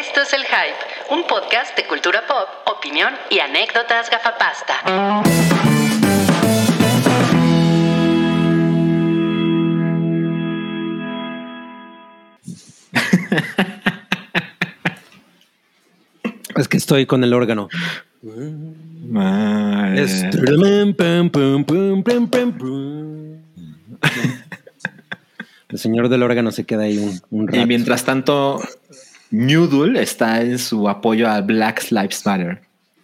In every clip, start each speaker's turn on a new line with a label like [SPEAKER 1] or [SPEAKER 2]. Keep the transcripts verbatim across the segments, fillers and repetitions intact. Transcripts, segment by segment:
[SPEAKER 1] Esto es El Hype, un podcast de cultura pop, opinión y anécdotas gafapasta.
[SPEAKER 2] Es que estoy con el órgano. Es... El señor del órgano se queda ahí un, un rato.
[SPEAKER 3] Y mientras tanto, Noodle está en su apoyo a Black Lives Matter.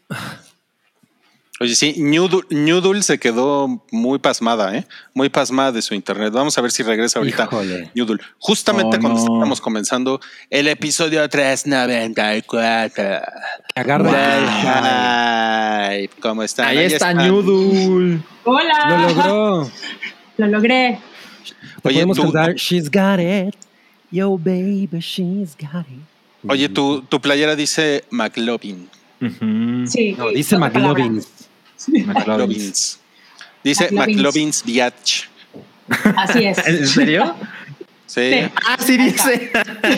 [SPEAKER 4] Oye, sí, Noodle, Noodle se quedó muy pasmada, ¿eh? Muy pasmada de su internet. Vamos a ver si regresa ahorita.
[SPEAKER 2] Híjole.
[SPEAKER 4] Noodle. Justamente
[SPEAKER 3] Oh,
[SPEAKER 4] cuando
[SPEAKER 3] no.
[SPEAKER 4] estamos comenzando el episodio trescientos noventa y cuatro.
[SPEAKER 2] Agarra.
[SPEAKER 4] Ay, ¿cómo están?
[SPEAKER 3] Ahí, Ahí está
[SPEAKER 4] están.
[SPEAKER 3] Noodle.
[SPEAKER 5] Hola.
[SPEAKER 2] Lo logró.
[SPEAKER 5] Lo logré.
[SPEAKER 2] Te
[SPEAKER 4] Oye,
[SPEAKER 2] podemos
[SPEAKER 4] tú-
[SPEAKER 2] cantar She's got it. Yo, baby, she's got it.
[SPEAKER 4] Oye, tu, tu playera dice McLovin.
[SPEAKER 3] Uh-huh.
[SPEAKER 5] Sí.
[SPEAKER 2] No, dice
[SPEAKER 5] otra palabra.
[SPEAKER 2] McLovin.
[SPEAKER 4] McLovins. Dice
[SPEAKER 5] McLovins.
[SPEAKER 4] McLovins Biatch.
[SPEAKER 5] Así es.
[SPEAKER 3] ¿En serio?
[SPEAKER 4] Sí.
[SPEAKER 5] Sí.
[SPEAKER 3] Ah, sí dice.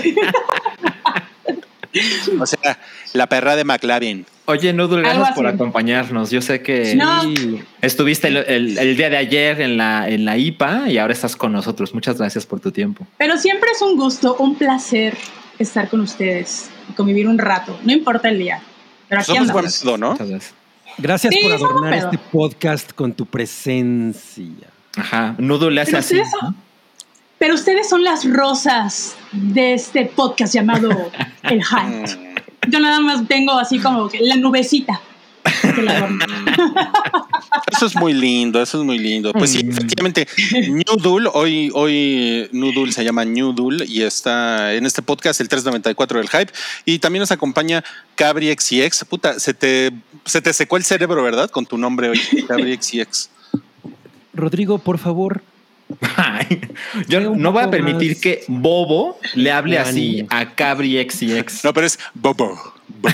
[SPEAKER 4] O sea, la perra de McLovin.
[SPEAKER 3] Oye, Noodle,
[SPEAKER 5] Algo
[SPEAKER 3] gracias por
[SPEAKER 5] así.
[SPEAKER 3] acompañarnos. Yo sé que
[SPEAKER 5] No.
[SPEAKER 2] Sí.
[SPEAKER 3] estuviste el, el- el día de ayer en la, en la I P A y ahora estás con nosotros. Muchas gracias por tu tiempo.
[SPEAKER 5] Pero siempre es un gusto, un placer estar con ustedes y convivir un rato. No importa el día. Pero aquí
[SPEAKER 4] Somos
[SPEAKER 5] andamos.
[SPEAKER 4] buen pedo, ¿no?
[SPEAKER 3] Muchas gracias.
[SPEAKER 2] Gracias
[SPEAKER 5] Sí,
[SPEAKER 2] por
[SPEAKER 5] somos
[SPEAKER 2] adornar
[SPEAKER 5] pedo.
[SPEAKER 2] este podcast con tu presencia.
[SPEAKER 3] Ajá. Noodle le hace
[SPEAKER 5] Pero
[SPEAKER 3] así.
[SPEAKER 5] ustedes son- Pero ustedes son las rosas de este podcast llamado El Hype. Yo nada más tengo así como que la nubecita que la adorna.
[SPEAKER 4] Eso es muy lindo, eso es muy lindo. Pues sí,
[SPEAKER 3] Mm.
[SPEAKER 4] efectivamente, Noodle, hoy, hoy Noodle se llama Noodle y está en este podcast, el trescientos noventa y cuatro del Hype. Y también nos acompaña Cabri X y X. Puta, se te, se te secó el cerebro, ¿verdad? Con tu nombre hoy, Cabri X y X.
[SPEAKER 2] Rodrigo, por favor.
[SPEAKER 3] Ay, yo
[SPEAKER 2] Un
[SPEAKER 3] no voy a
[SPEAKER 2] poco
[SPEAKER 3] permitir
[SPEAKER 2] más
[SPEAKER 3] que Bobo le hable
[SPEAKER 2] de
[SPEAKER 3] así
[SPEAKER 2] ánimo.
[SPEAKER 3] a Cabri X y X.
[SPEAKER 4] No, pero es Bobo. Bobo.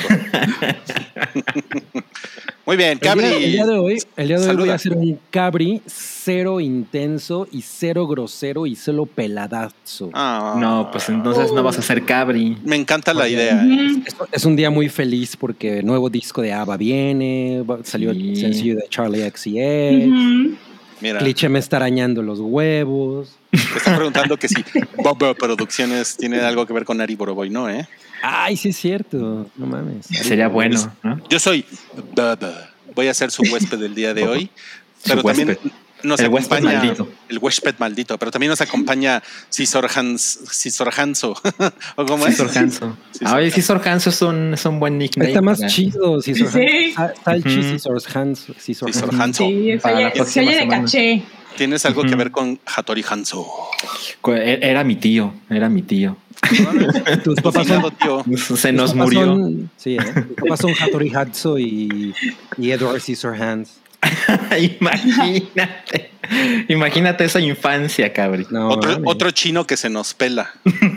[SPEAKER 4] Muy bien,
[SPEAKER 2] El día,
[SPEAKER 4] Cabri.
[SPEAKER 2] el día de hoy, el día de hoy voy
[SPEAKER 4] Saluda.
[SPEAKER 2] a hacer un cabri cero intenso y cero grosero y cero peladazo.
[SPEAKER 4] Ah,
[SPEAKER 3] No, pues entonces no vas a ser Cabri.
[SPEAKER 4] Me encanta la idea.
[SPEAKER 5] Ujú.
[SPEAKER 2] Es, es un día muy feliz porque el nuevo disco de ABBA viene, va- salió
[SPEAKER 3] Sí.
[SPEAKER 2] el sencillo de Charlie X C X,
[SPEAKER 5] Ujú.
[SPEAKER 4] Mira,
[SPEAKER 2] Cliché me está arañando los huevos.
[SPEAKER 4] te están preguntando que si Bobo Producciones tiene algo que ver con Ari Boroboy, ¿no? ¿Eh?
[SPEAKER 2] Ay, sí es cierto, no mames.
[SPEAKER 3] Sería bueno, ¿no?
[SPEAKER 4] Yo soy Bobo. Voy a ser su huésped del día de hoy.
[SPEAKER 3] Su
[SPEAKER 4] Pero también
[SPEAKER 3] huésped.
[SPEAKER 4] nos
[SPEAKER 3] El huésped
[SPEAKER 4] acompaña
[SPEAKER 3] maldito.
[SPEAKER 4] el huésped maldito, pero también nos acompaña Cisor Hans, Cisor Hanso. ¿O cómo es?
[SPEAKER 3] César Hanso.
[SPEAKER 4] César
[SPEAKER 3] Ah, oye,
[SPEAKER 4] Hanso.
[SPEAKER 3] César Hanso es un, es un buen nickname.
[SPEAKER 2] Está más
[SPEAKER 3] para-
[SPEAKER 2] chido, Cisor
[SPEAKER 5] Sí.
[SPEAKER 2] Hans. Salchi,
[SPEAKER 3] Ujú.
[SPEAKER 2] Cisor Hans. Cisor
[SPEAKER 4] Cisor
[SPEAKER 2] Hans.
[SPEAKER 4] Hanso.
[SPEAKER 5] Sí, se
[SPEAKER 3] Para la
[SPEAKER 5] oye, se
[SPEAKER 3] próxima
[SPEAKER 5] oye de
[SPEAKER 3] semana.
[SPEAKER 5] caché.
[SPEAKER 4] ¿Tienes algo que
[SPEAKER 3] Ujú.
[SPEAKER 4] ver con Hattori Hanzo?
[SPEAKER 3] Cu- Era mi tío, era mi tío.
[SPEAKER 2] Tus
[SPEAKER 4] Tu
[SPEAKER 2] papás
[SPEAKER 4] finado
[SPEAKER 2] son...
[SPEAKER 4] tío.
[SPEAKER 3] Se
[SPEAKER 2] tus
[SPEAKER 3] nos
[SPEAKER 2] papás
[SPEAKER 3] murió.
[SPEAKER 2] son- sí, ¿eh? Tus papás son Hattori Hatso y, y Edward Cisor Hans.
[SPEAKER 3] Imagínate. Imagínate esa infancia, Cabri.
[SPEAKER 2] No,
[SPEAKER 4] Otro,
[SPEAKER 2] mames.
[SPEAKER 4] otro chino que se nos pela.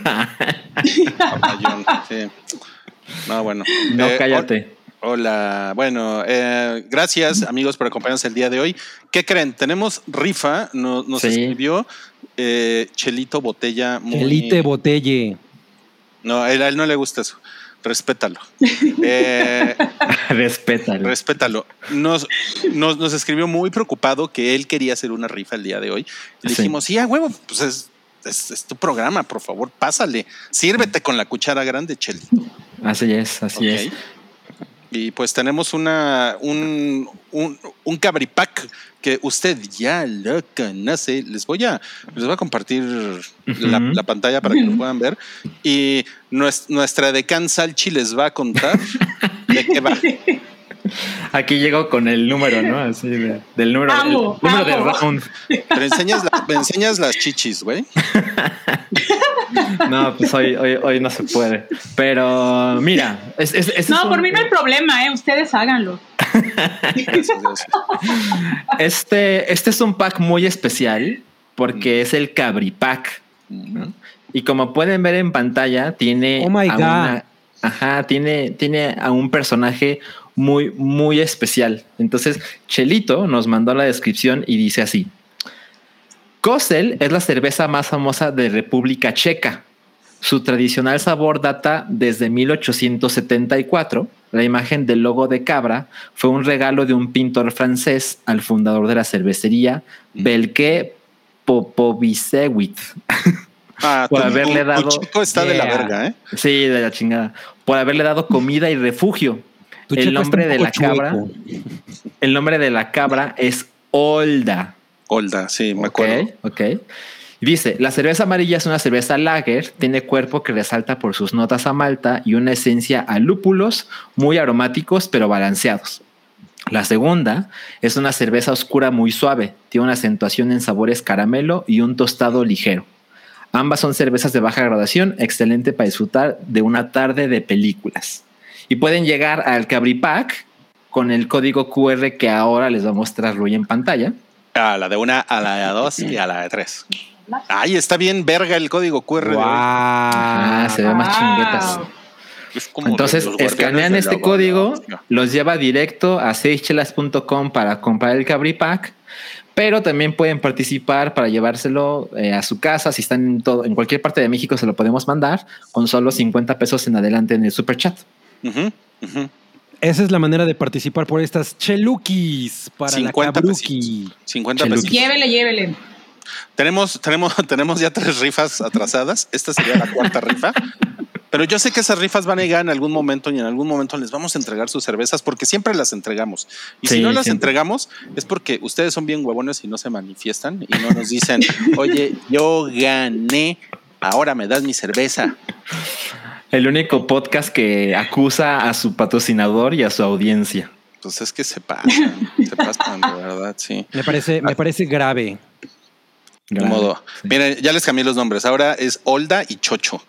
[SPEAKER 4] Papayón, sí. No, bueno.
[SPEAKER 3] No,
[SPEAKER 4] Eh,
[SPEAKER 3] cállate.
[SPEAKER 4] Hola, bueno, eh, gracias amigos por acompañarnos el día de hoy. ¿Qué creen? Tenemos rifa, no- nos
[SPEAKER 3] Sí.
[SPEAKER 4] escribió eh, Chelito Botella. Muy...
[SPEAKER 2] Elite Botelle.
[SPEAKER 4] No, a él, a él no le gusta eso. Respétalo. Eh,
[SPEAKER 3] Respétalo.
[SPEAKER 4] respétalo. Nos, nos, nos escribió muy preocupado que él quería hacer una rifa el día de hoy. Le
[SPEAKER 3] Sí.
[SPEAKER 4] dijimos, sí, a huevo, pues es, es, es tu programa, por favor, pásale. Sírvete con la cuchara grande, Chelito.
[SPEAKER 3] Así es, así
[SPEAKER 4] Ok.
[SPEAKER 3] es.
[SPEAKER 4] Y pues tenemos una un, un, un cabripack que usted ya lo conoce. Les voy a, les voy a compartir la,
[SPEAKER 3] Ujú.
[SPEAKER 4] la pantalla para que lo puedan ver. Y nues- nuestra decán Salchi les va a contar de qué va.
[SPEAKER 3] Aquí llego con el número, ¿no? Así de- del número,
[SPEAKER 5] Amo,
[SPEAKER 3] el número de
[SPEAKER 5] amo.
[SPEAKER 3] round.
[SPEAKER 4] Pero enseñas, la- me enseñas las chichis, güey.
[SPEAKER 3] No, pues hoy, hoy, hoy no se puede. Pero mira, es, es- es
[SPEAKER 5] No,
[SPEAKER 3] un-
[SPEAKER 5] por mí no hay problema, ¿eh? Ustedes háganlo.
[SPEAKER 4] Gracias, gracias.
[SPEAKER 3] este, este es un pack muy especial porque es el Cabri Pack.
[SPEAKER 4] Ujú.
[SPEAKER 3] Y como pueden ver en pantalla, tiene
[SPEAKER 2] Oh my
[SPEAKER 3] a
[SPEAKER 2] God.
[SPEAKER 3] una- ajá, tiene, tiene a un personaje muy, muy especial. Entonces, Chelito nos mandó la descripción y dice así: Kozel es la cerveza más famosa de República Checa. Su tradicional sabor data desde mil ochocientos setenta y cuatro. La imagen del logo de cabra fue un regalo de un pintor francés al fundador de la cervecería, Belke Popovicevich.
[SPEAKER 4] Ah,
[SPEAKER 3] por
[SPEAKER 4] tu,
[SPEAKER 3] haberle
[SPEAKER 4] tu,
[SPEAKER 3] dado.
[SPEAKER 4] tu chico está
[SPEAKER 3] Yeah.
[SPEAKER 4] de la verga, ¿eh?
[SPEAKER 3] Sí, de la chingada. Por haberle dado comida y refugio.
[SPEAKER 2] Tu
[SPEAKER 3] El
[SPEAKER 2] checo
[SPEAKER 3] nombre
[SPEAKER 2] está
[SPEAKER 3] de
[SPEAKER 2] un
[SPEAKER 3] la
[SPEAKER 2] poco
[SPEAKER 3] cabra.
[SPEAKER 2] chueco.
[SPEAKER 3] El nombre de la cabra es Olda.
[SPEAKER 4] Golda, sí, me
[SPEAKER 3] Ok,
[SPEAKER 4] acuerdo.
[SPEAKER 3] ok. Dice, la cerveza amarilla es una cerveza lager, tiene cuerpo que resalta por sus notas a malta y una esencia a lúpulos muy aromáticos pero balanceados. La segunda es una cerveza oscura muy suave, tiene una acentuación en sabores caramelo y un tostado ligero. Ambas son cervezas de baja graduación, excelente para disfrutar de una tarde de películas. Y pueden llegar al Cabripack con el código Q R que ahora les va a mostrar Rui en pantalla.
[SPEAKER 4] A la de una, a la de dos y a la de tres. Ay, está bien verga el código Q R de hoy.
[SPEAKER 3] Ah, se ve más
[SPEAKER 5] Wow.
[SPEAKER 3] chinguetas.
[SPEAKER 4] Es como
[SPEAKER 3] Entonces
[SPEAKER 4] los guardianes
[SPEAKER 3] escanean
[SPEAKER 4] de
[SPEAKER 3] este
[SPEAKER 4] la
[SPEAKER 3] código,
[SPEAKER 4] galaxia.
[SPEAKER 3] los lleva directo a seis chelas punto com para comprar el Cabripack, pero también pueden participar para llevárselo eh, a su casa. Si están en, todo, en cualquier parte de México se lo podemos mandar con solo cincuenta pesos en adelante en el super chat.
[SPEAKER 4] Ujú, ujú.
[SPEAKER 2] Esa es la manera de participar por estas chelukis para
[SPEAKER 4] cincuenta
[SPEAKER 2] la cabruki.
[SPEAKER 4] pesitos. cincuenta
[SPEAKER 3] Cheluqui.
[SPEAKER 4] pesitos.
[SPEAKER 5] Llévele, llévele.
[SPEAKER 4] Tenemos, tenemos, tenemos ya tres rifas atrasadas. Esta sería la cuarta rifa. Pero yo sé que esas rifas van a llegar en algún momento y en algún momento les vamos a entregar sus cervezas porque siempre las entregamos. Y
[SPEAKER 3] Sí,
[SPEAKER 4] si no las
[SPEAKER 3] siempre.
[SPEAKER 4] entregamos es porque ustedes son bien huevones y no se manifiestan y no nos dicen, oye, yo gané, ahora me das mi cerveza.
[SPEAKER 3] El único podcast que acusa a su patrocinador y a su audiencia.
[SPEAKER 4] Pues es que se pasan, se pasan, de verdad, sí.
[SPEAKER 2] Me parece, me parece grave.
[SPEAKER 4] De modo.
[SPEAKER 3] Sí.
[SPEAKER 4] Miren, ya les cambié los nombres. Ahora es Olda y Chocho.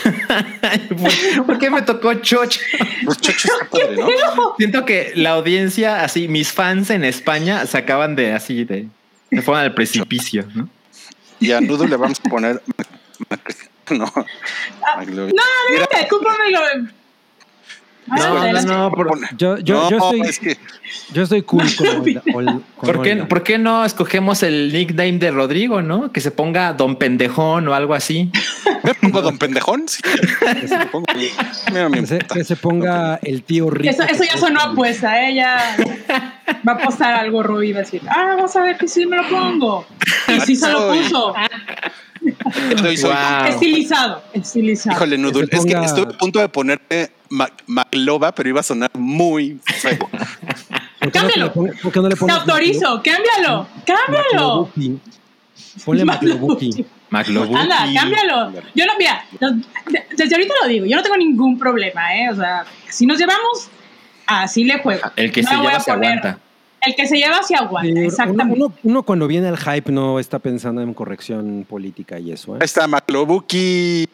[SPEAKER 3] ¿Por, ¿Por qué me tocó Chocho?
[SPEAKER 4] Pues Chocho está padre, ¿no?
[SPEAKER 3] Siento que la audiencia, así, mis fans en España se acaban de así de se fueron al precipicio, ¿no?
[SPEAKER 4] Y a Nudo le vamos a poner. No.
[SPEAKER 5] No, dígame, cúmplame lo.
[SPEAKER 3] No, no, no, por,
[SPEAKER 2] Yo, yo,
[SPEAKER 4] No,
[SPEAKER 2] yo estoy,
[SPEAKER 4] es que
[SPEAKER 2] yo estoy cool con Olda- Ol- con
[SPEAKER 3] ¿por qué,
[SPEAKER 2] Olga.
[SPEAKER 3] ¿por qué no escogemos el nickname de Rodrigo, no? Que se ponga Don Pendejón o algo así.
[SPEAKER 4] me pongo Don Pendejón. Sí. Me pongo- Mira, mi
[SPEAKER 2] Que se,
[SPEAKER 4] puta.
[SPEAKER 2] que se ponga el tío rico.
[SPEAKER 5] Eso, eso ya sonó apuesta, ¿eh? Ya va a postar algo Rubí y va a decir, ah, vamos a ver que sí me lo pongo. Y sí se lo puso.
[SPEAKER 4] Soy- soy-
[SPEAKER 3] Wow.
[SPEAKER 5] Estilizado, estilizado.
[SPEAKER 4] Híjole, Nudul,
[SPEAKER 2] Que se
[SPEAKER 4] es que
[SPEAKER 2] ponga-
[SPEAKER 4] estuve a punto de ponerte Mac- Maclova, pero iba a sonar muy feo.
[SPEAKER 2] ¿Por qué no,
[SPEAKER 5] Cámbialo.
[SPEAKER 2] le pone- por qué no le
[SPEAKER 5] Te
[SPEAKER 2] pones
[SPEAKER 5] autorizo, cámbialo, cámbialo.
[SPEAKER 2] Maclobuki? Ponle Maclobuki.
[SPEAKER 3] McLovin.
[SPEAKER 5] Anda, cámbialo. Yo no, mira, de- desde ahorita lo digo, yo no tengo ningún problema, ¿eh? O sea, si nos llevamos, así le juego.
[SPEAKER 3] El que
[SPEAKER 5] No
[SPEAKER 3] se
[SPEAKER 5] me voy
[SPEAKER 3] lleva
[SPEAKER 5] a
[SPEAKER 3] se
[SPEAKER 5] poner-
[SPEAKER 3] aguanta.
[SPEAKER 5] El que se lleva se aguanta,
[SPEAKER 2] Sí,
[SPEAKER 5] exactamente.
[SPEAKER 2] Uno, uno- uno cuando viene al hype no está pensando en corrección política y eso. ¿eh?
[SPEAKER 4] Ahí está Maclobuki.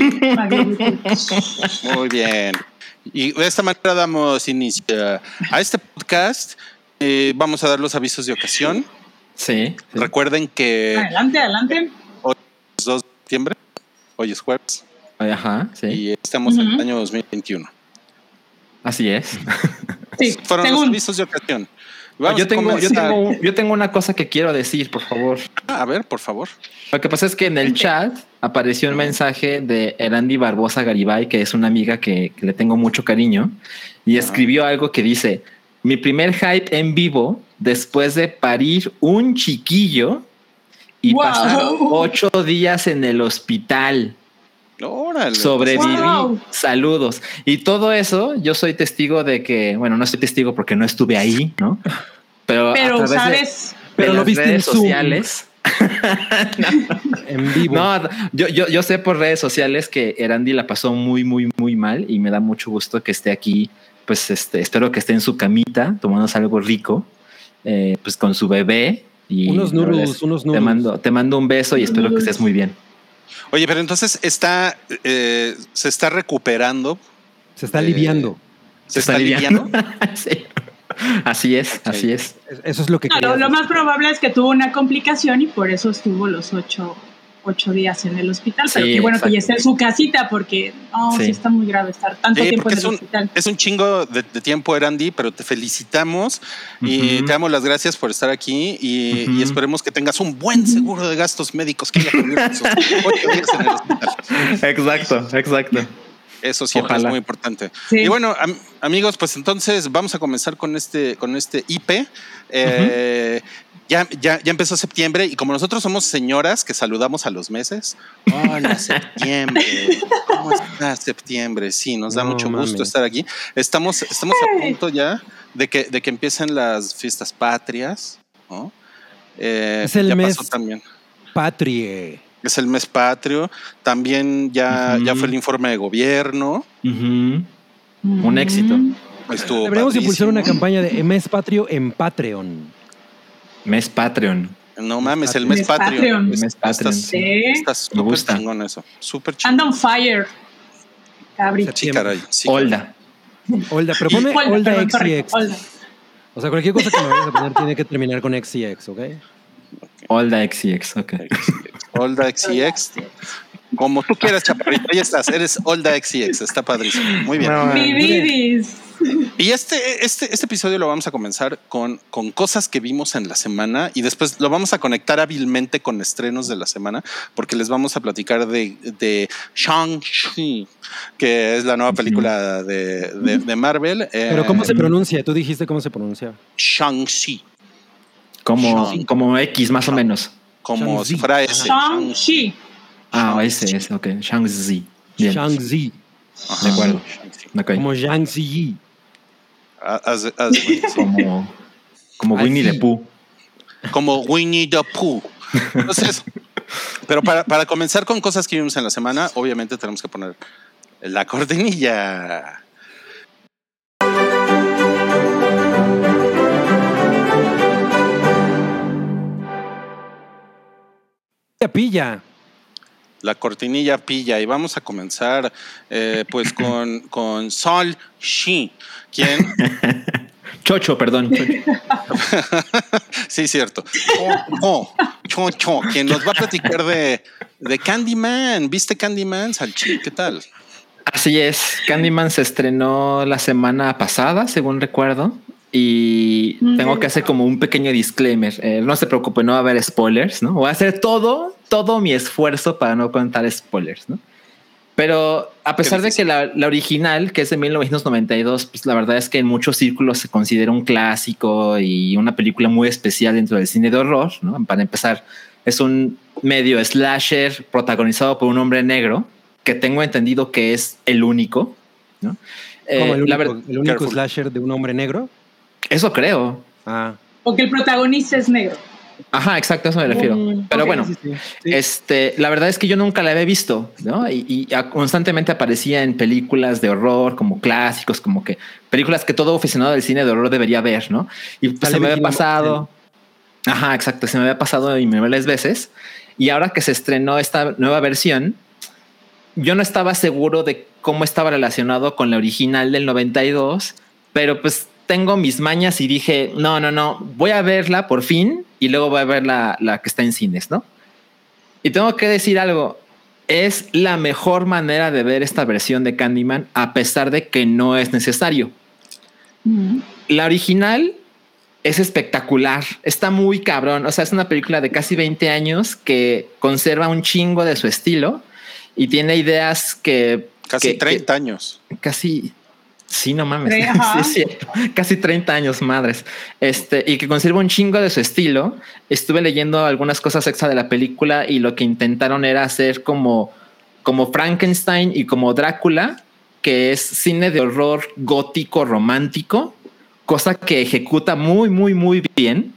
[SPEAKER 4] Muy bien. Y de esta manera damos inicio a este podcast. Eh, vamos a dar los avisos de ocasión.
[SPEAKER 3] Sí. sí.
[SPEAKER 4] Recuerden que
[SPEAKER 5] Adelante, adelante.
[SPEAKER 4] hoy es dos de septiembre, hoy es jueves,
[SPEAKER 3] Ajá, sí.
[SPEAKER 4] y estamos en el
[SPEAKER 5] Ujú.
[SPEAKER 4] año dos mil veintiuno.
[SPEAKER 3] Así es.
[SPEAKER 5] Sí,
[SPEAKER 4] Fueron los
[SPEAKER 5] según.
[SPEAKER 4] avisos de ocasión. Vamos
[SPEAKER 3] Yo
[SPEAKER 4] a
[SPEAKER 3] tengo, yo,
[SPEAKER 4] comenzar.
[SPEAKER 3] tengo, un- yo tengo una cosa que quiero decir, por favor.
[SPEAKER 4] A ver, por favor.
[SPEAKER 3] Lo que pasa es que en el chat apareció un mensaje de Erandi Barbosa Garibay, que es una amiga que, que le tengo mucho cariño, y escribió algo que dice: mi primer hype en vivo después de parir un chiquillo y
[SPEAKER 5] Wow.
[SPEAKER 3] pasar ocho días en el hospital.
[SPEAKER 4] Órale.
[SPEAKER 3] Sobreviví.
[SPEAKER 5] Wow.
[SPEAKER 3] Saludos. Y todo eso, yo soy testigo de que, bueno, no soy testigo porque no estuve ahí, ¿no? Pero, a
[SPEAKER 5] Pero
[SPEAKER 3] través de-
[SPEAKER 5] sabes,
[SPEAKER 3] de
[SPEAKER 2] Pero lo
[SPEAKER 3] las
[SPEAKER 2] viste en
[SPEAKER 3] redes
[SPEAKER 2] Zoom.
[SPEAKER 3] sociales.
[SPEAKER 2] En vivo.
[SPEAKER 3] No, yo, yo, yo sé por redes sociales que Erandi la pasó muy, muy, muy mal y me da mucho gusto que esté aquí. Pues este, espero que esté en su camita tomándose algo rico, eh, pues con su bebé. Y
[SPEAKER 2] Unos
[SPEAKER 3] la verdad
[SPEAKER 2] noodles,
[SPEAKER 3] es-
[SPEAKER 2] unos
[SPEAKER 3] Te
[SPEAKER 2] noodles.
[SPEAKER 3] mando, te mando un beso y espero que estés muy bien.
[SPEAKER 4] Oye, pero entonces está, eh, se está recuperando.
[SPEAKER 2] Se está
[SPEAKER 4] eh,
[SPEAKER 2] aliviando.
[SPEAKER 4] ¿Se está aliviando?
[SPEAKER 3] Sí. Así es,
[SPEAKER 4] Ok.
[SPEAKER 3] así es.
[SPEAKER 2] Eso es lo que
[SPEAKER 5] no,
[SPEAKER 2] quería
[SPEAKER 5] lo, lo
[SPEAKER 2] decir.
[SPEAKER 5] más probable es que tuvo una complicación y por eso estuvo los ocho ocho días en el hospital,
[SPEAKER 3] Sí,
[SPEAKER 5] pero qué bueno
[SPEAKER 3] exacto.
[SPEAKER 5] que ya esté en su casita porque no, sí.
[SPEAKER 3] Sí.
[SPEAKER 5] está muy grave estar tanto
[SPEAKER 4] Sí,
[SPEAKER 5] tiempo
[SPEAKER 4] porque
[SPEAKER 5] en
[SPEAKER 4] es
[SPEAKER 5] el
[SPEAKER 4] un,
[SPEAKER 5] hospital.
[SPEAKER 4] es un chingo de, de tiempo, Erandi, pero te felicitamos y
[SPEAKER 3] Ujú.
[SPEAKER 4] te damos las gracias por estar aquí y,
[SPEAKER 3] Ujú.
[SPEAKER 4] y esperemos que tengas un buen seguro de gastos médicos que haya cubierto esos ocho días en el hospital.
[SPEAKER 3] Exacto, exacto.
[SPEAKER 4] Eso siempre
[SPEAKER 3] Ojalá.
[SPEAKER 4] es muy importante.
[SPEAKER 5] Sí.
[SPEAKER 4] Y bueno, am- amigos, pues entonces vamos a comenzar con este, con este I P. Eh, ya, ya, ya empezó septiembre y como nosotros somos señoras que saludamos a los meses, hola septiembre, ¿cómo está septiembre? Sí, nos da
[SPEAKER 2] No
[SPEAKER 4] mucho
[SPEAKER 2] mames.
[SPEAKER 4] gusto estar aquí. Estamos, estamos a punto ya de que, de que empiecen las fiestas patrias, ¿no? Eh,
[SPEAKER 2] Es el
[SPEAKER 4] ya
[SPEAKER 2] mes
[SPEAKER 4] pasó también.
[SPEAKER 2] Patrie.
[SPEAKER 4] Es el mes patrio. También ya,
[SPEAKER 3] Ujú.
[SPEAKER 4] ya fue el informe de gobierno.
[SPEAKER 3] Ujú. Un éxito.
[SPEAKER 4] Estuvo
[SPEAKER 2] Deberíamos impulsar
[SPEAKER 4] padrísimo.
[SPEAKER 2] una campaña de mes patrio en Patreon.
[SPEAKER 3] Mes Patreon.
[SPEAKER 4] No
[SPEAKER 2] Mes
[SPEAKER 4] mames, el
[SPEAKER 2] Patreon.
[SPEAKER 4] mes
[SPEAKER 5] Mes
[SPEAKER 4] patrio.
[SPEAKER 5] Patreon.
[SPEAKER 4] Es-
[SPEAKER 3] Mes Patreon,
[SPEAKER 4] Estás,
[SPEAKER 5] sí.
[SPEAKER 4] estás
[SPEAKER 3] Me
[SPEAKER 4] súper
[SPEAKER 3] gusta.
[SPEAKER 4] chingón eso. Súper chingón.
[SPEAKER 5] And on fire, Cabri.
[SPEAKER 4] Sí, caray. Sí, caray.
[SPEAKER 3] Olda.
[SPEAKER 2] Olda, pero ponme
[SPEAKER 5] Olda,
[SPEAKER 2] Olda
[SPEAKER 5] perdón,
[SPEAKER 2] X y
[SPEAKER 5] correcto,
[SPEAKER 2] X.
[SPEAKER 5] Olda.
[SPEAKER 2] O sea, cualquier cosa que me vayas a poner tiene que terminar con X y X, ¿ok?
[SPEAKER 3] Olda X y X, ok.
[SPEAKER 4] Olda X y X. Como tú quieras, chaparrito. Ahí estás. Eres Olda X y X. Está padrísimo. Muy bien.
[SPEAKER 3] No,
[SPEAKER 5] Mi vidis.
[SPEAKER 4] Y este, este, este episodio lo vamos a comenzar con, con cosas que vimos en la semana y después lo vamos a conectar hábilmente con estrenos de la semana porque les vamos a platicar de, de Shang-Chi, que es la nueva película de, de, de Marvel.
[SPEAKER 2] Pero ¿cómo
[SPEAKER 4] Eh,
[SPEAKER 2] se pronuncia? Tú dijiste cómo se pronuncia.
[SPEAKER 4] Shang-Chi,
[SPEAKER 3] Como,
[SPEAKER 4] Shang.
[SPEAKER 3] como X más o menos.
[SPEAKER 4] como
[SPEAKER 2] Shang-Chi.
[SPEAKER 4] si fuera ese.
[SPEAKER 5] Shang-Chi.
[SPEAKER 3] Ah,
[SPEAKER 4] Shang-Chi.
[SPEAKER 3] ese, ese, ok. Shang-Zi. Bien.
[SPEAKER 2] Shang-Zi.
[SPEAKER 4] Ajá.
[SPEAKER 3] De acuerdo.
[SPEAKER 4] Shang-Chi.
[SPEAKER 3] Ok.
[SPEAKER 2] Como Shang-Zi.
[SPEAKER 4] Haz- haz- sí.
[SPEAKER 3] Como, como Winnie
[SPEAKER 2] Así.
[SPEAKER 3] the Pooh.
[SPEAKER 4] Como Winnie the Pooh. Entonces, pero para, para comenzar con cosas que vimos en la semana, obviamente tenemos que poner la cortinilla.
[SPEAKER 2] Pilla.
[SPEAKER 4] La cortinilla pilla y vamos a comenzar eh, pues con, con Sol Shi, quien
[SPEAKER 3] Chocho, perdón. Chocho.
[SPEAKER 4] sí, cierto. Cho, cho, cho, quien nos va a platicar de, de Candyman. ¿Viste Candyman, Salchi? ¿Qué tal?
[SPEAKER 3] Así es. Candyman se estrenó la semana pasada, según recuerdo. Y tengo que hacer como un pequeño disclaimer. Eh, no se preocupe, no va a haber spoilers, ¿no? Voy a hacer todo, todo mi esfuerzo para no contar spoilers, ¿no? Pero a pesar de que la, la original, que es de mil novecientos noventa y dos, pues la verdad es que en muchos círculos se considera un clásico y una película muy especial dentro del cine de horror, ¿no? Para empezar, es un medio slasher protagonizado por un hombre negro, que tengo entendido que es el único, ¿no?
[SPEAKER 2] Como
[SPEAKER 3] Eh,
[SPEAKER 2] el
[SPEAKER 3] la
[SPEAKER 2] único,
[SPEAKER 3] ver-
[SPEAKER 2] el único
[SPEAKER 4] Careful.
[SPEAKER 2] slasher de un hombre negro.
[SPEAKER 3] Eso creo.
[SPEAKER 2] Ah.
[SPEAKER 5] Porque el protagonista es negro.
[SPEAKER 3] Ajá, exacto, a eso me refiero.
[SPEAKER 5] Mm,
[SPEAKER 3] Pero
[SPEAKER 5] ok,
[SPEAKER 3] bueno,
[SPEAKER 2] Sí, sí, sí.
[SPEAKER 3] este, la verdad es que yo nunca la había visto, ¿no? Y, y a- constantemente aparecía en películas de horror, como clásicos, como que películas que todo aficionado del cine de horror debería ver, ¿no? Y pues
[SPEAKER 2] Sale
[SPEAKER 3] se me había
[SPEAKER 2] Regina
[SPEAKER 3] pasado. Ajá, exacto, se me había pasado innumerables veces. Y ahora que se estrenó esta nueva versión, yo no estaba seguro de cómo estaba relacionado con la original del noventa y dos, pero pues tengo mis mañas y dije, no, no, no, voy a verla por fin y luego voy a ver la, la que está en cines, ¿no? Y tengo que decir algo, es la mejor manera de ver esta versión de Candyman a pesar de que no es necesario.
[SPEAKER 5] Mm.
[SPEAKER 3] La original es espectacular, está muy cabrón, o sea, es una película de casi veinte años que conserva un chingo de su estilo y tiene ideas que...
[SPEAKER 4] Casi
[SPEAKER 3] que-
[SPEAKER 4] treinta años.
[SPEAKER 3] que- casi... Sí, no mames.
[SPEAKER 5] Tre- ajá.
[SPEAKER 3] Sí, es cierto. Casi treinta años, madres. Este, y que conserva un chingo de su estilo. Estuve leyendo algunas cosas extra de la película y lo que intentaron era hacer como, como Frankenstein y como Drácula, que es cine de horror gótico romántico, cosa que ejecuta muy, muy, muy bien.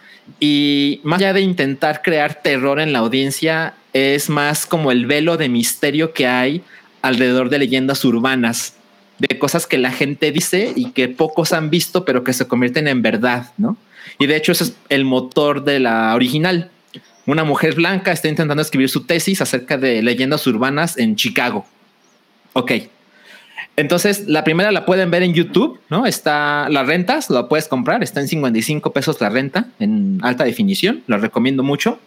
[SPEAKER 3] Y más allá de intentar crear terror en la audiencia, es más como el velo de misterio que hay alrededor de leyendas urbanas, de cosas que la gente dice y que pocos han visto, pero que se convierten en verdad, ¿no? Y de hecho ese es el motor de la original. Una mujer blanca está intentando escribir su tesis acerca de leyendas urbanas en Chicago. Ok. Entonces, la primera la pueden ver en YouTube, ¿no? Está, las rentas, la puedes comprar, está en cincuenta y cinco pesos la renta en alta definición, la recomiendo mucho.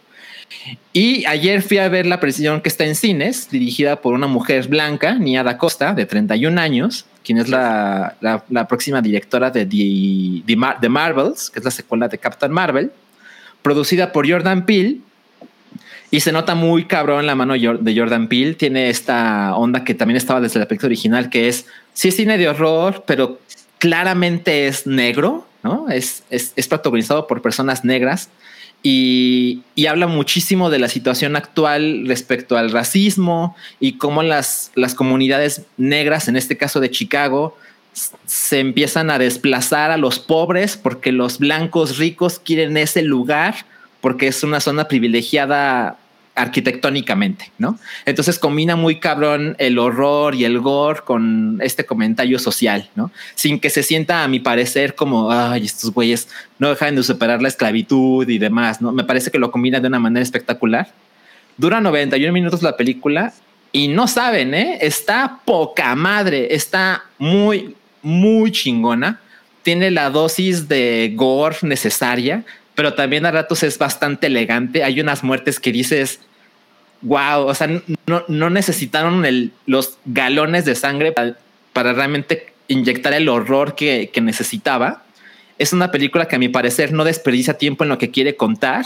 [SPEAKER 3] Y ayer fui a ver la versión que está en cines, dirigida por una mujer blanca, Nia Da Costa, de treinta y un años, quien es la, la, la próxima directora de The, The, Mar- The Marvels, que es la secuela de Captain Marvel, producida por Jordan Peele. Y se nota muy cabrón la mano de Jordan Peele. Tiene esta onda que también estaba desde la película original, que es, sí es cine de horror, pero claramente es negro, ¿no? Es, es, es protagonizado por personas negras y, y habla muchísimo de la situación actual respecto al racismo y cómo las, las comunidades negras, en este caso de Chicago, se empiezan a desplazar a los pobres porque los blancos ricos quieren ese lugar porque es una zona privilegiada arquitectónicamente, ¿no? Entonces combina muy cabrón el horror y el gore con este comentario social, ¿no? Sin que se sienta, a mi parecer, como, ay, estos güeyes no dejan de superar la esclavitud y demás, ¿no? Me parece que lo combina de una manera espectacular. Dura noventa y un minutos la película y no saben, ¿eh? Está poca madre, está muy, muy chingona. Tiene la dosis de gore necesaria, pero también a ratos es bastante elegante. Hay unas muertes que dices, wow, o sea, no, no necesitaron el, los galones de sangre para, para realmente inyectar el horror que, que necesitaba. Es una película que a mi parecer no desperdicia tiempo en lo que quiere contar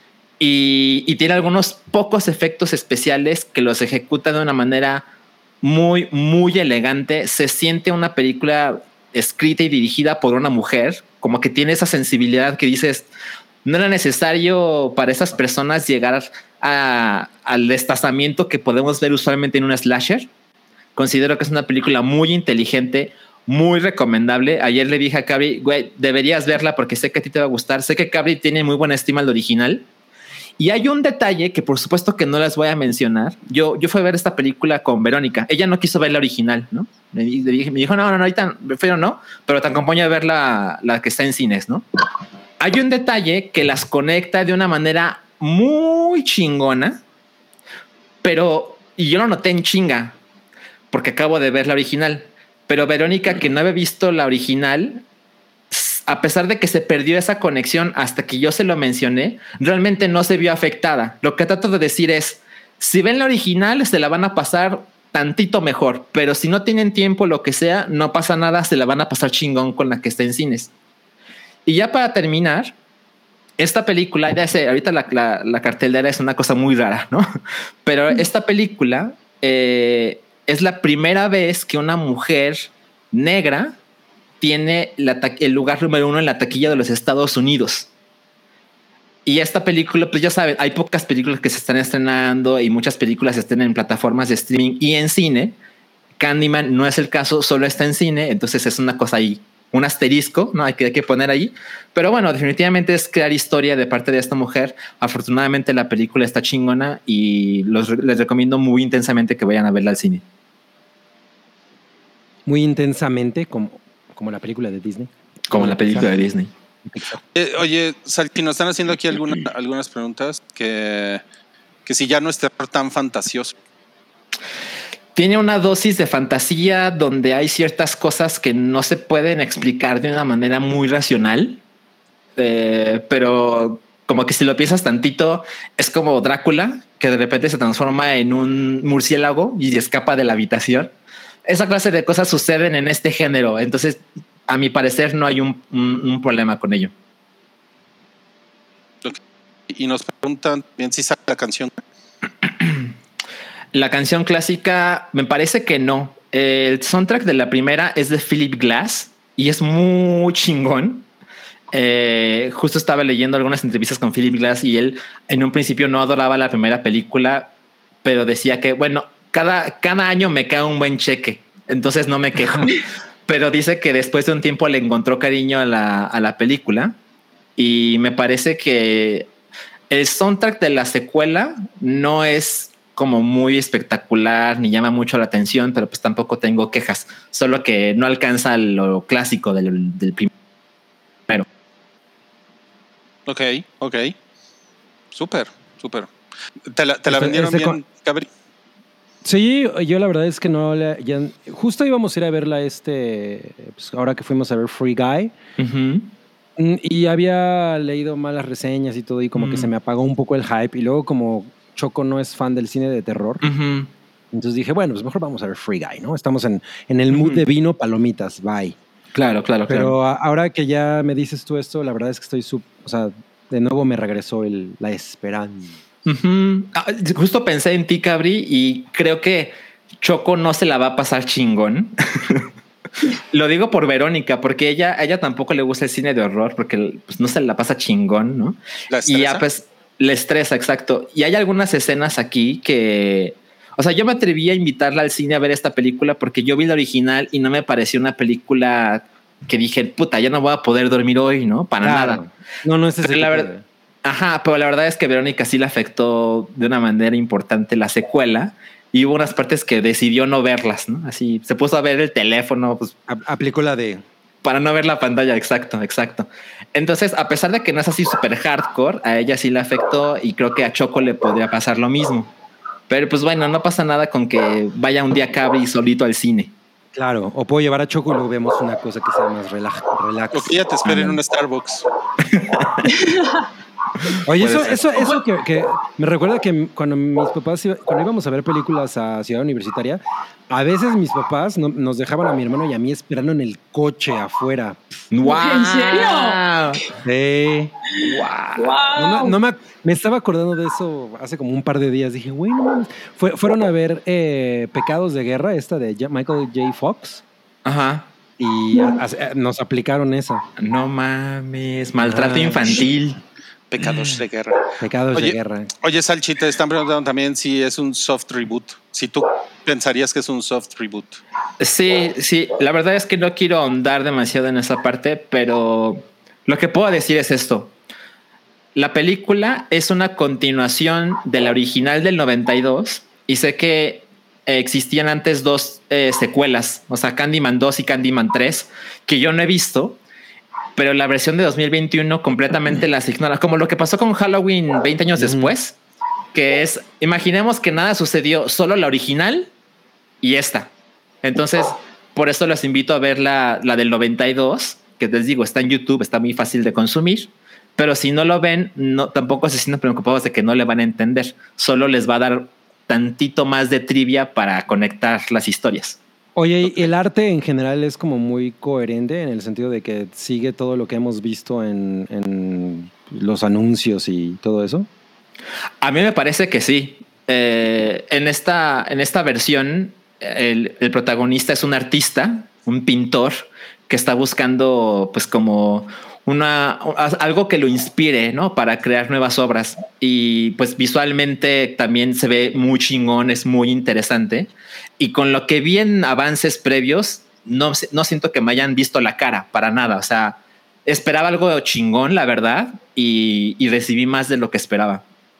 [SPEAKER 3] y, y tiene algunos pocos efectos especiales que los ejecuta de una manera muy, muy elegante. Se siente una película escrita y dirigida por una mujer, como que tiene esa sensibilidad que dices, no era necesario para esas personas llegar a, al destazamiento que podemos ver usualmente en una slasher. Considero que es una película muy inteligente, muy recomendable. Ayer le dije a Cabri, güey, deberías verla porque sé que a ti te va a gustar. Sé que Cabri tiene muy buena estima al original. Y hay un detalle que por supuesto que no les voy a mencionar. Yo, yo fui a ver esta película con Verónica. Ella no quiso ver la original, ¿no? Me, me dijo, no, no, no, ahorita prefiero no, pero te acompaño a ver la, la que está en cines, ¿no? Hay un detalle que las conecta de una manera muy chingona, pero y yo lo noté en chinga porque acabo de ver la original, pero Verónica, que no había visto la original, a pesar de que se perdió esa conexión hasta que yo se lo mencioné, realmente no se vio afectada. Lo que trato de decir es, si ven la original, se la van a pasar tantito mejor, pero si no tienen tiempo, lo que sea, no pasa nada, se la van a pasar chingón con la que está en cines. Y ya para terminar, esta película, ya sé, ahorita la, la, la cartelera es una cosa muy rara, ¿no? Pero esta película eh, es la primera vez que una mujer negra tiene la el lugar número uno en la taquilla de los Estados Unidos. Y esta película, pues ya saben, hay pocas películas que se están estrenando y muchas películas están en plataformas de streaming y en cine. Candyman no es el caso, solo está en cine, entonces es una cosa ahí, un asterisco, ¿no? Hay que, hay que poner ahí. Pero bueno, definitivamente es crear historia de parte de esta mujer. Afortunadamente la película está chingona y los, les recomiendo muy intensamente que vayan a verla al cine.
[SPEAKER 2] Muy intensamente, como, como la película de Disney.
[SPEAKER 3] Como la película de Disney.
[SPEAKER 4] Eh, oye, Salchi, nos están haciendo aquí alguna, algunas preguntas que, que si ya no es terror tan fantasioso.
[SPEAKER 3] Tiene una dosis de fantasía donde hay ciertas cosas que no se pueden explicar de una manera muy racional, eh, pero como que si lo piensas tantito, es como Drácula, que de repente se transforma en un murciélago y escapa de la habitación. Esa clase de cosas suceden en este género, entonces a mi parecer no hay un, un, un problema con ello.
[SPEAKER 4] Okay. Y nos preguntan bien si sabe la canción.
[SPEAKER 3] La canción clásica, me parece que no. El soundtrack de la primera es de Philip Glass y es muy chingón. Eh, justo estaba leyendo algunas entrevistas con Philip Glass y él en un principio no adoraba la primera película, pero decía que, bueno, cada, cada año me cae un buen cheque, entonces no me quejo. Pero dice que después de un tiempo le encontró cariño a la, a la película y me parece que el soundtrack de la secuela no es como muy espectacular ni llama mucho la atención, pero pues tampoco tengo quejas, solo que no alcanza lo clásico del, del primero.
[SPEAKER 2] Ok,
[SPEAKER 4] ok. Súper, súper. ¿Te la, te la vendieron bien, con... Cabri?
[SPEAKER 2] Sí, yo la verdad es que no la, ya, justo íbamos a ir a verla este, pues ahora que fuimos a ver Free Guy.
[SPEAKER 3] Uh-huh.
[SPEAKER 2] Y había leído malas reseñas y todo, y como
[SPEAKER 3] Mm.
[SPEAKER 2] que se me apagó un poco el hype. Y luego, como Choco no es fan del cine de terror,
[SPEAKER 3] Uh-huh.
[SPEAKER 2] entonces dije, bueno, pues mejor vamos a ver Free Guy, ¿no? Estamos en, en el mood
[SPEAKER 3] Ujú.
[SPEAKER 2] de vino, palomitas, bye.
[SPEAKER 3] Claro, claro,
[SPEAKER 2] Pero
[SPEAKER 3] claro.
[SPEAKER 2] a- ahora que ya me dices tú esto, la verdad es que estoy sub, o sea, de nuevo me regresó el, la esperanza.
[SPEAKER 3] Uh-huh. Ah, justo pensé en ti, Cabri, y creo que Choco no se la va a pasar chingón. Lo digo por Verónica, porque ella, a ella tampoco le gusta el cine de horror, porque pues, no se la pasa chingón, ¿no?
[SPEAKER 4] ¿La
[SPEAKER 3] Y ya
[SPEAKER 4] estresa?
[SPEAKER 3] pues le estresa, exacto. Y hay algunas escenas aquí que, o sea, yo me atreví a invitarla al cine a ver esta película porque yo vi la original y no me pareció una película que dije, puta, ya no voy a poder dormir hoy, ¿no? Para
[SPEAKER 2] Claro.
[SPEAKER 3] nada.
[SPEAKER 2] No, no es ese
[SPEAKER 3] Pero la
[SPEAKER 2] tipo
[SPEAKER 3] verdad,
[SPEAKER 2] de-
[SPEAKER 3] ajá, pero la verdad es que Verónica sí le afectó de una manera importante la secuela y hubo unas partes que decidió no verlas, ¿no? Así se puso a ver el teléfono, pues
[SPEAKER 2] a- aplicó la de...
[SPEAKER 3] para no ver la pantalla. Exacto, exacto. Entonces, a pesar de que no es así súper hardcore, a ella sí le afectó y creo que a Choco le podría pasar lo mismo. Pero pues bueno, no pasa nada con que vaya un día Cabri solito al cine.
[SPEAKER 2] Claro, o puedo llevar a Choco y luego vemos una cosa que sea más relax. relax.
[SPEAKER 4] O que ya te esperen en
[SPEAKER 3] Ándale.
[SPEAKER 4] un Starbucks.
[SPEAKER 2] Oye,
[SPEAKER 3] Puede
[SPEAKER 2] eso,
[SPEAKER 3] ser.
[SPEAKER 2] eso, eso que, que me recuerda que cuando mis papás, iba- cuando íbamos a ver películas a Ciudad Universitaria, a veces mis papás no- nos dejaban a mi hermano y a mí esperando en el coche afuera.
[SPEAKER 3] ¡Wow!
[SPEAKER 5] ¿En serio?
[SPEAKER 2] Sí.
[SPEAKER 3] ¡Wow!
[SPEAKER 2] No, me-
[SPEAKER 5] ¡Wow!
[SPEAKER 2] no me, me estaba acordando de eso hace como un par de días. Dije, güey, no mames. Fue- fueron a ver eh, Pecados de Guerra, esta de Ja- Michael J. Fox,
[SPEAKER 3] Ajá.
[SPEAKER 2] y a- a- nos aplicaron esa.
[SPEAKER 3] No mames, maltrato
[SPEAKER 2] Ah.
[SPEAKER 3] infantil.
[SPEAKER 4] Pecados de guerra.
[SPEAKER 2] Pecados
[SPEAKER 4] Oye,
[SPEAKER 2] de Guerra.
[SPEAKER 4] Oye, Salchita, están preguntando también si es un soft reboot. Si tú pensarías que es un soft reboot.
[SPEAKER 3] Sí, sí, la verdad es que no quiero ahondar demasiado en esa parte, pero lo que puedo decir es esto. La película es una continuación de la original del noventa y dos y sé que eh, existían antes dos eh, secuelas, o sea, Candyman dos y Candyman tres, que yo no he visto, pero la versión de dos mil veintiuno completamente las ignora, como lo que pasó con Halloween veinte años
[SPEAKER 2] Ujú.
[SPEAKER 3] después, que es, imaginemos que nada sucedió, solo la original y esta. Entonces, por eso los invito a ver la, la del noventa y dos, que les digo, está en YouTube, está muy fácil de consumir, pero si no lo ven, no, tampoco se sienten preocupados de que no le van a entender, solo les va a dar tantito más de trivia para conectar las historias.
[SPEAKER 2] Oye, ¿y el arte en general es como muy coherente en el sentido de que sigue todo lo que hemos visto en, en los anuncios y todo eso?
[SPEAKER 3] A mí me parece que sí. Eh, en, esta, en esta versión, el, el protagonista es un artista, un pintor que está buscando pues como una, algo que lo inspire, ¿no? Para crear nuevas obras. Y pues visualmente también se ve muy chingón, es muy interesante. Y con lo que vi en avances previos, no, no siento que me hayan visto la cara para nada. O sea, esperaba algo chingón, la verdad, y, y recibí más de lo que esperaba.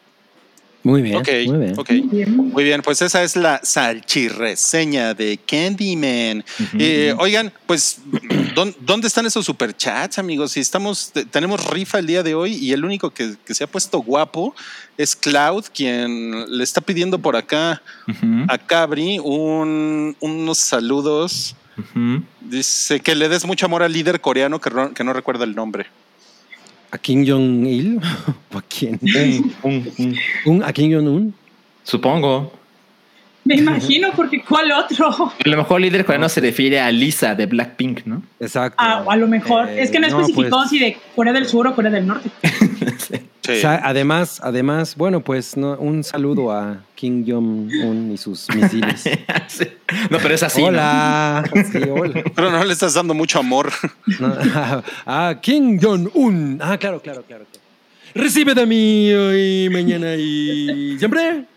[SPEAKER 2] Muy bien,
[SPEAKER 4] Ok,
[SPEAKER 2] muy bien.
[SPEAKER 4] ok.
[SPEAKER 5] Bien.
[SPEAKER 4] Muy bien, pues esa es la salchirreseña de Candyman.
[SPEAKER 3] Uh-huh.
[SPEAKER 4] Eh, oigan, pues, ¿dó- ¿dónde están esos superchats, amigos? Si estamos, te- tenemos rifa el día de hoy y el único que, que se ha puesto guapo es Cloud, quien le está pidiendo por acá
[SPEAKER 3] Uh-huh.
[SPEAKER 4] a Cabri un- unos saludos.
[SPEAKER 3] Uh-huh.
[SPEAKER 4] Dice que le des mucho amor al líder coreano que, ro- que no recuerda el nombre.
[SPEAKER 2] ¿A Kim Jong-il? ¿O a quién?
[SPEAKER 3] Un, un, un.
[SPEAKER 2] ¿Un, ¿A Kim Jong-un?
[SPEAKER 3] Supongo.
[SPEAKER 5] Me imagino, porque ¿cuál otro?
[SPEAKER 3] A lo mejor el líder coreano se refiere a Lisa de Blackpink, ¿no?
[SPEAKER 2] Exacto.
[SPEAKER 5] Ah, o a lo mejor.
[SPEAKER 2] Eh,
[SPEAKER 5] es que no especificó
[SPEAKER 2] pues,
[SPEAKER 5] si de Corea del Sur o Corea del Norte.
[SPEAKER 4] Sí.
[SPEAKER 2] o sea, además, además, bueno, pues no, un saludo a Kim Jong-un y sus misiles.
[SPEAKER 3] Sí. No, pero es así. ¿no?
[SPEAKER 2] Hola. Sí, hola.
[SPEAKER 4] Pero no le estás dando mucho amor.
[SPEAKER 2] No, ah, Kim Jong-un. Ah, claro, claro, claro. claro. Recibe de mí hoy, mañana y siempre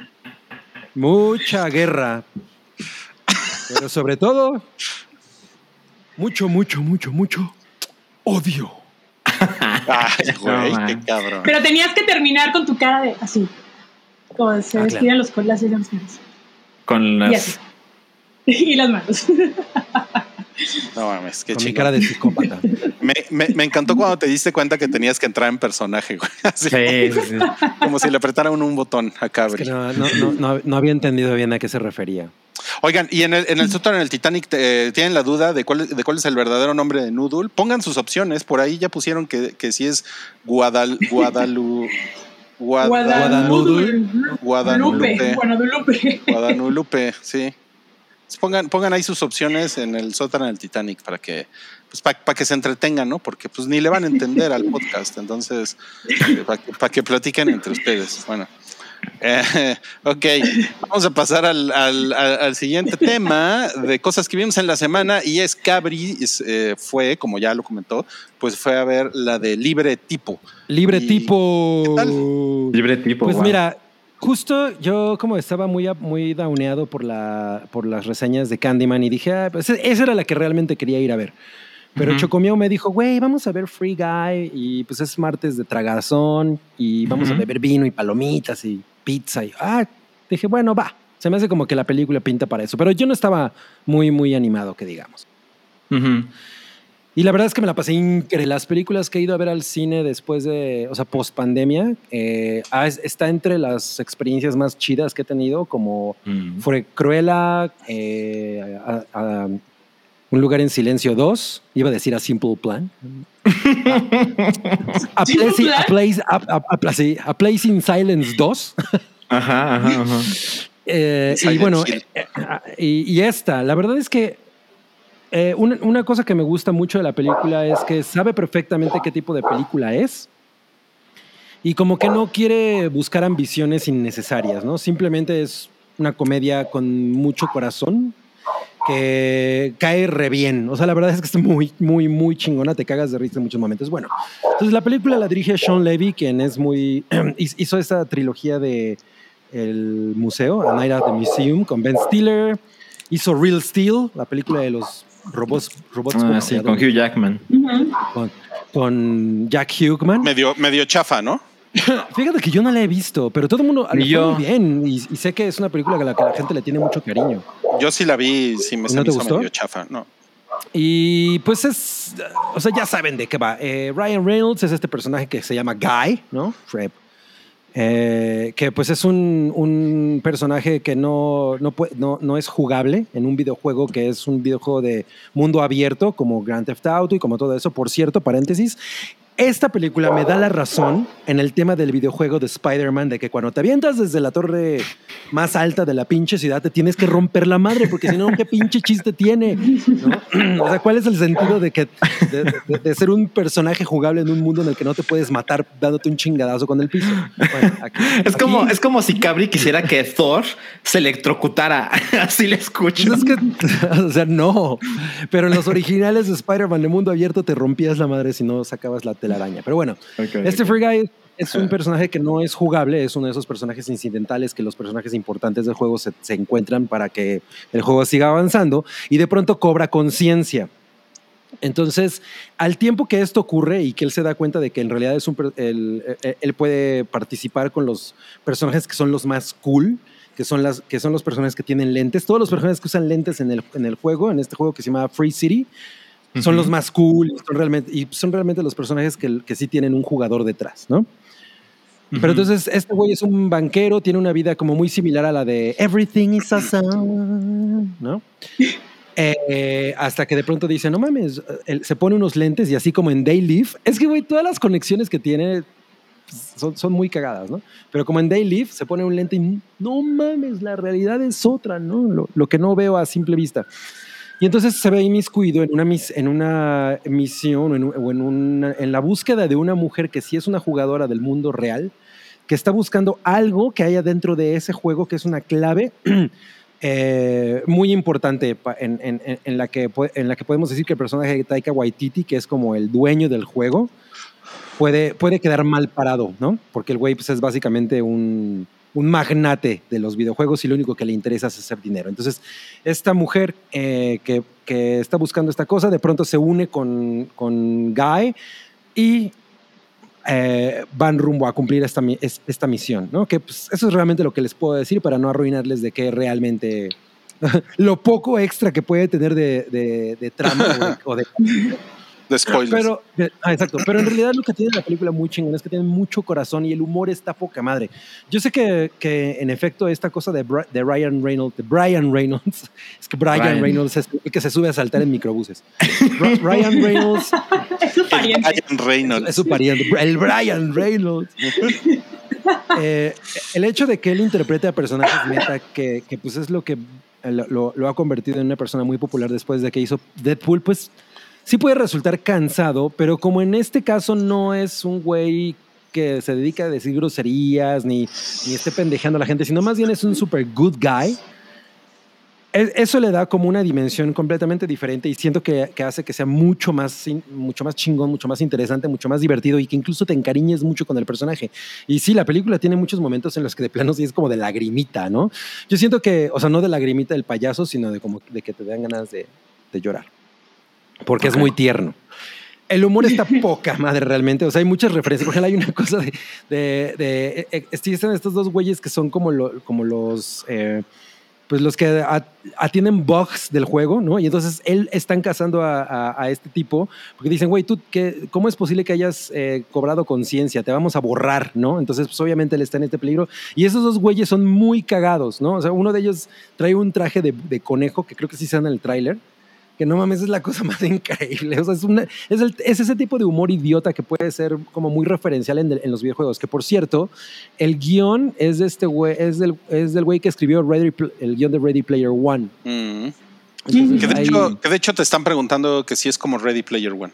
[SPEAKER 2] mucha guerra. Pero sobre todo, mucho, mucho, mucho, mucho odio.
[SPEAKER 4] Ay, güey,
[SPEAKER 3] No,
[SPEAKER 4] qué
[SPEAKER 3] man.
[SPEAKER 4] cabrón.
[SPEAKER 5] Pero tenías que terminar con tu cara de así. Como se
[SPEAKER 2] Ah,
[SPEAKER 5] despiden los colas y las manos.
[SPEAKER 3] Con
[SPEAKER 5] Y
[SPEAKER 3] las.
[SPEAKER 5] así. Y las manos.
[SPEAKER 4] No mames, qué
[SPEAKER 2] con
[SPEAKER 4] chido.
[SPEAKER 2] mi cara de psicópata.
[SPEAKER 4] Me, me, me encantó cuando te diste cuenta que tenías que entrar en personaje, güey. Así,
[SPEAKER 3] Sí, sí, sí.
[SPEAKER 4] como si le apretaran un botón a
[SPEAKER 2] Es
[SPEAKER 4] Cabri.
[SPEAKER 2] que no, no, no, no, no había entendido bien a qué se refería.
[SPEAKER 4] Oigan, y en el, en el sótano, en el Titanic, eh, ¿tienen la duda de cuál, de cuál es el verdadero nombre de Noodle? Pongan sus opciones. Por ahí ya pusieron que, que si es Guadal, Guadalu, Guada-
[SPEAKER 5] Guadalupe.
[SPEAKER 4] Guadalupe.
[SPEAKER 5] Guadalupe.
[SPEAKER 4] Guadalupe, sí. Pongan, pongan ahí sus opciones en el sótano del Titanic para que, pues, para pa que se entretengan, ¿no? Porque pues ni le van a entender al podcast, entonces, eh, para que, pa que platiquen entre ustedes. Bueno, eh, ok, vamos a pasar al, al, al, al siguiente tema de cosas que vimos en la semana, y es Cabri eh, fue, como ya lo comentó, pues fue a ver la de Libre Tipo.
[SPEAKER 2] Libre
[SPEAKER 4] Y,
[SPEAKER 2] tipo.
[SPEAKER 4] ¿qué tal?
[SPEAKER 3] Libre tipo.
[SPEAKER 2] Pues
[SPEAKER 3] wow.
[SPEAKER 2] mira, justo yo como estaba muy, muy downeado por, la, por las reseñas de Candyman y dije, ah, pues esa era la que realmente quería ir a ver. Pero
[SPEAKER 3] Uh-huh.
[SPEAKER 2] Chocomiao me dijo, güey, vamos a ver Free Guy y pues es martes de tragazón y vamos uh-huh. a beber vino y palomitas y pizza. Y ah, dije, bueno, va. Se me hace como que la película pinta para eso. Pero yo no estaba muy, muy animado, que digamos.
[SPEAKER 3] Uh-huh.
[SPEAKER 2] Y la verdad es que me la pasé increíble. Las películas que he ido a ver al cine después de, o sea, post pandemia, eh, está entre las experiencias más chidas que he tenido, como mm. fue Cruella, eh, a, a, Un lugar en silencio dos, iba a decir A Simple Plan. A, a, place, a, place, a, a, a, sí, a Place in Silence dos.
[SPEAKER 3] Ajá, ajá, ajá.
[SPEAKER 2] Eh, y bueno, eh, y, y esta, la verdad es que Eh, una, una cosa que me gusta mucho de la película es que sabe perfectamente qué tipo de película es y como que no quiere buscar ambiciones innecesarias, ¿no? Simplemente es una comedia con mucho corazón que cae re bien. O sea, la verdad es que es muy, muy, muy chingona. Te cagas de risa en muchos momentos. Bueno, entonces la película la dirige Sean Levy, quien es muy... hizo esta trilogía de El Museo, A Night at the Museum, con Ben Stiller. Hizo Real Steel, la película de los robots, robots
[SPEAKER 3] ah, sí, con Hugh Jackman.
[SPEAKER 2] Uh-huh. Con, con Jack Hugman.
[SPEAKER 4] Medio, medio chafa, ¿no?
[SPEAKER 2] Fíjate que yo no la he visto, pero todo el mundo
[SPEAKER 3] le fue
[SPEAKER 2] muy bien y, y sé que es una película a la que la gente le tiene mucho cariño.
[SPEAKER 4] Yo sí la vi, sí me,
[SPEAKER 2] ¿No te
[SPEAKER 4] hizo
[SPEAKER 2] gustó?
[SPEAKER 4] medio chafa, no.
[SPEAKER 2] Y pues es, o sea, ya saben de qué va. Eh, Ryan Reynolds es este personaje que se llama Guy, ¿no? Fred. Eh, que pues es un, un personaje que no, no, puede, no, no es jugable en un videojuego que es un videojuego de mundo abierto como Grand Theft Auto y como todo eso. Por cierto, paréntesis, esta película me da la razón en el tema del videojuego de Spider-Man, de que cuando te avientas desde la torre más alta de la pinche ciudad te tienes que romper la madre, porque si no, ¿qué pinche chiste tiene? ¿No? O sea, ¿cuál es el sentido de, que, de, de, de ser un personaje jugable en un mundo en el que no te puedes matar dándote un chingadazo con el piso? Bueno, aquí,
[SPEAKER 3] es,
[SPEAKER 2] aquí,
[SPEAKER 3] como, es como si Cabri quisiera que Thor se electrocutara. Así le escucho.
[SPEAKER 2] Es que, o sea, no. Pero en los originales de Spider-Man de mundo abierto te rompías la madre si no sacabas la telaraña. Pero bueno, okay, este okay. Free Guy es un personaje que no es jugable, es uno de esos personajes incidentales que los personajes importantes del juego se, se encuentran para que el juego siga avanzando y de pronto cobra conciencia. Entonces, al tiempo que esto ocurre y que él se da cuenta de que en realidad es un, él, él puede participar con los personajes que son los más cool, que son, las, que son los personajes que tienen lentes, todos los personajes que usan lentes en el, en el juego, en este juego que se llama Free City, son uh-huh. los más cool son realmente, y son realmente los personajes que, que sí tienen un jugador detrás, ¿no? Uh-huh. Pero entonces este güey es un banquero, tiene una vida como muy similar a la de Everything is awesome, ¿no? Eh, hasta que de pronto dice, no mames, él se pone unos lentes y así como en Day Live, es que güey, todas las conexiones que tiene son, son muy cagadas, ¿no? Pero como en Day Live se pone un lente y no mames, la realidad es otra, ¿no? Lo, lo que no veo a simple vista. Y entonces se ve inmiscuido en una, mis, en una misión o, en, o en, una, en la búsqueda de una mujer que sí es una jugadora del mundo real, que está buscando algo que haya dentro de ese juego que es una clave eh, muy importante en, en, en, la que, en la que podemos decir que el personaje de Taika Waititi, que es como el dueño del juego, puede, puede quedar mal parado, ¿no? Porque el güey pues, es básicamente un... un magnate de los videojuegos y lo único que le interesa es hacer dinero. Entonces, esta mujer eh, que, que está buscando esta cosa, de pronto se une con, con Guy y eh, van rumbo a cumplir esta, esta misión, ¿no? Que pues, eso es realmente lo que les puedo decir para no arruinarles de qué realmente lo poco extra que puede tener de, de, de trama o de... O de
[SPEAKER 4] de spoilers.
[SPEAKER 2] Pero, ah, exacto, pero en realidad lo que tiene la película muy chingón es que tiene mucho corazón y el humor está poca madre. Yo sé que, que en efecto esta cosa de, de Ryan Reynolds, de Brian Reynolds, es que Brian, Brian. Reynolds es el que se sube a saltar en microbuses. Ryan Reynolds
[SPEAKER 5] es su pariente.
[SPEAKER 4] Brian Reynolds.
[SPEAKER 2] Es su pariente, el Brian Reynolds. eh, el hecho de que él interprete a personajes meta, que, que pues es lo que lo, lo ha convertido en una persona muy popular después de que hizo Deadpool, pues sí puede resultar cansado, pero como en este caso no es un güey que se dedica a decir groserías ni, ni esté pendejeando a la gente, sino más bien es un super good guy, eso le da como una dimensión completamente diferente y siento que, que hace que sea mucho más, mucho más chingón, mucho más interesante, mucho más divertido y que incluso te encariñes mucho con el personaje. Y sí, la película tiene muchos momentos en los que de plano sí es como de lagrimita, ¿no? Yo siento que, o sea, no de lagrimita del payaso, sino de como de que te dan ganas de, de llorar. Porque okay. es muy tierno. El humor está poca madre realmente. O sea, hay muchas referencias. Por ejemplo, hay una cosa de... de, de, de existen estos dos güeyes que son como, lo, como los... Eh, pues los que atienden bugs del juego, ¿no? Y entonces él están cazando a, a, a este tipo porque dicen, güey, ¿tú qué, cómo es posible que hayas eh, cobrado conciencia? Te vamos a borrar, ¿no? Entonces, pues obviamente él está en este peligro. Y esos dos güeyes son muy cagados, ¿no? O sea, uno de ellos trae un traje de, de conejo, que creo que sí se da en el tráiler, que no mames, es la cosa más increíble. O sea, es, una, es, el, es ese tipo de humor idiota que puede ser como muy referencial en, de, en los videojuegos. Que por cierto, el guión es, de este güey, es, del, es del güey que escribió Ready, el guión de Ready Player One.
[SPEAKER 4] Mm. Entonces, que, de ahí, hecho, que de hecho te están preguntando que si es como Ready Player One.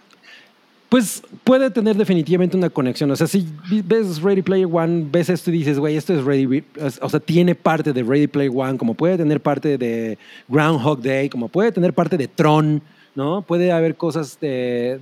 [SPEAKER 2] Pues puede tener definitivamente una conexión. O sea, si ves Ready Player One, ves esto y dices, güey, esto es Ready... O sea, tiene parte de Ready Player One, como puede tener parte de Groundhog Day, como puede tener parte de Tron, ¿no? Puede haber cosas de,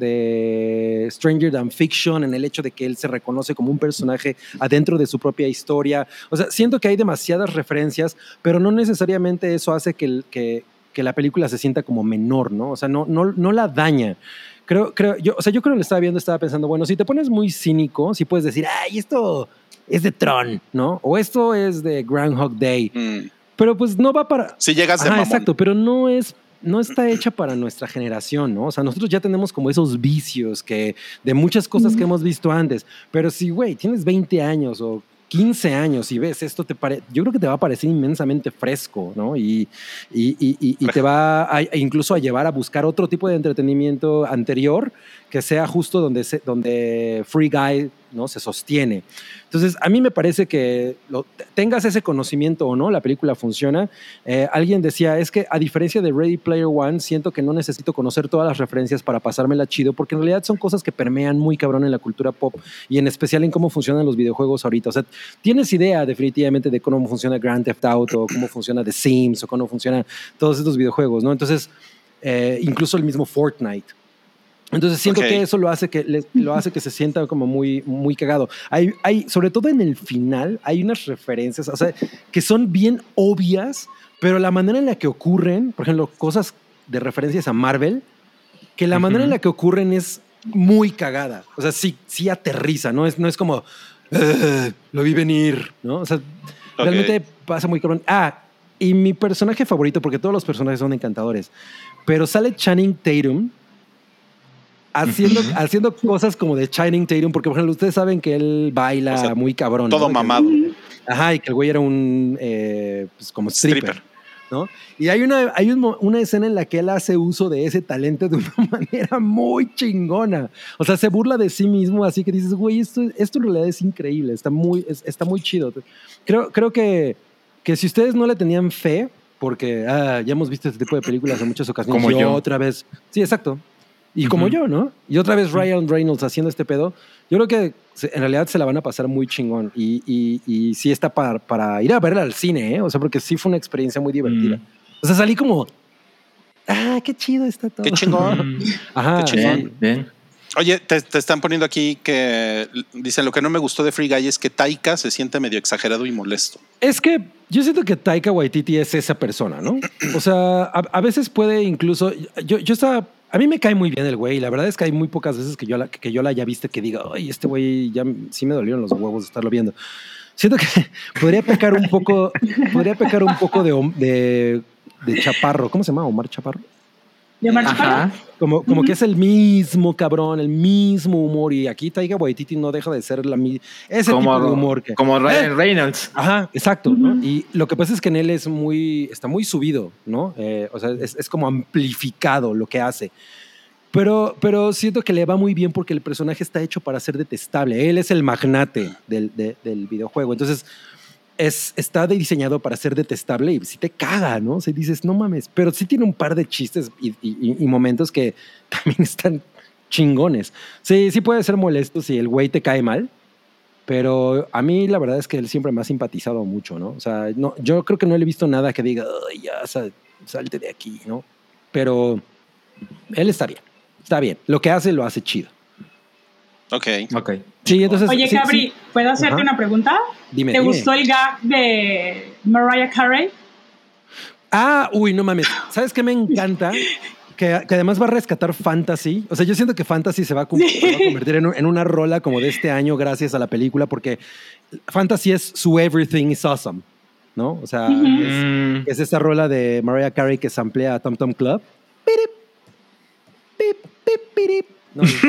[SPEAKER 2] de Stranger Than Fiction en el hecho de que él se reconoce como un personaje adentro de su propia historia. O sea, siento que hay demasiadas referencias, pero no necesariamente eso hace que, que, que la película se sienta como menor, ¿no? O sea, no, no, no la daña. Creo, creo, yo, o sea, yo creo que lo estaba viendo, estaba pensando, bueno, si te pones muy cínico, si puedes decir, ay, esto es de Tron, ¿no? O esto es de Groundhog Day. Mm. Pero pues no va para...
[SPEAKER 4] Si llegas de
[SPEAKER 2] Ajá,
[SPEAKER 4] mamón.
[SPEAKER 2] Exacto, pero no es... no está hecha para nuestra generación, ¿no? O sea, nosotros ya tenemos como esos vicios que de muchas cosas mm. que hemos visto antes. Pero si, güey, tienes veinte años o quince años y ves esto, te pare... yo creo que te va a parecer inmensamente fresco, ¿no? Y, y, y, y, y te va a, incluso a llevar a buscar otro tipo de entretenimiento anterior que sea justo donde, se, donde Free Guy, ¿no? se sostiene. Entonces, a mí me parece que lo, tengas ese conocimiento o no, la película funciona. Eh, alguien decía, es que a diferencia de Ready Player One, siento que no necesito conocer todas las referencias para pasármela chido, porque en realidad son cosas que permean muy cabrón en la cultura pop y en especial en cómo funcionan los videojuegos ahorita. O sea, tienes idea definitivamente de cómo funciona Grand Theft Auto, o cómo funciona The Sims, o cómo funcionan todos estos videojuegos, ¿no? Entonces, eh, incluso el mismo Fortnite. Entonces siento okay. que eso lo hace que, le, lo hace que se sienta como muy, muy cagado. Hay, hay, sobre todo en el final, hay unas referencias, o sea, que son bien obvias, pero la manera en la que ocurren, por ejemplo, cosas de referencias a Marvel, que la uh-huh. manera en la que ocurren es muy cagada. O sea, sí, sí aterriza, ¿no? Es, no es como, uh, lo vi venir, ¿no? O sea, okay. realmente pasa muy cabrón. Ah, y mi personaje favorito, porque todos los personajes son encantadores, pero sale Channing Tatum, Haciendo, haciendo cosas como de Channing Tatum, porque por ejemplo ustedes saben que él baila o sea, muy cabrón.
[SPEAKER 4] Todo
[SPEAKER 2] ¿no?
[SPEAKER 4] mamado.
[SPEAKER 2] Ajá, y que el güey era un eh, pues como stripper, stripper. ¿no? Y hay, una, hay un, una escena en la que él hace uso de ese talento de una manera muy chingona. O sea, se burla de sí mismo, así que dices, güey, esto, esto en realidad es increíble, está muy, es, está muy chido. Creo, creo que, que si ustedes no le tenían fe, porque ah, ya hemos visto este tipo de películas en muchas ocasiones.
[SPEAKER 3] Como yo. yo.
[SPEAKER 2] Otra vez. Sí, exacto. Y como uh-huh. yo, ¿no? Y otra vez Ryan Reynolds haciendo este pedo. Yo creo que en realidad se la van a pasar muy chingón. Y, y, y sí está para, para ir a verla al cine, ¿eh? O sea, porque sí fue una experiencia muy divertida. Mm. O sea, salí como, ah, qué chido está todo.
[SPEAKER 4] Qué chingón.
[SPEAKER 2] Ajá.
[SPEAKER 4] Qué chingón.
[SPEAKER 3] Bien, bien.
[SPEAKER 4] Oye, te, te están poniendo aquí que dicen lo que no me gustó de Free Guy es que Taika se siente medio exagerado y molesto.
[SPEAKER 2] Es que yo siento que Taika Waititi es esa persona, ¿no? O sea, a, a veces puede incluso, yo, yo estaba, a mí me cae muy bien el güey, la verdad es que hay muy pocas veces que yo la, que yo la haya visto que diga, ay, este güey ya sí me dolieron los huevos de estarlo viendo. Siento que podría pecar un poco, podría pecar un poco de, de de Chaparro. ¿Cómo se llama? Omar Chaparro.
[SPEAKER 5] ¿De Omar
[SPEAKER 3] Ajá.
[SPEAKER 5] Chaparro?
[SPEAKER 2] Como, como
[SPEAKER 5] Ujú.
[SPEAKER 2] que es el mismo cabrón, el mismo humor. Y aquí Taika Waititi no deja de ser la mi- ese
[SPEAKER 3] Como,
[SPEAKER 2] tipo de humor que.
[SPEAKER 3] como Ryan
[SPEAKER 2] ¡Eh!
[SPEAKER 3] Reynolds.
[SPEAKER 2] Ajá, exacto.
[SPEAKER 5] Ujú.
[SPEAKER 2] ¿no? Y lo que pasa es que en él es muy, está muy subido, ¿no? Eh, o sea, es, es como amplificado lo que hace. Pero, pero siento que le va muy bien porque el personaje está hecho para ser detestable. Él es el magnate del, de- del videojuego. Entonces, es, está diseñado para ser detestable y si te caga, ¿no? O sea, dices, no mames. Pero sí tiene un par de chistes y, y- y momentos que también están chingones. Sí, sí puede ser molesto si el güey te cae mal. Pero a mí la verdad es que él siempre me ha simpatizado mucho, ¿no? O sea, no, yo creo que no le he visto nada que diga, "Ay, ya, sal- salte de aquí", ¿no? Pero él está bien, está bien. Lo que hace, lo hace chido.
[SPEAKER 4] Ok.
[SPEAKER 3] Ok.
[SPEAKER 2] Sí, entonces...
[SPEAKER 5] Oye,
[SPEAKER 2] sí,
[SPEAKER 5] Cabri,
[SPEAKER 2] sí.
[SPEAKER 5] ¿puedo hacerte
[SPEAKER 2] Ajá.
[SPEAKER 5] una pregunta?
[SPEAKER 2] Dime,
[SPEAKER 5] ¿Te
[SPEAKER 2] dime.
[SPEAKER 5] gustó el gag de Mariah Carey?
[SPEAKER 2] Ah, uy, no mames. ¿Sabes qué me encanta? Que, que además va a rescatar Fantasy. O sea, yo siento que Fantasy se va a, cum-
[SPEAKER 5] Sí.
[SPEAKER 2] se va a convertir en, un- en una rola como de este año gracias a la película porque Fantasy es su Everything is Awesome, ¿no? O sea,
[SPEAKER 5] Ujú.
[SPEAKER 2] es,
[SPEAKER 3] Mm,
[SPEAKER 2] es esta rola de Mariah Carey que samplea a Tom Tom Club. Pirip, pip, pip, pirip. No, y-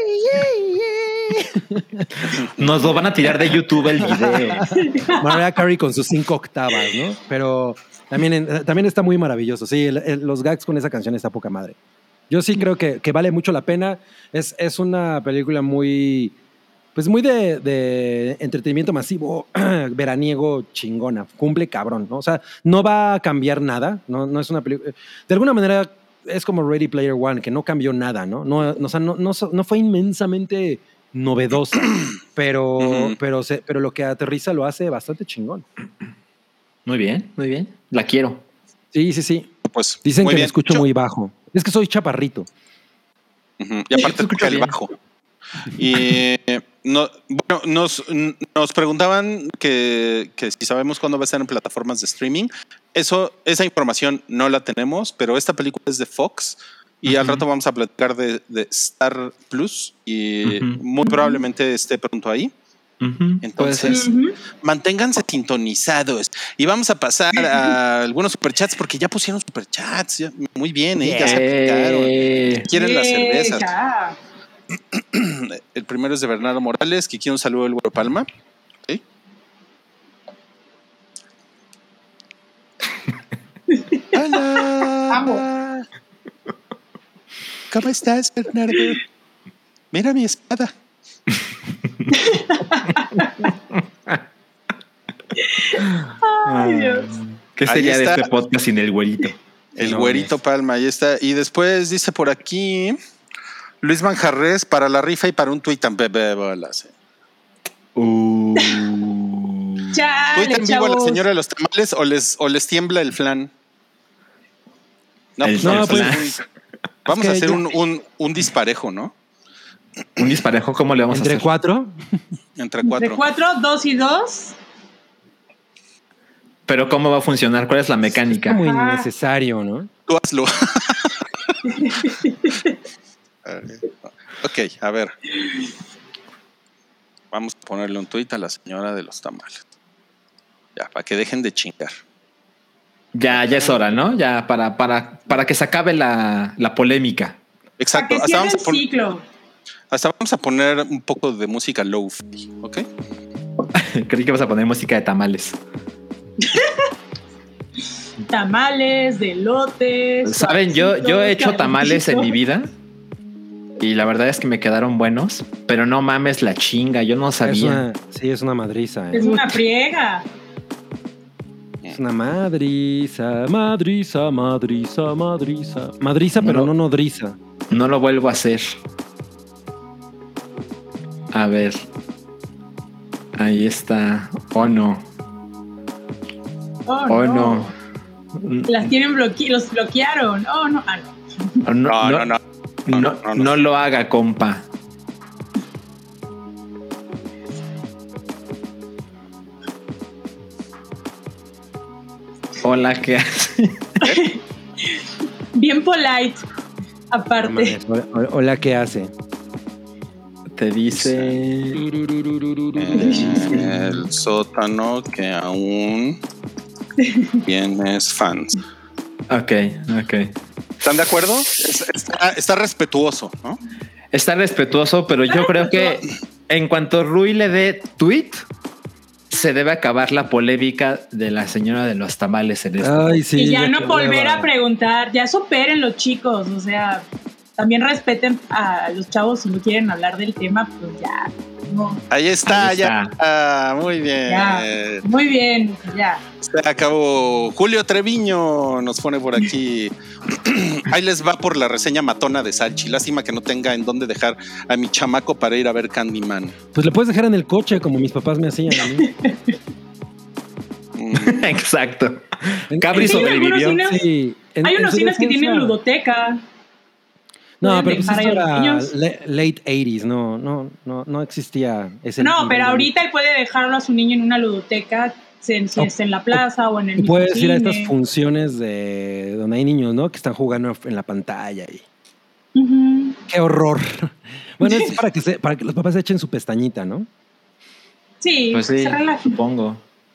[SPEAKER 3] nos lo van a tirar de YouTube el video.
[SPEAKER 2] Mariah Carey con sus cinco octavas, ¿no? Pero también, en- también está muy maravilloso. Sí, el- el- los gags con esa canción está poca madre. Yo sí creo que, que vale mucho la pena. Es, es una película muy, pues muy de, de entretenimiento masivo, veraniego, chingona. Cumple cabrón, ¿no? O sea, no va a cambiar nada. No, no es una película. De alguna manera es como Ready Player One, que no cambió nada, ¿no? No, no, o sea, no, no, no fue inmensamente novedosa, pero,
[SPEAKER 4] Ujú.
[SPEAKER 2] pero, se, pero lo que aterriza lo hace bastante chingón.
[SPEAKER 3] Muy bien, muy bien. La quiero.
[SPEAKER 2] Sí, sí, sí.
[SPEAKER 4] Pues
[SPEAKER 2] Dicen
[SPEAKER 4] muy
[SPEAKER 2] que me
[SPEAKER 4] bien.
[SPEAKER 2] escucho
[SPEAKER 4] Yo-
[SPEAKER 2] muy bajo. Es que soy chaparrito.
[SPEAKER 4] Ujú. Y aparte
[SPEAKER 3] Se escucha
[SPEAKER 4] toca el
[SPEAKER 3] bien.
[SPEAKER 4] bajo. Y eh, no, bueno, nos, nos preguntaban que, que si sabemos cuándo va a estar en plataformas de streaming. Eso, esa información no la tenemos, pero esta película es de Fox y al
[SPEAKER 3] Ujú.
[SPEAKER 4] rato vamos a platicar de, de Star Plus y
[SPEAKER 3] Ujú.
[SPEAKER 4] muy probablemente esté pronto ahí.
[SPEAKER 3] Ujú, puede ser.
[SPEAKER 4] Entonces,
[SPEAKER 5] Ujú.
[SPEAKER 4] manténganse sintonizados y vamos a pasar a algunos superchats porque ya pusieron superchats. Ya, muy bien, ¿eh? Ya se aplicaron.
[SPEAKER 3] Eh,
[SPEAKER 4] Quieren las
[SPEAKER 5] Eh,
[SPEAKER 4] cervezas.
[SPEAKER 5] ya.
[SPEAKER 4] El primero es de Bernardo Morales, que quiere un saludo del Güero Palma. ¿Sí? Hola.
[SPEAKER 5] Amo.
[SPEAKER 4] ¿Cómo estás, Bernardo? Mira mi espada.
[SPEAKER 5] Ay, Dios.
[SPEAKER 3] ¿Qué
[SPEAKER 4] Ahí
[SPEAKER 3] sería de
[SPEAKER 4] está.
[SPEAKER 3] este podcast sin el güerito?
[SPEAKER 4] El
[SPEAKER 2] No,
[SPEAKER 4] Güerito
[SPEAKER 2] mames.
[SPEAKER 4] Palma, ahí está. Y después dice por aquí Luis Manjarres para la rifa y para un tuit en bebé bolas. eh.
[SPEAKER 3] Uh,
[SPEAKER 5] Chale,
[SPEAKER 4] ¿Tuit en vivo a la
[SPEAKER 5] chavos.
[SPEAKER 4] señora de los tamales o les, o les tiembla el flan? No,
[SPEAKER 3] El-
[SPEAKER 4] pues
[SPEAKER 2] no,
[SPEAKER 4] vamos,
[SPEAKER 2] pues,
[SPEAKER 4] a hacer, un, vamos
[SPEAKER 2] que
[SPEAKER 4] a hacer
[SPEAKER 2] ya-
[SPEAKER 4] un, un, un disparejo, ¿no?
[SPEAKER 3] un disparejo, ¿cómo le vamos a
[SPEAKER 2] Entre
[SPEAKER 3] hacer?
[SPEAKER 2] cuatro.
[SPEAKER 4] Entre
[SPEAKER 5] De
[SPEAKER 4] cuatro.
[SPEAKER 5] cuatro, dos y dos.
[SPEAKER 3] Pero ¿cómo va a funcionar? ¿Cuál es la
[SPEAKER 2] Es
[SPEAKER 3] mecánica?
[SPEAKER 2] como
[SPEAKER 5] Ajá.
[SPEAKER 2] innecesario, ¿no?
[SPEAKER 4] Tú hazlo. Ok, a ver. Vamos a ponerle un tuit a la señora de los tamales. Ya, para que dejen de chingar.
[SPEAKER 3] Ya, ya es hora, ¿no? Ya para, para, para que se acabe la, la polémica.
[SPEAKER 5] Para
[SPEAKER 4] Exacto.
[SPEAKER 5] que
[SPEAKER 4] Hasta
[SPEAKER 5] cierre
[SPEAKER 4] vamos,
[SPEAKER 5] el
[SPEAKER 4] a pon-
[SPEAKER 5] ciclo.
[SPEAKER 4] hasta vamos a poner un poco de música low-fi, ¿ok?
[SPEAKER 3] Creí que vas a poner música de tamales.
[SPEAKER 5] Tamales, delotes.
[SPEAKER 3] Saben, yo, yo he hecho
[SPEAKER 5] suavecitos,
[SPEAKER 3] tamales en mi
[SPEAKER 5] calientitos.
[SPEAKER 3] vida y la verdad es que me quedaron buenos, pero no mames la chinga, yo no
[SPEAKER 2] Es
[SPEAKER 3] sabía.
[SPEAKER 2] una, sí, es una madriza. ¿eh?
[SPEAKER 5] Es una friega.
[SPEAKER 2] Es una madriza, madriza, madriza, madriza. Madriza, pero
[SPEAKER 3] No.
[SPEAKER 2] no nodriza.
[SPEAKER 3] No lo vuelvo a hacer. A ver. Ahí está. Oh no.
[SPEAKER 5] Oh,
[SPEAKER 3] Oh
[SPEAKER 5] no.
[SPEAKER 3] no.
[SPEAKER 5] Las tienen bloqueadas, los bloquearon. Oh, no. Ah, no.
[SPEAKER 3] No,
[SPEAKER 4] No, no, no.
[SPEAKER 3] no, no,
[SPEAKER 4] No, no, no.
[SPEAKER 3] no lo haga, compa. Hola, ¿qué hace?
[SPEAKER 5] Bien polite.
[SPEAKER 2] No
[SPEAKER 5] Aparte.
[SPEAKER 2] mames, Hola, hola, ¿qué hace?
[SPEAKER 3] Te dice.
[SPEAKER 4] Eh, el sótano que aún tienes fans.
[SPEAKER 3] Ok, ok.
[SPEAKER 4] ¿Están de acuerdo? Está, está respetuoso, ¿no?
[SPEAKER 3] Está respetuoso, pero yo creo que en cuanto Rui le dé tweet, se debe acabar la polémica de la señora de los tamales en este.
[SPEAKER 2] Ay, sí.
[SPEAKER 5] Y ya no
[SPEAKER 2] qué
[SPEAKER 5] volver
[SPEAKER 2] hueva.
[SPEAKER 5] a preguntar, ya superen los chicos, o sea, también respeten a los chavos si no quieren hablar del tema, pues ya. No.
[SPEAKER 4] Ahí está,
[SPEAKER 3] Ahí
[SPEAKER 4] ya.
[SPEAKER 3] está.
[SPEAKER 4] Ah, muy bien.
[SPEAKER 5] Ya, muy bien, ya.
[SPEAKER 4] Se acabó. Julio Treviño nos pone por aquí. Ahí les va por la reseña matona de Salchi. Lástima que no tenga en dónde dejar a mi chamaco para ir a ver Candyman.
[SPEAKER 2] Pues le puedes dejar en el coche, como mis papás me hacían a mí.
[SPEAKER 4] Mm,
[SPEAKER 3] Exacto.
[SPEAKER 2] En-
[SPEAKER 3] Cabri
[SPEAKER 2] en-
[SPEAKER 3] sobrevivió.
[SPEAKER 5] algunos cines-
[SPEAKER 2] Sí, en-
[SPEAKER 5] Hay
[SPEAKER 2] en
[SPEAKER 5] unos
[SPEAKER 2] su
[SPEAKER 5] cines que tienen
[SPEAKER 2] defensa-
[SPEAKER 5] ludoteca.
[SPEAKER 2] No,
[SPEAKER 5] Pueden
[SPEAKER 2] pero pues
[SPEAKER 5] dejar
[SPEAKER 2] eso
[SPEAKER 5] ahí a los
[SPEAKER 2] era
[SPEAKER 5] niños.
[SPEAKER 2] le- late eighties, no, no, no, no existía ese.
[SPEAKER 5] No,
[SPEAKER 2] nivel
[SPEAKER 5] pero
[SPEAKER 2] de-
[SPEAKER 5] ahorita él puede dejarlo a su niño en una ludoteca, si si
[SPEAKER 2] O-
[SPEAKER 5] es en la plaza o, en el
[SPEAKER 2] Y
[SPEAKER 5] mismo
[SPEAKER 2] puedes ir a
[SPEAKER 5] cine.
[SPEAKER 2] estas funciones de donde hay niños, ¿no? Que están jugando en la pantalla y
[SPEAKER 5] Ujú.
[SPEAKER 2] qué horror. Bueno, es para que se, para que los papás se echen su pestañita, ¿no?
[SPEAKER 5] Sí,
[SPEAKER 3] Pues sí,
[SPEAKER 5] se relaja.
[SPEAKER 3] supongo.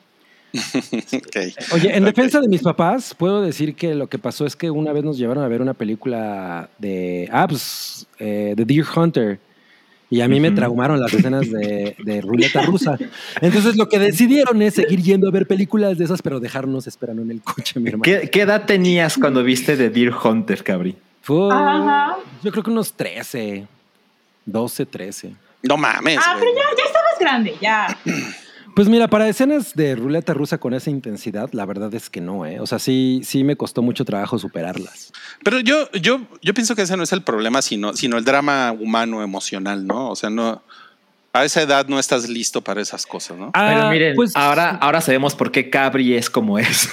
[SPEAKER 4] ok.
[SPEAKER 2] Oye, en
[SPEAKER 4] Ok.
[SPEAKER 2] defensa de mis papás, puedo decir que lo que pasó es que una vez nos llevaron a ver una película de ah, pues, eh, de Deer Hunter. Y a mí me
[SPEAKER 3] Ujú.
[SPEAKER 2] traumaron las escenas de, de ruleta rusa. Entonces lo que decidieron es seguir yendo a ver películas de esas, pero dejarnos esperando en el coche, mi hermano.
[SPEAKER 3] ¿Qué, qué edad tenías cuando viste The Deer Hunter, Cabri?
[SPEAKER 2] Fue,
[SPEAKER 5] Ajá.
[SPEAKER 2] yo creo que unos trece, doce, trece.
[SPEAKER 4] No mames.
[SPEAKER 5] Ah,
[SPEAKER 4] güey.
[SPEAKER 5] pero ya, ya estabas grande, ya.
[SPEAKER 2] Pues mira, para escenas de ruleta rusa con esa intensidad, la verdad es que no, ¿eh? O sea, sí, sí me costó mucho trabajo superarlas.
[SPEAKER 4] Pero yo, yo, yo pienso que ese no es el problema, sino, sino el drama humano, emocional, ¿no? O sea, no. A esa edad no estás listo para esas cosas, ¿no?
[SPEAKER 2] Ah,
[SPEAKER 3] Pero miren,
[SPEAKER 2] pues,
[SPEAKER 3] ahora, ahora sabemos por qué Cabri es como es.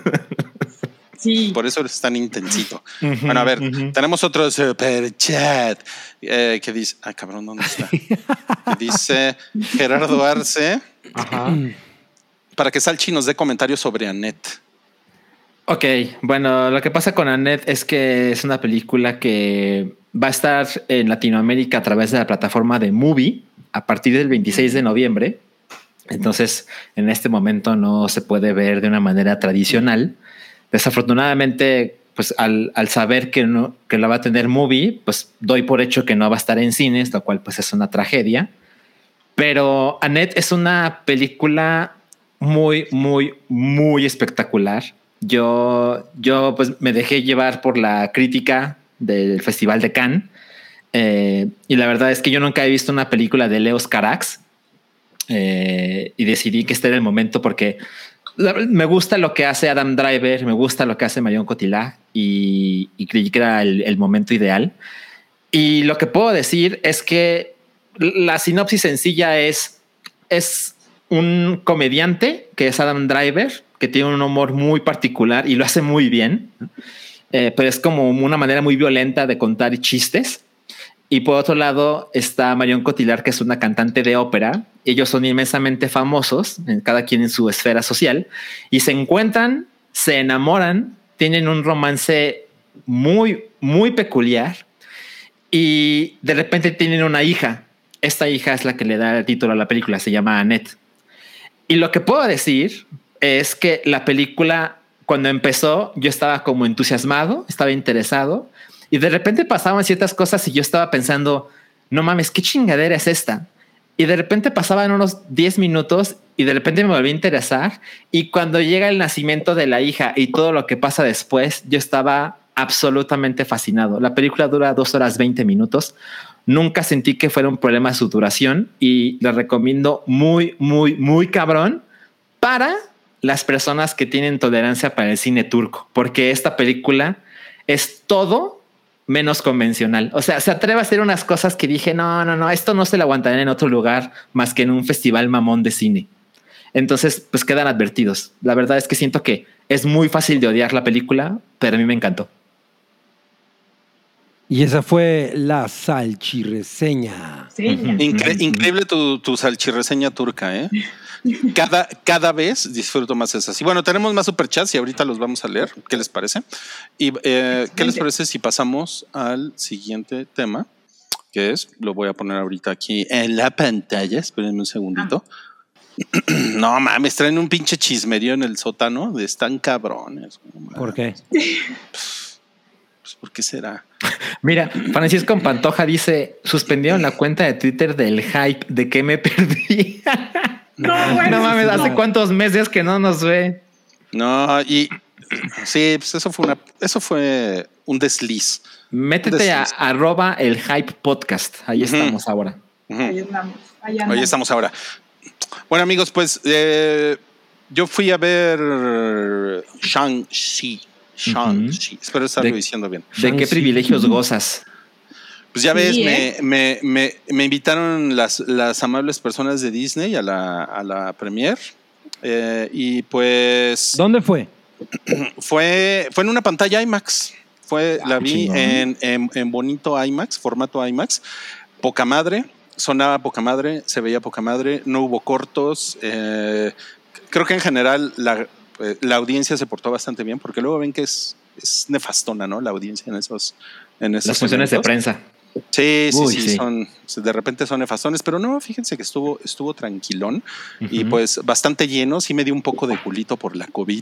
[SPEAKER 5] Sí.
[SPEAKER 4] Por eso es tan intensito. Bueno, a ver, tenemos otro super chat eh, que dice, ay cabrón, ¿dónde está? Que dice Gerardo Arce,
[SPEAKER 3] Ajá.
[SPEAKER 4] para que Salchi nos dé comentarios sobre Annette.
[SPEAKER 3] Ok, bueno, lo que pasa con Annette es que es una película que va a estar en Latinoamérica a través de la plataforma de Movie a partir del veintiséis de noviembre. Entonces, en este momento no se puede ver de una manera tradicional. Desafortunadamente, pues al, al saber que, no, que la va a tener Movie, pues doy por hecho que no va a estar en cines, lo cual pues es una tragedia. Pero Annette es una película muy, muy, muy espectacular. Yo, yo pues me dejé llevar por la crítica del Festival de Cannes. Eh, y la verdad es que yo nunca he visto una película de Leos Carax. Eh, y decidí que este era el momento porque la, me gusta lo que hace Adam Driver, me gusta lo que hace Marion Cotillard y, y creí que era el, el momento ideal. Y lo que puedo decir es que la sinopsis sencilla es, es un comediante que es Adam Driver, que tiene un humor muy particular y lo hace muy bien, eh, pero es como una manera muy violenta de contar chistes. Y por otro lado está Marion Cotillard, que es una cantante de ópera. Ellos son inmensamente famosos, cada quien en su esfera social, y se encuentran, se enamoran, tienen un romance muy, muy peculiar y de repente tienen una hija. Esta hija es la que le da el título a la película, se llama Annette. Y lo que puedo decir es que la película, cuando empezó, yo estaba como entusiasmado, estaba interesado, y de repente pasaban ciertas cosas y yo estaba pensando, no mames, ¿qué chingadera es esta? Y de repente pasaban unos diez minutos y de repente me volví a interesar. Y cuando llega el nacimiento de la hija y todo lo que pasa después, yo estaba absolutamente fascinado. La película dura dos horas veinte minutos. Nunca sentí que fuera un problema su duración y la recomiendo muy, muy, muy cabrón para las personas que tienen tolerancia para el cine turco, porque esta película es todo menos convencional. O sea, se atreve a hacer unas cosas que dije, no, no, no, esto no se lo aguantaré en otro lugar más que en un festival mamón de cine. Entonces, pues quedan advertidos. La verdad es que siento que es muy fácil de odiar la película, pero a mí me encantó.
[SPEAKER 2] Y esa fue la salchirreseña.
[SPEAKER 5] Sí, ya.
[SPEAKER 4] Incre- increíble tu, tu salchirreseña turca, ¿eh? Cada, cada vez disfruto más esas. Y bueno, tenemos más superchats y ahorita los vamos a leer. ¿Qué les parece? Y eh, ¿qué les parece si pasamos al siguiente tema? Que es, lo voy a poner ahorita aquí en la pantalla. Espérenme un segundito. No mames, traen un pinche chismerío en el sótano de están cabrones. No,
[SPEAKER 2] ¿Por qué?
[SPEAKER 4] Pues, ¿por qué será?
[SPEAKER 3] Mira, Francisco Pantoja dice: suspendieron la cuenta de Twitter del hype. ¿De qué me perdí?
[SPEAKER 5] No, bueno,
[SPEAKER 3] no mames, ¿hace
[SPEAKER 5] no.
[SPEAKER 3] cuántos meses que no nos ve?
[SPEAKER 4] No, y sí, pues eso fue una, eso fue un desliz.
[SPEAKER 3] Métete
[SPEAKER 4] un
[SPEAKER 3] a
[SPEAKER 4] desliz.
[SPEAKER 3] arroba el hype podcast. Ahí
[SPEAKER 4] Ujú.
[SPEAKER 3] estamos ahora.
[SPEAKER 4] Ujú.
[SPEAKER 5] Ahí andamos, ahí andamos.
[SPEAKER 4] Ahí estamos ahora. Bueno, amigos, pues eh, yo fui a ver Shang-Chi. Shang-Chi. Espero estarlo
[SPEAKER 3] De-
[SPEAKER 4] diciendo bien.
[SPEAKER 3] ¿De qué
[SPEAKER 2] Shang-Chi.
[SPEAKER 3] privilegios gozas?
[SPEAKER 4] Pues ya
[SPEAKER 5] Sí,
[SPEAKER 4] ves,
[SPEAKER 5] ¿eh?
[SPEAKER 4] me, me, me, me invitaron las, las amables personas de Disney a la, a la premiere. Eh, y pues
[SPEAKER 2] ¿Dónde fue?
[SPEAKER 4] fue, fue en una pantalla IMAX. Fue,
[SPEAKER 3] Ah,
[SPEAKER 4] la vi
[SPEAKER 3] chingón.
[SPEAKER 4] en, en, en bonito IMAX, formato IMAX. Poca madre, sonaba poca madre, se veía poca madre, no hubo cortos. Eh, creo que en general la, eh, la audiencia se portó bastante bien, porque luego ven que es, es nefastona, ¿no? La audiencia en esos, en esos
[SPEAKER 3] Las funciones de
[SPEAKER 4] eventos.
[SPEAKER 3] prensa.
[SPEAKER 4] Sí, sí,
[SPEAKER 3] Uy,
[SPEAKER 4] sí,
[SPEAKER 3] sí.
[SPEAKER 4] son, de repente son nefastones, pero no, fíjense que estuvo, estuvo tranquilón y
[SPEAKER 3] Ujú.
[SPEAKER 4] pues bastante lleno. Sí me dio un poco de culito por la COVID.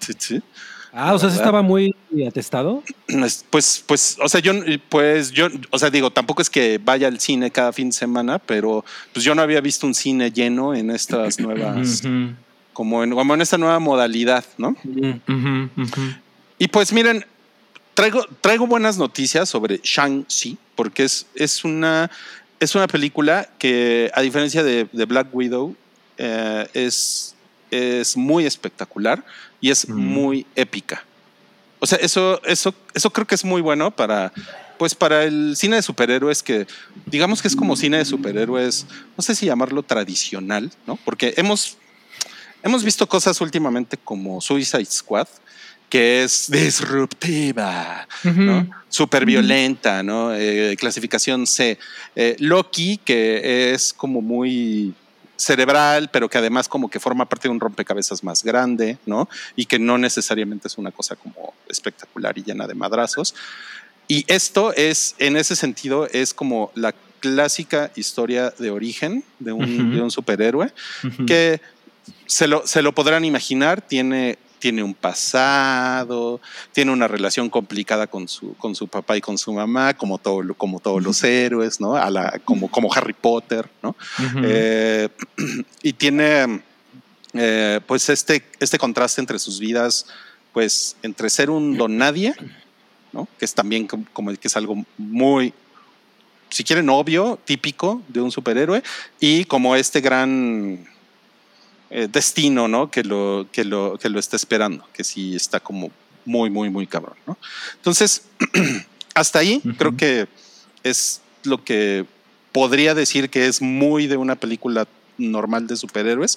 [SPEAKER 2] Ah, o sea, ¿sí
[SPEAKER 4] ¿verdad?
[SPEAKER 2] estaba muy atestado?
[SPEAKER 4] Pues, pues, o sea, yo, pues yo, o sea, digo, tampoco es que vaya al cine cada fin de semana, pero pues yo no había visto un cine lleno en estas nuevas,
[SPEAKER 3] Ujú.
[SPEAKER 4] como en, como en esta nueva modalidad, ¿no?
[SPEAKER 3] Ujú, ujú.
[SPEAKER 4] Y pues miren, traigo, traigo buenas noticias sobre Shang-Chi, porque es, es, una, es una película que, a diferencia de, de Black Widow, eh, es, es muy espectacular y es
[SPEAKER 3] Mm.
[SPEAKER 4] muy épica. O sea, eso, eso, eso creo que es muy bueno para, pues para el cine de superhéroes, que digamos que es como cine de superhéroes, no sé si llamarlo tradicional, ¿no? Porque hemos, hemos visto cosas últimamente como Suicide Squad, que es disruptiva, ¿no?
[SPEAKER 3] Ujú.
[SPEAKER 4] Súper violenta, ¿no? Eh, clasificación C. Eh, Loki, que es como muy cerebral, pero que además como que forma parte de un rompecabezas más grande, ¿no? Y que no necesariamente es una cosa como espectacular y llena de madrazos. Y esto es, en ese sentido, es como la clásica historia de origen de un,
[SPEAKER 3] Ujú.
[SPEAKER 4] de un superhéroe,
[SPEAKER 3] Ujú.
[SPEAKER 4] que se lo, se lo podrán imaginar, tiene, tiene un pasado, tiene una relación complicada con su, con su papá y con su mamá, como, todo, como todos los héroes, ¿no? A la, como, como Harry Potter, ¿no?
[SPEAKER 3] Ujú.
[SPEAKER 4] Eh, y tiene eh, pues este, este contraste entre sus vidas, pues entre ser un don nadie, ¿no? Que es también como, como que es algo muy, si quieren, obvio, típico de un superhéroe, y como este gran eh, destino, ¿no? Que lo, que, lo, que lo está esperando, que sí está como muy, muy, muy cabrón, ¿no? Entonces, hasta ahí
[SPEAKER 3] Ujú.
[SPEAKER 4] creo que es lo que podría decir que es muy de una película normal de superhéroes.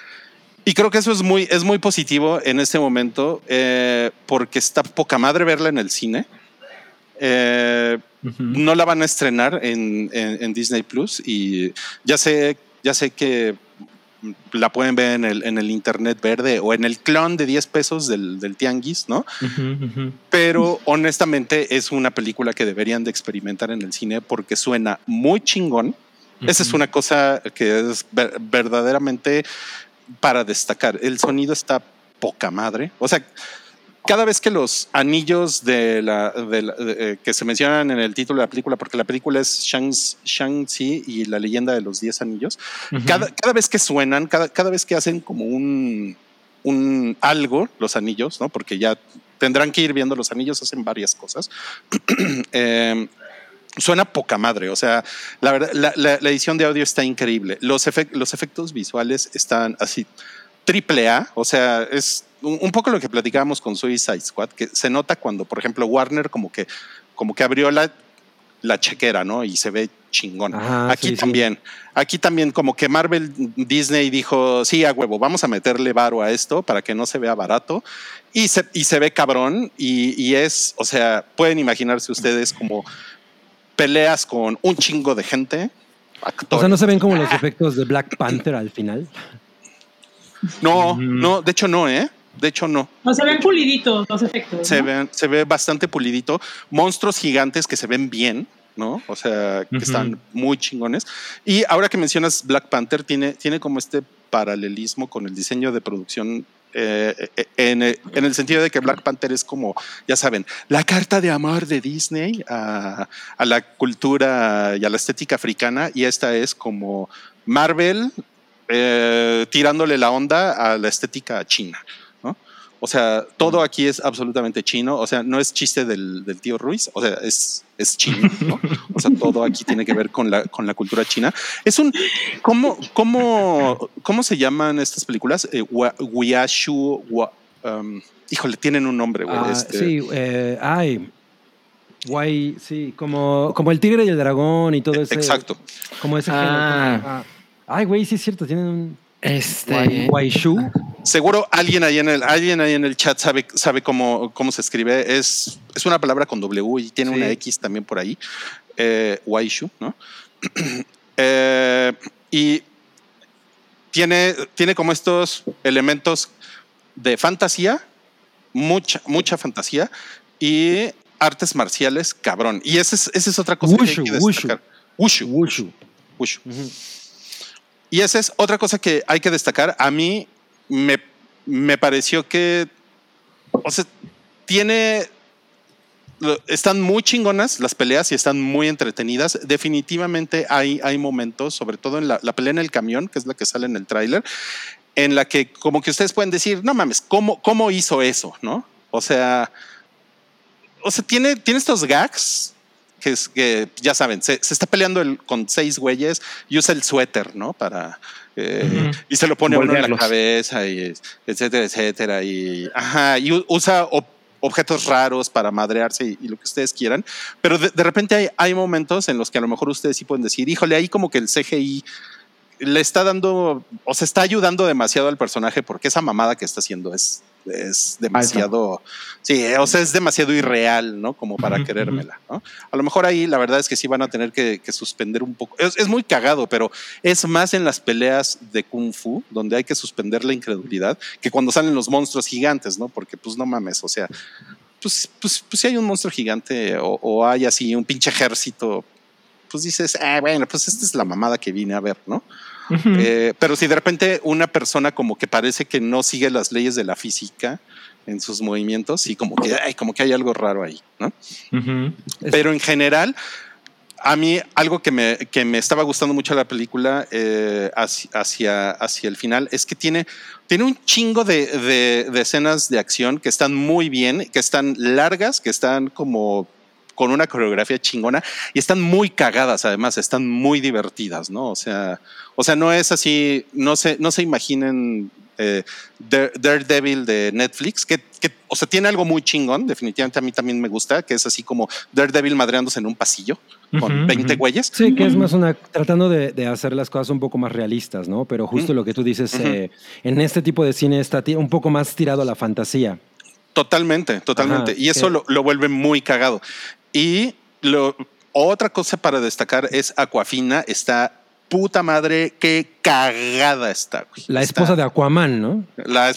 [SPEAKER 4] Y creo que eso es muy, es muy positivo en este momento, eh, porque está poca madre verla en el cine. Eh,
[SPEAKER 3] Ujú.
[SPEAKER 4] no la van a estrenar en, en, en Disney Plus, y ya sé, ya sé que la pueden ver en el, en el internet verde o en el clon de diez pesos del, del tianguis, ¿no?
[SPEAKER 3] Ujú, ujú.
[SPEAKER 4] Pero honestamente es una película que deberían de experimentar en el cine porque suena muy chingón. Esa es
[SPEAKER 3] Ujú.
[SPEAKER 4] una cosa que es ver, verdaderamente para destacar. El sonido está poca madre. O sea, cada vez que los anillos de la, de la de, eh, que se mencionan en el título de la película, porque la película es Shang, Shang-Chi y la leyenda de los diez anillos,
[SPEAKER 3] Ujú.
[SPEAKER 4] cada, cada vez que suenan, cada, cada vez que hacen como un, un algo, los anillos, ¿no? Porque ya tendrán que ir viendo, los anillos hacen varias cosas. eh, Suena poca madre, o sea, la verdad, la, la, la edición de audio está increíble. Los, efect, los efectos visuales están así triple A, o sea, es un, un poco lo que platicábamos con Suicide Squad, que se nota cuando, por ejemplo, Warner como que, como que abrió la, la chequera, ¿no? Y se ve chingón.
[SPEAKER 2] Ajá,
[SPEAKER 4] Aquí
[SPEAKER 2] sí, sí.
[SPEAKER 4] también, aquí también como que Marvel, Disney dijo, sí, a huevo, vamos a meterle varo a esto para que no se vea barato. Y se, y se ve cabrón y, y es, o sea, pueden imaginarse ustedes como peleas con un chingo de gente. Actores.
[SPEAKER 2] O sea, ¿no se ven como los efectos de Black Panther al final?
[SPEAKER 4] No,
[SPEAKER 3] Mm.
[SPEAKER 4] no, de hecho no, ¿eh? De hecho no.
[SPEAKER 5] No se ven puliditos los efectos.
[SPEAKER 4] Se,
[SPEAKER 5] ¿no?
[SPEAKER 4] ven, se ve bastante pulidito. Monstruos gigantes que se ven bien, ¿no? O sea, que
[SPEAKER 3] Ujú.
[SPEAKER 4] están muy chingones. Y ahora que mencionas Black Panther, tiene, tiene como este paralelismo con el diseño de producción. Eh, en, en el sentido de que Black Panther es como, ya saben, la carta de amor de Disney a, a la cultura y a la estética africana, y esta es como Marvel eh, tirándole la onda a la estética china, ¿no? O sea, todo aquí es absolutamente chino, o sea, no es chiste del, del tío Ruiz, o sea, es, es chino, ¿no? O sea, todo aquí tiene que ver con la, con la cultura china. Es un, ¿cómo, cómo, cómo se llaman estas películas? Eh, Weashu, um, híjole, tienen un nombre, güey.
[SPEAKER 2] Ah,
[SPEAKER 4] este.
[SPEAKER 2] Sí, eh, ay, guay, sí, como, como el tigre y el dragón y todo ese.
[SPEAKER 4] Exacto.
[SPEAKER 2] Como ese
[SPEAKER 3] Ah.
[SPEAKER 2] género. Ah. Ay, güey, sí es cierto, tienen un
[SPEAKER 3] Este.
[SPEAKER 2] guay, guayshu.
[SPEAKER 4] Seguro alguien ahí en el, alguien ahí en el chat sabe, sabe cómo, cómo se escribe. Es, es una palabra con W y tiene
[SPEAKER 2] Sí.
[SPEAKER 4] una X también por ahí. Eh, Waishu, ¿no? eh, y tiene, tiene como estos elementos de fantasía, mucha, mucha fantasía y artes marciales, cabrón. Y esa es, esa es otra cosa
[SPEAKER 2] Wushu,
[SPEAKER 4] que hay que destacar. Wushu.
[SPEAKER 2] Wushu.
[SPEAKER 4] Wushu.
[SPEAKER 2] Ujú.
[SPEAKER 4] Y esa es otra cosa que hay que destacar. A mí me, me pareció que, o sea, tiene, están muy chingonas las peleas y están muy entretenidas. Definitivamente hay, hay momentos, sobre todo en la, la pelea en el camión, que es la que sale en el tráiler, en la que como que ustedes pueden decir, no mames, ¿cómo, cómo hizo eso? ¿No? O sea, o sea, tiene, tiene estos gags que, es, que ya saben, se, se está peleando el, con seis güeyes y usa el suéter, ¿no? Para eh, uh-huh. y se lo pone a uno en la cabeza y etcétera, etcétera. Y, ajá, y usa ob, objetos raros para madrearse y, y lo que ustedes quieran. Pero de, de repente hay, hay momentos en los que a lo mejor ustedes sí pueden decir, híjole, ahí como que el C G I le está dando o se está ayudando demasiado al personaje porque esa mamada que está haciendo es, es demasiado, Alto. sí, o sea, es demasiado irreal, ¿no? Como para uh-huh, querérmela, ¿no? A lo mejor ahí la verdad es que sí van a tener que, que suspender un poco. Es, es muy cagado, pero es más en las peleas de Kung Fu donde hay que suspender la incredulidad que cuando salen los monstruos gigantes, ¿no? Porque pues no mames, o sea, pues, pues, pues si hay un monstruo gigante o, o hay así un pinche ejército, pues dices, ah, bueno, pues esta es la mamada que vine a ver, ¿no? Uh-huh. Eh, pero si de repente una persona como que parece que no sigue las leyes de la física en sus movimientos y como que, ay, como que hay algo raro ahí, ¿no? Uh-huh. Pero en general, a mí algo que me, que me estaba gustando mucho de la película eh, hacia, hacia, hacia el final es que tiene, tiene un chingo de, de, de escenas de acción que están muy bien, que están largas, que están como con una coreografía chingona y están muy cagadas, además, están muy divertidas, ¿no? O sea, o sea, no es así, no se, no se imaginen eh, Daredevil de Netflix, que, que, o sea, tiene algo muy chingón, definitivamente a mí también me gusta, que es así como Daredevil madreándose en un pasillo con uh-huh, veinte uh-huh. güeyes.
[SPEAKER 2] Sí, que es más una, tratando de, de hacer las cosas un poco más realistas, ¿no? Pero justo uh-huh. lo que tú dices, uh-huh. eh, en este tipo de cine está un poco más tirado a la fantasía.
[SPEAKER 4] Totalmente, totalmente. Ajá, y eso lo, lo vuelve muy cagado. Y lo, otra cosa para destacar es Aquafina, está puta madre, qué cagada está. Güey.
[SPEAKER 2] La
[SPEAKER 4] está,
[SPEAKER 2] esposa de Aquaman, ¿no?
[SPEAKER 4] La,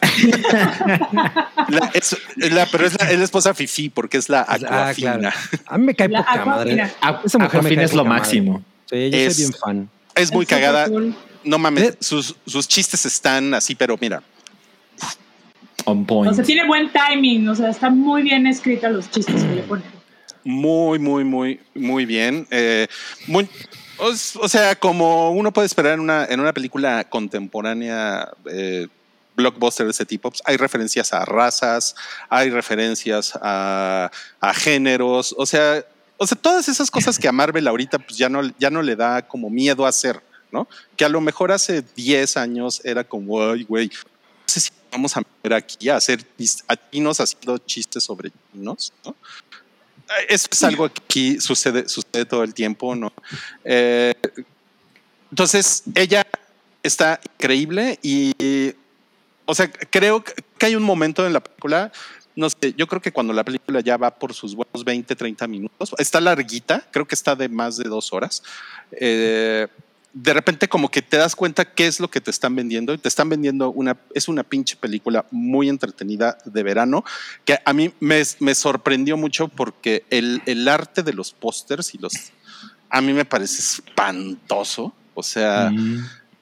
[SPEAKER 4] la, es, la, pero es la, es la esposa Fifi, porque es la Aquafina. Ah, claro.
[SPEAKER 2] A mí me cae
[SPEAKER 5] la
[SPEAKER 2] poca
[SPEAKER 5] Aquafina.
[SPEAKER 2] madre.
[SPEAKER 3] Esa mujer Aquafina es lo máximo.
[SPEAKER 2] Madre. Sí, yo es, soy bien fan.
[SPEAKER 4] Es muy es cagada. Cool. No mames, sus, sus chistes están así, pero mira.
[SPEAKER 3] On point.
[SPEAKER 5] O sea, tiene buen timing, o sea, están muy bien escritos los chistes que le ponen.
[SPEAKER 4] Muy, muy, muy, muy bien. Eh, muy, o, o sea, como uno puede esperar en una, en una película contemporánea, eh, blockbuster de ese tipo, pues hay referencias a razas, hay referencias a, a géneros, o sea, o sea, todas esas cosas que a Marvel ahorita pues ya no, ya no le da como miedo a hacer, ¿no? Que a lo mejor hace diez años era como, ay, güey, no sé si vamos a ver aquí a hacer a chinos haciendo chistes sobre chinos, ¿no? Eso es algo que aquí sucede, sucede todo el tiempo, ¿no? Eh, entonces, ella está increíble y, o sea, creo que hay un momento en la película, no sé, yo creo que cuando la película ya va por sus buenos veinte, treinta minutos, está larguita, creo que está de más de dos horas, eh, de repente como que te das cuenta qué es lo que te están vendiendo y te están vendiendo una, es una pinche película muy entretenida de verano que a mí me, me sorprendió mucho porque el, el arte de los pósters y los, a mí me parece espantoso, o sea, mm.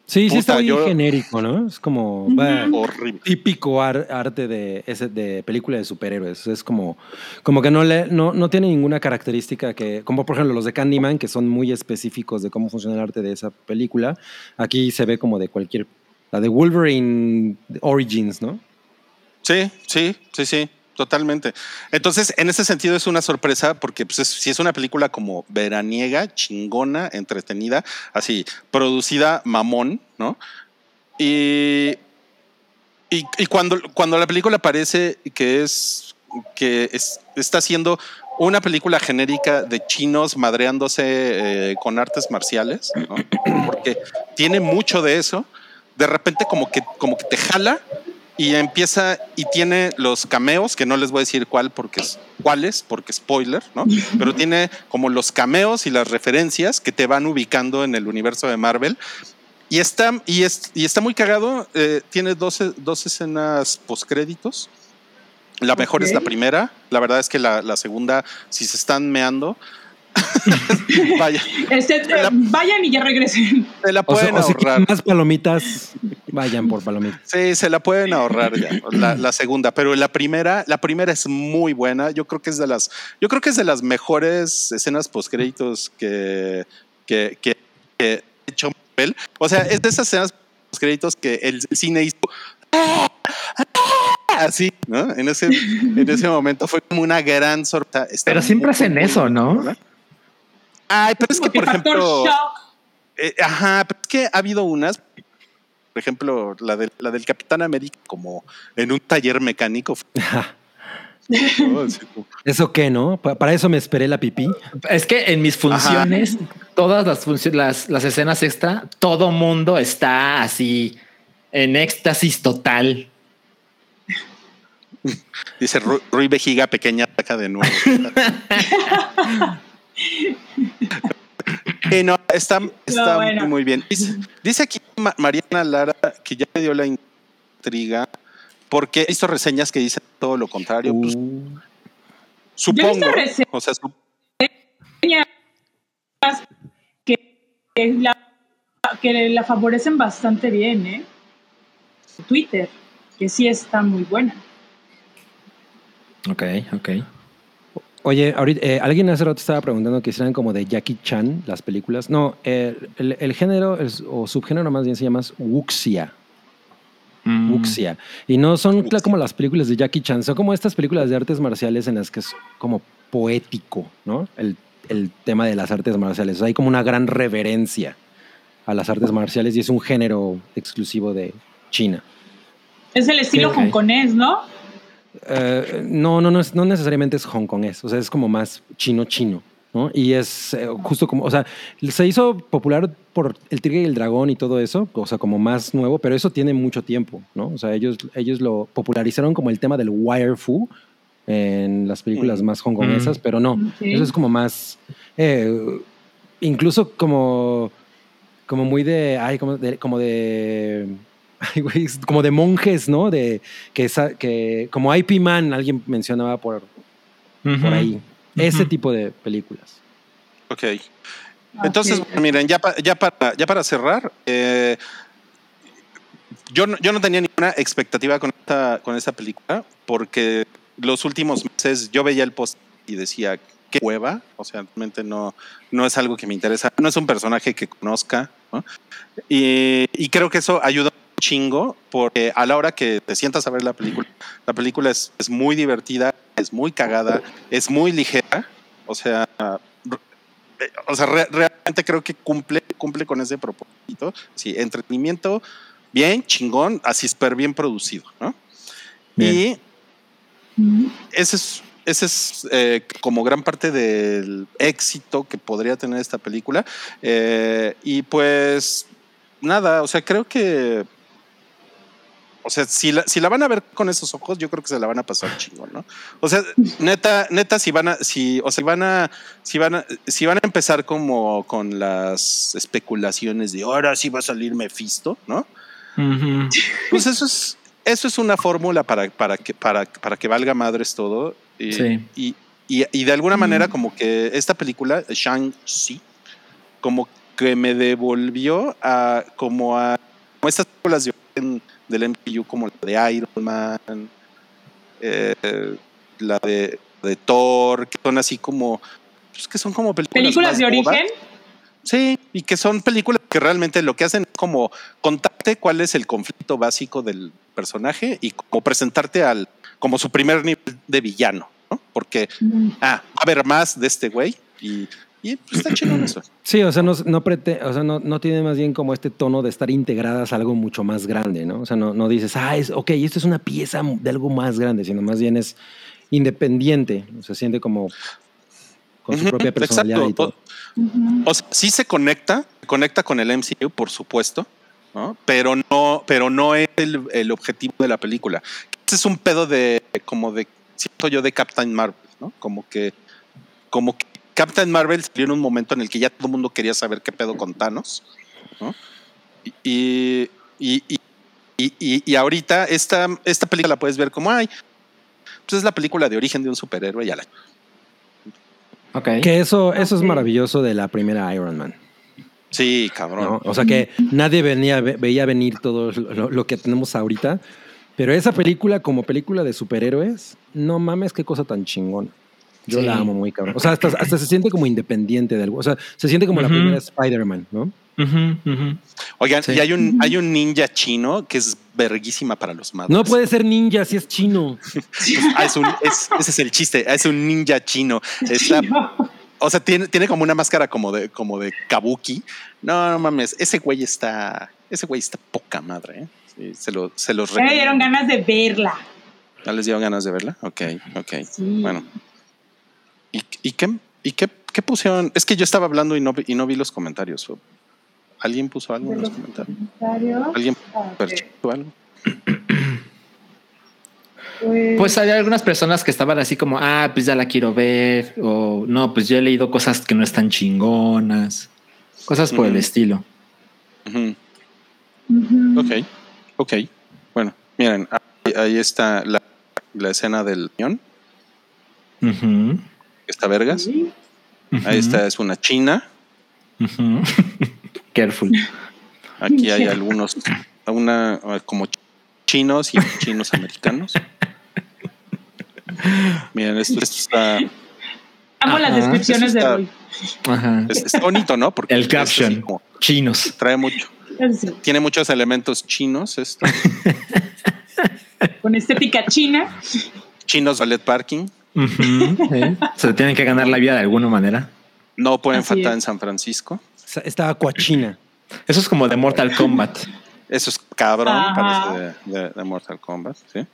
[SPEAKER 2] Sí, sí
[SPEAKER 4] Puta,
[SPEAKER 2] está muy
[SPEAKER 4] yo-
[SPEAKER 2] genérico, ¿no? Es como
[SPEAKER 5] Ujú.
[SPEAKER 2] bah,
[SPEAKER 4] Horrible.
[SPEAKER 2] típico ar- arte de ese de película de superhéroes. Es como, como que no le, no, no tiene ninguna característica que, como por ejemplo los de Candyman, que son muy específicos de cómo funciona el arte de esa película. Aquí se ve como de cualquier, la de Wolverine Origins, ¿no?
[SPEAKER 4] Sí, sí, sí, sí, totalmente. Entonces, en ese sentido es una sorpresa porque pues, es- si es una película como veraniega, chingona, entretenida, así, producida mamón, ¿no? Y, y, y cuando, cuando la película parece que es que es- está haciendo una película genérica de chinos madreándose eh, con artes marciales, ¿no? Porque tiene mucho de eso. De repente como que, como que te jala y empieza y tiene los cameos, que no les voy a decir cuál porque es, cuáles, porque spoiler, ¿no? Pero tiene como los cameos y las referencias que te van ubicando en el universo de Marvel. Y está, y es, y está muy cagado. Eh, tiene dos, dos escenas postcréditos. La mejor
[SPEAKER 5] Ok.
[SPEAKER 4] es la primera. La verdad es que la, la segunda, si se están meando, vaya,
[SPEAKER 5] Este, eh,
[SPEAKER 4] la-
[SPEAKER 5] vayan y ya regresen.
[SPEAKER 4] se la
[SPEAKER 2] O, sea,
[SPEAKER 4] pueden
[SPEAKER 2] o si
[SPEAKER 4] ahorrar.
[SPEAKER 2] quieren más palomitas, vayan por palomitas.
[SPEAKER 4] Sí, se la pueden ahorrar ya, la, la segunda, pero la primera, la primera es muy buena. Yo creo que es de las, yo creo que es de las mejores escenas postcréditos que, que, que, que ha hecho Marvel. O sea, es de esas escenas postcréditos que el cine hizo así, ¿no? En ese, en ese momento fue como una gran sorpresa. Está
[SPEAKER 3] Pero siempre
[SPEAKER 4] muy,
[SPEAKER 3] hacen
[SPEAKER 4] muy,
[SPEAKER 3] eso,
[SPEAKER 4] muy
[SPEAKER 3] ¿no?
[SPEAKER 4] chingona. Ay, pero es que,
[SPEAKER 5] Como que
[SPEAKER 4] por
[SPEAKER 5] factor
[SPEAKER 4] ejemplo,
[SPEAKER 5] shock.
[SPEAKER 4] eh, ajá, pero es que ha habido unas, por ejemplo, la, de, la del Capitán América, como en un taller mecánico. ¿No? Así como-
[SPEAKER 2] ¿Eso qué, no? Pa- Para eso me esperé la pipí.
[SPEAKER 3] Es que en mis funciones, todas las funciones, las, las escenas extra, todo mundo está así en éxtasis total.
[SPEAKER 4] Dice Ru- Rui Vejiga, pequeña ataca de nuevo. Sí, no, está, está
[SPEAKER 5] No, bueno.
[SPEAKER 4] muy, muy bien. Dice, dice aquí Ma- Mariana Lara que ya me dio la intriga porque hizo reseñas que dicen todo lo contrario. Pues,
[SPEAKER 2] Uh,
[SPEAKER 4] supongo.
[SPEAKER 5] reseñas.
[SPEAKER 4] O sea, su-
[SPEAKER 5] que, que la, que la favorecen bastante bien, ¿eh? Twitter, que sí está muy buena.
[SPEAKER 3] Ok, ok.
[SPEAKER 2] Oye, ahorita, eh, alguien hace rato estaba preguntando que hicieran como de Jackie Chan las películas. No, eh, el, el género el- o subgénero más bien se llama wuxia.
[SPEAKER 3] Mm.
[SPEAKER 2] Wuxia. Y no son
[SPEAKER 4] Wuxia.
[SPEAKER 2] como las películas de Jackie Chan, son como estas películas de artes marciales en las que es como poético, ¿no? El, el tema de las artes marciales. O sea, hay como una gran reverencia a las artes marciales y es un género exclusivo de China.
[SPEAKER 5] Es el estilo
[SPEAKER 2] Ok.
[SPEAKER 5] hongkonés, ¿no?
[SPEAKER 2] Eh, no, no, no, es, no necesariamente es hongkonés, o sea, es como más chino-chino, ¿no? Y es eh, justo como, o sea, se hizo popular por el Tigre y el Dragón y todo eso, o sea, como más nuevo, pero eso tiene mucho tiempo, ¿no? O sea, ellos, ellos lo popularizaron como el tema del wire fu en las películas
[SPEAKER 4] Mm.
[SPEAKER 2] más hongkonesas,
[SPEAKER 3] Mm.
[SPEAKER 2] pero no,
[SPEAKER 5] Ok.
[SPEAKER 2] eso es como más, eh, incluso como, como muy de, ay, como de, como de ay, güey, es como de monjes, ¿no? De que, esa- que como I P Man, alguien mencionaba por,
[SPEAKER 3] Ujú.
[SPEAKER 2] por ahí. Ese
[SPEAKER 3] Ujú.
[SPEAKER 2] tipo de películas.
[SPEAKER 4] Ok. Entonces,
[SPEAKER 5] Ok.
[SPEAKER 4] miren, ya, pa- ya, para, ya para cerrar, eh, yo, no, yo no tenía ninguna expectativa con esta, con esta película porque los últimos meses yo veía el post y decía, qué hueva, o sea, realmente no, no es algo que me interesa, no es un personaje que conozca, ¿no? Y, y creo que eso ayuda un chingo porque a la hora que te sientas a ver la película, la película es, es muy divertida, es muy cagada, es muy ligera, o sea, re- o sea re- realmente creo que cumple, cumple con ese propósito, sí, entretenimiento bien chingón, así súper bien producido, ¿no?
[SPEAKER 3] Bien.
[SPEAKER 4] Y
[SPEAKER 5] Mm.
[SPEAKER 4] ese es, ese es eh, como gran parte del éxito que podría tener esta película. Eh, y pues nada, o sea, creo que, o sea, si la, si la van a ver con esos ojos, yo creo que se la van a pasar chingón, ¿no? O sea, neta, neta, si van a, si, o sea, van a, si van a, si van a empezar como con las especulaciones de ahora sí va a salir Mephisto, ¿no?
[SPEAKER 3] Ujú.
[SPEAKER 4] Pues eso es, eso es una fórmula para, para, que, para, para que valga madres todo. Y,
[SPEAKER 3] Sí.
[SPEAKER 4] y, y, y de alguna manera como que esta película, Shang-Chi, como que me devolvió a como a como estas películas de origen del M C U, como la de Iron Man, eh, la de, de Thor, que son así como, pues que son como películas,
[SPEAKER 5] ¿Películas de
[SPEAKER 4] bobas.
[SPEAKER 5] origen?
[SPEAKER 4] Sí, y que son películas que realmente lo que hacen es como contarte cuál es el conflicto básico del personaje y como presentarte al como su primer nivel de villano, ¿no? Porque
[SPEAKER 5] Mm.
[SPEAKER 4] ah, va a haber más de este güey y, y pues, está chido eso.
[SPEAKER 2] Sí, o sea, no, no, prete, o sea no, no tiene más bien como este tono de estar integradas a algo mucho más grande, ¿no? O sea, no, no dices, ah, es, ok, esto es una pieza de algo más grande, sino más bien es independiente, o sea, se siente como con su
[SPEAKER 4] Ujú,
[SPEAKER 2] propia personalidad
[SPEAKER 4] exacto.
[SPEAKER 2] y todo.
[SPEAKER 5] Ujú.
[SPEAKER 4] O sea, sí se conecta, se conecta con el M C U, por supuesto, ¿no? Pero no, pero no es el, el objetivo de la película. Ese es un pedo de, como de, siento yo, de Captain Marvel, ¿no? Como que, como que Captain Marvel salió en un momento en el que ya todo el mundo quería saber qué pedo con Thanos, ¿no? Y, y, y, y, y, y ahorita esta, esta película la puedes ver como, ay, pues es la película de origen de un superhéroe y a la...
[SPEAKER 3] Ok.
[SPEAKER 2] Que eso, eso
[SPEAKER 5] Ok.
[SPEAKER 2] es maravilloso de la primera Iron Man,
[SPEAKER 4] Sí, cabrón.
[SPEAKER 2] ¿no? O sea, que nadie venía, ve- veía venir todo lo, lo que tenemos ahorita, pero esa película como película de superhéroes, no mames, qué cosa tan chingona. Yo
[SPEAKER 3] Sí.
[SPEAKER 2] la amo muy cabrón. O sea, hasta, hasta se siente como independiente de algo. O sea, se siente como la
[SPEAKER 3] Ujú.
[SPEAKER 2] primera Spider-Man, ¿no?
[SPEAKER 3] Ujú, ujú.
[SPEAKER 4] Oigan,
[SPEAKER 3] Sí.
[SPEAKER 4] y hay un, hay un ninja chino que es verguísima para los madres.
[SPEAKER 2] No puede ser ninja si es chino.
[SPEAKER 4] Ah, es un, es- ese es el chiste, es un ninja chino. Está, o sea, tiene, tiene como una máscara como de, como de kabuki. No, no mames, ese güey está, ese güey está poca madre. ¿eh? Sí, se, lo, se los
[SPEAKER 5] Ya me dieron
[SPEAKER 4] recomiendo.
[SPEAKER 5] ganas de verla.
[SPEAKER 4] ¿Ya les dieron ganas de verla? Ok, ok.
[SPEAKER 5] Sí.
[SPEAKER 4] Bueno. ¿Y, y, qué, y qué, qué pusieron? Es que yo estaba hablando y no, vi- y no vi los comentarios. ¿Alguien puso algo
[SPEAKER 5] De
[SPEAKER 4] en los
[SPEAKER 5] los
[SPEAKER 4] comentarios?
[SPEAKER 5] comentarios.
[SPEAKER 4] ¿Alguien
[SPEAKER 5] A ver,
[SPEAKER 4] puso algo?
[SPEAKER 5] pues,
[SPEAKER 3] Pues había algunas personas que estaban así como, ah, pues ya la quiero ver, o no, pues yo he leído cosas que no están chingonas, cosas por el
[SPEAKER 4] Ujú.
[SPEAKER 3] estilo.
[SPEAKER 4] Ujú.
[SPEAKER 5] ujú.
[SPEAKER 4] Ok, ok. Bueno, miren, ahí, ahí está la, la escena del león,
[SPEAKER 3] Ujú,
[SPEAKER 4] que está vergas.
[SPEAKER 5] Sí.
[SPEAKER 3] ujú,
[SPEAKER 4] Ahí está, es una china.
[SPEAKER 3] ujú. Careful.
[SPEAKER 4] Aquí hay algunos, una como chinos y chinos americanos. Miren, esto, esto está,
[SPEAKER 5] Amo las
[SPEAKER 3] Ajá,
[SPEAKER 5] descripciones
[SPEAKER 4] eso
[SPEAKER 5] de
[SPEAKER 4] está-
[SPEAKER 5] Roy.
[SPEAKER 3] Ajá.
[SPEAKER 4] es- está bonito, ¿no? Porque
[SPEAKER 3] El
[SPEAKER 4] es así
[SPEAKER 3] caption.
[SPEAKER 4] como-
[SPEAKER 3] Chinos.
[SPEAKER 4] trae mucho,
[SPEAKER 5] Sí,
[SPEAKER 4] tiene muchos elementos chinos, esto.
[SPEAKER 5] con estética china.
[SPEAKER 4] Chinos ballet parking.
[SPEAKER 3] Ujú, sí. Se tienen que ganar la vida de alguna manera.
[SPEAKER 4] No pueden
[SPEAKER 5] Así
[SPEAKER 4] faltar
[SPEAKER 5] es.
[SPEAKER 4] en San Francisco.
[SPEAKER 2] Está Aquachina.
[SPEAKER 3] Eso es como de Mortal Kombat.
[SPEAKER 4] Eso es cabrón,
[SPEAKER 5] Ajá.
[SPEAKER 4] parece de, de- de Mortal Kombat, ¿sí?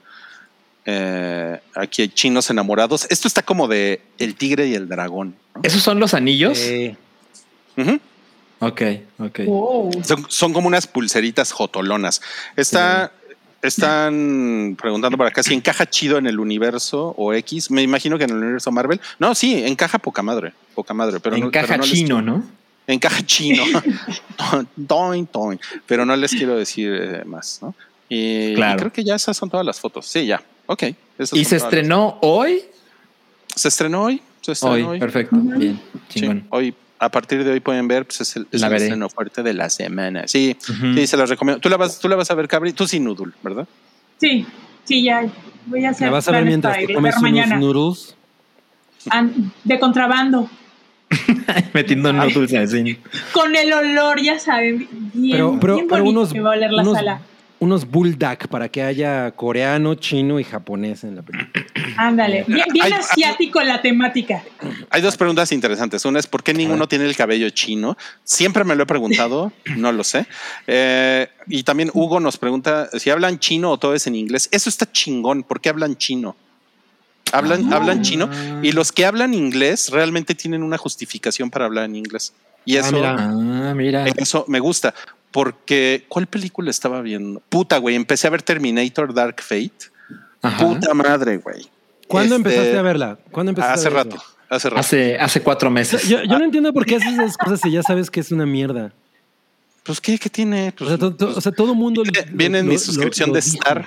[SPEAKER 4] Eh, aquí hay chinos enamorados. Esto está como de El Tigre y el Dragón, ¿no?
[SPEAKER 3] ¿Esos son los anillos?
[SPEAKER 2] Eh,
[SPEAKER 4] Ujú.
[SPEAKER 3] Ok, ok.
[SPEAKER 5] Wow.
[SPEAKER 4] Son, son como unas pulseritas jotolonas. Está, están preguntando por acá si encaja chido en el universo o X. Me imagino que en el universo Marvel. No, sí, encaja poca madre, poca madre. Pero no-
[SPEAKER 3] Encaja
[SPEAKER 4] pero no les
[SPEAKER 3] chino,
[SPEAKER 4] quiero-
[SPEAKER 3] ¿no?
[SPEAKER 4] Encaja chino. Doin, doin. Pero no les quiero decir eh, más, ¿no? Y,
[SPEAKER 3] Claro.
[SPEAKER 4] y creo que ya esas son todas las fotos. Sí, ya. Ok. esas
[SPEAKER 3] ¿Y
[SPEAKER 4] son
[SPEAKER 3] se
[SPEAKER 4] todas
[SPEAKER 3] estrenó hoy?
[SPEAKER 4] las- Se estrenó hoy. Se estrenó
[SPEAKER 3] Hoy,
[SPEAKER 4] hoy.
[SPEAKER 3] perfecto. Bien,
[SPEAKER 4] Sí,
[SPEAKER 3] chingón.
[SPEAKER 4] hoy, a partir de hoy pueden ver, pues es el, es
[SPEAKER 3] La
[SPEAKER 4] el
[SPEAKER 3] veré.
[SPEAKER 4] estreno fuerte de la semana. Sí,
[SPEAKER 3] Ujú.
[SPEAKER 4] sí, se las recomiendo. Tú la vas, tú la vas a ver, Cabri. Tú sin Noodle, ¿verdad?
[SPEAKER 5] Sí, sí, ya. Voy a hacer
[SPEAKER 2] la vas a ver
[SPEAKER 5] planes
[SPEAKER 2] mientras
[SPEAKER 5] para
[SPEAKER 2] te
[SPEAKER 5] ir a
[SPEAKER 2] comes
[SPEAKER 5] ver
[SPEAKER 2] unos
[SPEAKER 5] mañana.
[SPEAKER 2] noodles.
[SPEAKER 5] An- de contrabando.
[SPEAKER 3] Metiendo noodles así.
[SPEAKER 5] Con el olor, ya saben. Bien,
[SPEAKER 2] Pero, pero,
[SPEAKER 5] bien
[SPEAKER 2] pero
[SPEAKER 5] bonito
[SPEAKER 2] unos,
[SPEAKER 5] que va a oler la
[SPEAKER 2] unos,
[SPEAKER 5] sala.
[SPEAKER 2] unos bulldog para que haya coreano, chino y japonés en la película.
[SPEAKER 5] Ándale. Bien, bien
[SPEAKER 4] Ay,
[SPEAKER 5] asiático la temática.
[SPEAKER 4] Hay dos preguntas interesantes. Una es ¿por qué ninguno tiene el cabello chino? Siempre me lo he preguntado, no lo sé. Eh, y también Hugo nos pregunta si hablan chino o todo es en inglés. Eso está chingón. ¿Por qué hablan chino? Hablan,
[SPEAKER 3] Ah.
[SPEAKER 4] hablan chino y los que hablan inglés realmente tienen una justificación para hablar en inglés. Y
[SPEAKER 2] Ah,
[SPEAKER 4] eso,
[SPEAKER 2] mira.
[SPEAKER 3] Ah, mira.
[SPEAKER 4] eso me gusta. Porque, ¿cuál película estaba viendo? Puta, güey, empecé a ver Terminator Dark Fate.
[SPEAKER 3] Ajá.
[SPEAKER 4] Puta madre, güey.
[SPEAKER 2] ¿Cuándo
[SPEAKER 4] Este,
[SPEAKER 2] empezaste a verla? ¿Cuándo empezaste
[SPEAKER 4] Hace
[SPEAKER 2] a ver
[SPEAKER 4] rato,
[SPEAKER 2] eso?
[SPEAKER 4] hace rato.
[SPEAKER 3] Hace, hace cuatro meses.
[SPEAKER 2] Yo, yo no entiendo por qué haces esas cosas si ya sabes que es una mierda.
[SPEAKER 4] Pues, ¿qué, qué tiene?
[SPEAKER 2] O
[SPEAKER 4] Pues,
[SPEAKER 2] sea, to- to-
[SPEAKER 4] pues,
[SPEAKER 2] o sea, todo mundo...
[SPEAKER 4] viene,
[SPEAKER 2] lo-
[SPEAKER 4] viene en
[SPEAKER 2] lo-
[SPEAKER 4] mi
[SPEAKER 2] lo-
[SPEAKER 4] suscripción
[SPEAKER 2] lo
[SPEAKER 4] de
[SPEAKER 2] dijo.
[SPEAKER 4] Star.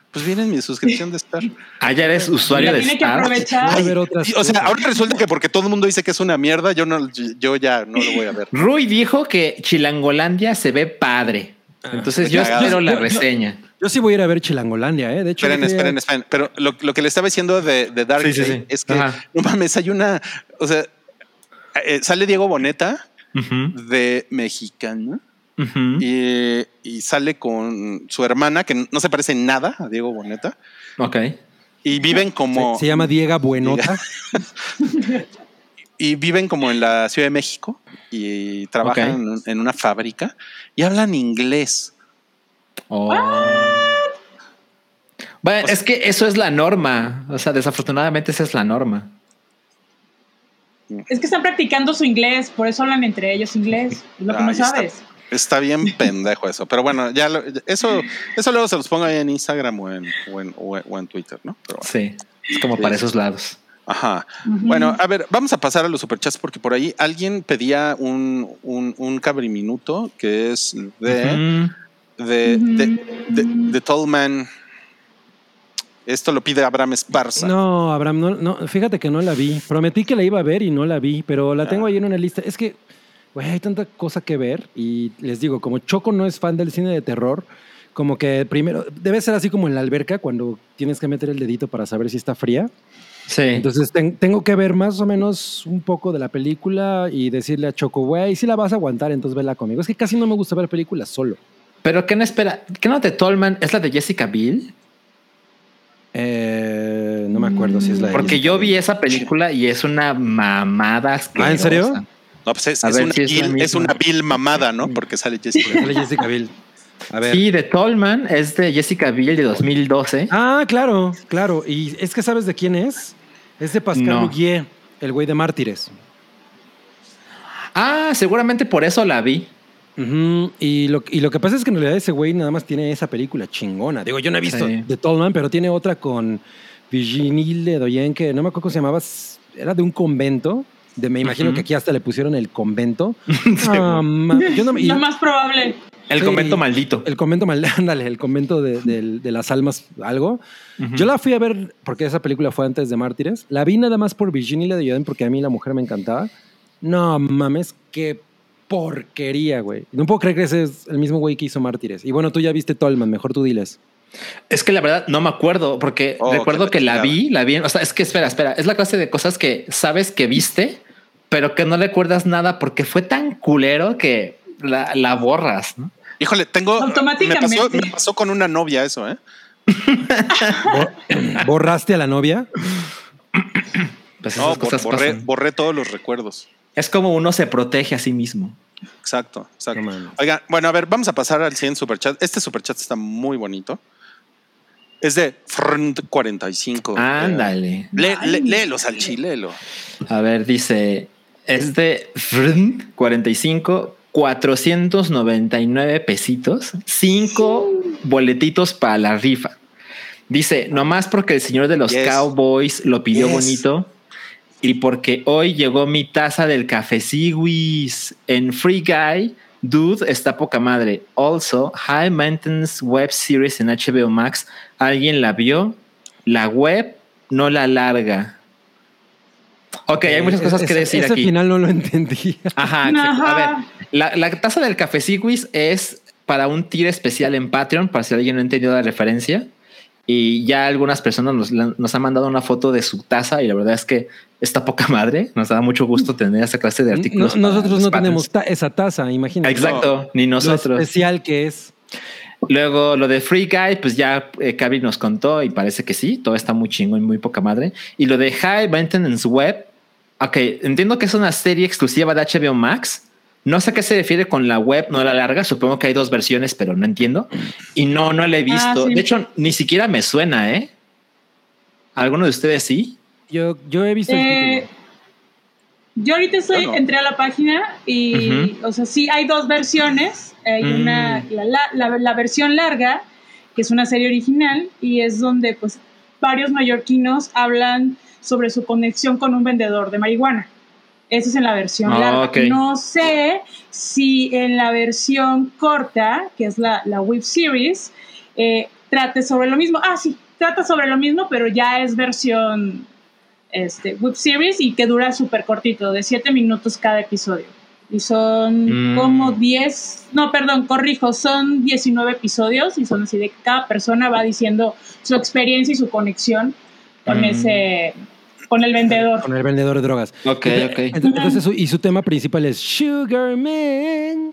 [SPEAKER 4] Pues viene en mi suscripción de Star.
[SPEAKER 3] Ah, ya eres usuario
[SPEAKER 5] La
[SPEAKER 3] de
[SPEAKER 5] tiene que
[SPEAKER 3] Star.
[SPEAKER 5] aprovechar.
[SPEAKER 2] Va a haber otras
[SPEAKER 4] Y, o sea,
[SPEAKER 2] cosas.
[SPEAKER 4] ahora resulta que porque todo el mundo dice que es una mierda, yo no, yo ya no lo voy a ver.
[SPEAKER 3] Rui dijo que Chilangolandia se ve padre. Entonces yo
[SPEAKER 4] cagado.
[SPEAKER 3] espero la
[SPEAKER 2] Yo- yo-
[SPEAKER 3] reseña.
[SPEAKER 2] Yo sí voy a ir a ver Chilangolandia, ¿eh? De hecho,
[SPEAKER 4] Esperen,
[SPEAKER 2] yo quería-
[SPEAKER 4] esperen, esperen. Pero lo, lo que le estaba diciendo de, de Dark
[SPEAKER 3] Sí, sí,
[SPEAKER 4] Side
[SPEAKER 3] sí.
[SPEAKER 4] es que,
[SPEAKER 3] Ajá.
[SPEAKER 4] no mames, hay una, o sea, eh, sale Diego Boneta
[SPEAKER 3] Ujú,
[SPEAKER 4] de Mexicana
[SPEAKER 3] ujú.
[SPEAKER 4] y, y sale con su hermana, que no se parece en nada a Diego Boneta,
[SPEAKER 3] Ok.
[SPEAKER 4] y viven
[SPEAKER 2] se,
[SPEAKER 4] como...
[SPEAKER 2] se llama Diego Buenota.
[SPEAKER 4] Y viven como en la Ciudad de México y trabajan
[SPEAKER 3] Ok.
[SPEAKER 4] en, un- en una fábrica y hablan inglés.
[SPEAKER 3] Oh. Bueno,
[SPEAKER 4] O sea-
[SPEAKER 3] es que eso es la norma. O sea, desafortunadamente esa es la norma.
[SPEAKER 5] Es que están practicando su inglés, por eso hablan entre ellos inglés. Es lo que no
[SPEAKER 4] Ay, está-
[SPEAKER 5] sabes.
[SPEAKER 4] Está bien pendejo eso. Pero bueno, ya lo- eso, eso luego se los pongo ahí en Instagram o en, o en, o en- o en Twitter, ¿no? Pero bueno.
[SPEAKER 3] Sí. Es como
[SPEAKER 4] Sí.
[SPEAKER 3] para esos lados.
[SPEAKER 4] Ajá.
[SPEAKER 5] Ujú.
[SPEAKER 4] Bueno, a ver, vamos a pasar a los superchats porque por ahí alguien pedía un, un, un cabriminuto que es de,
[SPEAKER 3] Ujú.
[SPEAKER 4] de, de, de, de Tall Man. Esto lo pide Abraham Esparza.
[SPEAKER 2] No, Abraham, no, no, fíjate que no la vi. Prometí que la iba a ver y no la vi, pero la tengo ahí en una lista. Es que, güey, hay tanta cosa que ver y les digo, como Choco no es fan del cine de terror, como que primero, debe ser así como en la alberca cuando tienes que meter el dedito para saber si está fría.
[SPEAKER 3] Sí.
[SPEAKER 2] Entonces ten- tengo que ver más o menos un poco de la película y decirle a Choco, güey, si la vas a aguantar, entonces vela conmigo. Es que casi no me gusta ver películas solo.
[SPEAKER 3] Pero ¿qué no espera? ¿Qué no de Tallman es la de Jessica Biel?
[SPEAKER 2] Eh, no me acuerdo si es la de
[SPEAKER 3] Porque
[SPEAKER 2] Jessica
[SPEAKER 3] yo vi
[SPEAKER 2] Biel.
[SPEAKER 3] esa película y es una mamada asquerosa.
[SPEAKER 2] ¿Ah, en serio?
[SPEAKER 4] No, pues es,
[SPEAKER 3] A
[SPEAKER 4] es
[SPEAKER 3] ver
[SPEAKER 4] una
[SPEAKER 3] si es la
[SPEAKER 4] vil, es
[SPEAKER 3] misma.
[SPEAKER 4] una vil mamada, ¿no? Porque sale Jessica.
[SPEAKER 2] Sale Jessica Biel. A ver.
[SPEAKER 3] Sí, de Tallman es de Jessica Biel de dos mil doce.
[SPEAKER 2] Ah, claro, claro. Y es que ¿sabes de quién es? Es de Pascal
[SPEAKER 3] No.
[SPEAKER 2] Lugier, el güey de Mártires.
[SPEAKER 3] Ah, seguramente por eso la vi.
[SPEAKER 2] Ujú. y, lo, y lo que pasa es que en realidad ese güey nada más tiene esa película chingona. Digo, yo no he visto
[SPEAKER 3] Sí.
[SPEAKER 2] de Tallman, pero tiene otra con Virginie Ledoyen, que no me acuerdo cómo se llamaba. Era de un convento. De, me imagino
[SPEAKER 3] Ujú.
[SPEAKER 2] que aquí hasta le pusieron el convento. Ah, ma- yo no me- y-
[SPEAKER 5] Lo más probable.
[SPEAKER 3] El
[SPEAKER 2] Sí,
[SPEAKER 3] convento maldito.
[SPEAKER 2] El convento mal, ándale, el convento de, del- de las almas, algo.
[SPEAKER 3] Ujú.
[SPEAKER 2] Yo la fui a ver porque esa película fue antes de Mártires. La vi nada más por Virginie Ledoyen porque a mí la mujer me encantaba. No mames, qué porquería, güey. No puedo creer que ese es el mismo güey que hizo Mártires. Y bueno, tú ya viste Tallman, mejor tú diles.
[SPEAKER 3] Es que la verdad no me acuerdo porque
[SPEAKER 4] Oh,
[SPEAKER 3] recuerdo
[SPEAKER 4] que
[SPEAKER 3] que
[SPEAKER 4] la
[SPEAKER 3] la
[SPEAKER 4] chingada.
[SPEAKER 3] vi, la vi. O sea, es que espera, espera. Es la clase de cosas que sabes que viste, pero que no recuerdas nada porque fue tan culero que la, la borras, ¿no?
[SPEAKER 4] Híjole, tengo. Me
[SPEAKER 5] Automáticamente.
[SPEAKER 4] pasó, me pasó con una novia eso, ¿eh?
[SPEAKER 2] Bo- ¿Borraste a la novia?
[SPEAKER 3] Pues
[SPEAKER 4] No,
[SPEAKER 3] esas
[SPEAKER 4] bor-
[SPEAKER 3] cosas
[SPEAKER 4] borré,
[SPEAKER 3] pasan.
[SPEAKER 4] borré todos los recuerdos.
[SPEAKER 3] Es como uno se protege a sí mismo.
[SPEAKER 4] Exacto, exacto.
[SPEAKER 2] No mames.
[SPEAKER 4] Oigan, bueno, a ver, vamos a pasar al siguiente superchat. Este superchat está muy bonito. Es de Front cuarenta y cinco.
[SPEAKER 3] Ándale.
[SPEAKER 4] Lé-
[SPEAKER 5] Ay.
[SPEAKER 4] lé- léelo, Salchi, léelo.
[SPEAKER 3] A ver, dice, es de cuarenta y cinco, cuatrocientos noventa y nueve pesitos, cinco boletitos para la rifa. Dice, nomás porque el señor de los
[SPEAKER 4] Yes.
[SPEAKER 3] Cowboys lo pidió
[SPEAKER 4] Yes.
[SPEAKER 3] bonito y porque hoy llegó mi taza del café Siwis en Free Guy. Dude, está poca madre. Also, High Maintenance Web Series en H B O Max. ¿Alguien la vio? La web no la larga. Ok, hay muchas cosas que
[SPEAKER 2] Ese-
[SPEAKER 3] decir
[SPEAKER 2] ese
[SPEAKER 3] aquí.
[SPEAKER 2] final no lo entendí.
[SPEAKER 3] Ajá, exacto. A
[SPEAKER 5] Ajá.
[SPEAKER 3] ver, la, la taza del café Sigwis es para un tier especial en Patreon, para si alguien no ha entendido la referencia. Y ya algunas personas nos, la- nos han mandado una foto de su taza y la verdad es que está poca madre. Nos da mucho gusto tener esa clase de artículos.
[SPEAKER 2] No-
[SPEAKER 3] para
[SPEAKER 2] nosotros
[SPEAKER 3] los
[SPEAKER 2] no
[SPEAKER 3] Patreons.
[SPEAKER 2] tenemos ta- esa taza, imagínate.
[SPEAKER 3] Exacto, ni
[SPEAKER 2] Lo
[SPEAKER 3] nosotros.
[SPEAKER 2] especial que es.
[SPEAKER 3] Luego lo de Free Guy, pues ya eh, Cavi nos contó y parece que sí, todo está muy chingón y muy poca madre. Y lo de High Maintenance Web, ok, entiendo que es una serie exclusiva de H B O Max. No sé a qué se refiere con la web, no la larga. Supongo que hay dos versiones, pero no entiendo. Y no, no la he visto.
[SPEAKER 5] Ah, sí.
[SPEAKER 3] De hecho, ni siquiera me suena, ¿eh? ¿Alguno de ustedes sí?
[SPEAKER 2] Yo, yo he visto el
[SPEAKER 5] Eh,
[SPEAKER 2] título.
[SPEAKER 5] yo ahorita estoy,
[SPEAKER 4] Yo no.
[SPEAKER 5] entré a la página y, o sea, sí hay dos versiones. Hay
[SPEAKER 3] Mm.
[SPEAKER 5] una, la, la- la- la versión larga, que es una serie original, y es donde, pues, varios mallorquinos hablan sobre su conexión con un vendedor de marihuana. Esa es en la versión
[SPEAKER 3] Ah,
[SPEAKER 5] larga.
[SPEAKER 3] ok.
[SPEAKER 5] No sé si en la versión corta, que es la, la web series, eh, trate sobre lo mismo. Ah, sí, trata sobre lo mismo, pero ya es versión este, web series y que dura súper cortito, de siete minutos cada episodio. Y son mm. como diez, no, perdón, corrijo, son diecinueve episodios y son así de que cada persona va diciendo su experiencia y su conexión con mm. ese, con el vendedor.
[SPEAKER 2] Con el vendedor de drogas.
[SPEAKER 3] Ok,
[SPEAKER 2] entonces,
[SPEAKER 3] ok.
[SPEAKER 2] Entonces, su, y su tema principal es Sugar Man.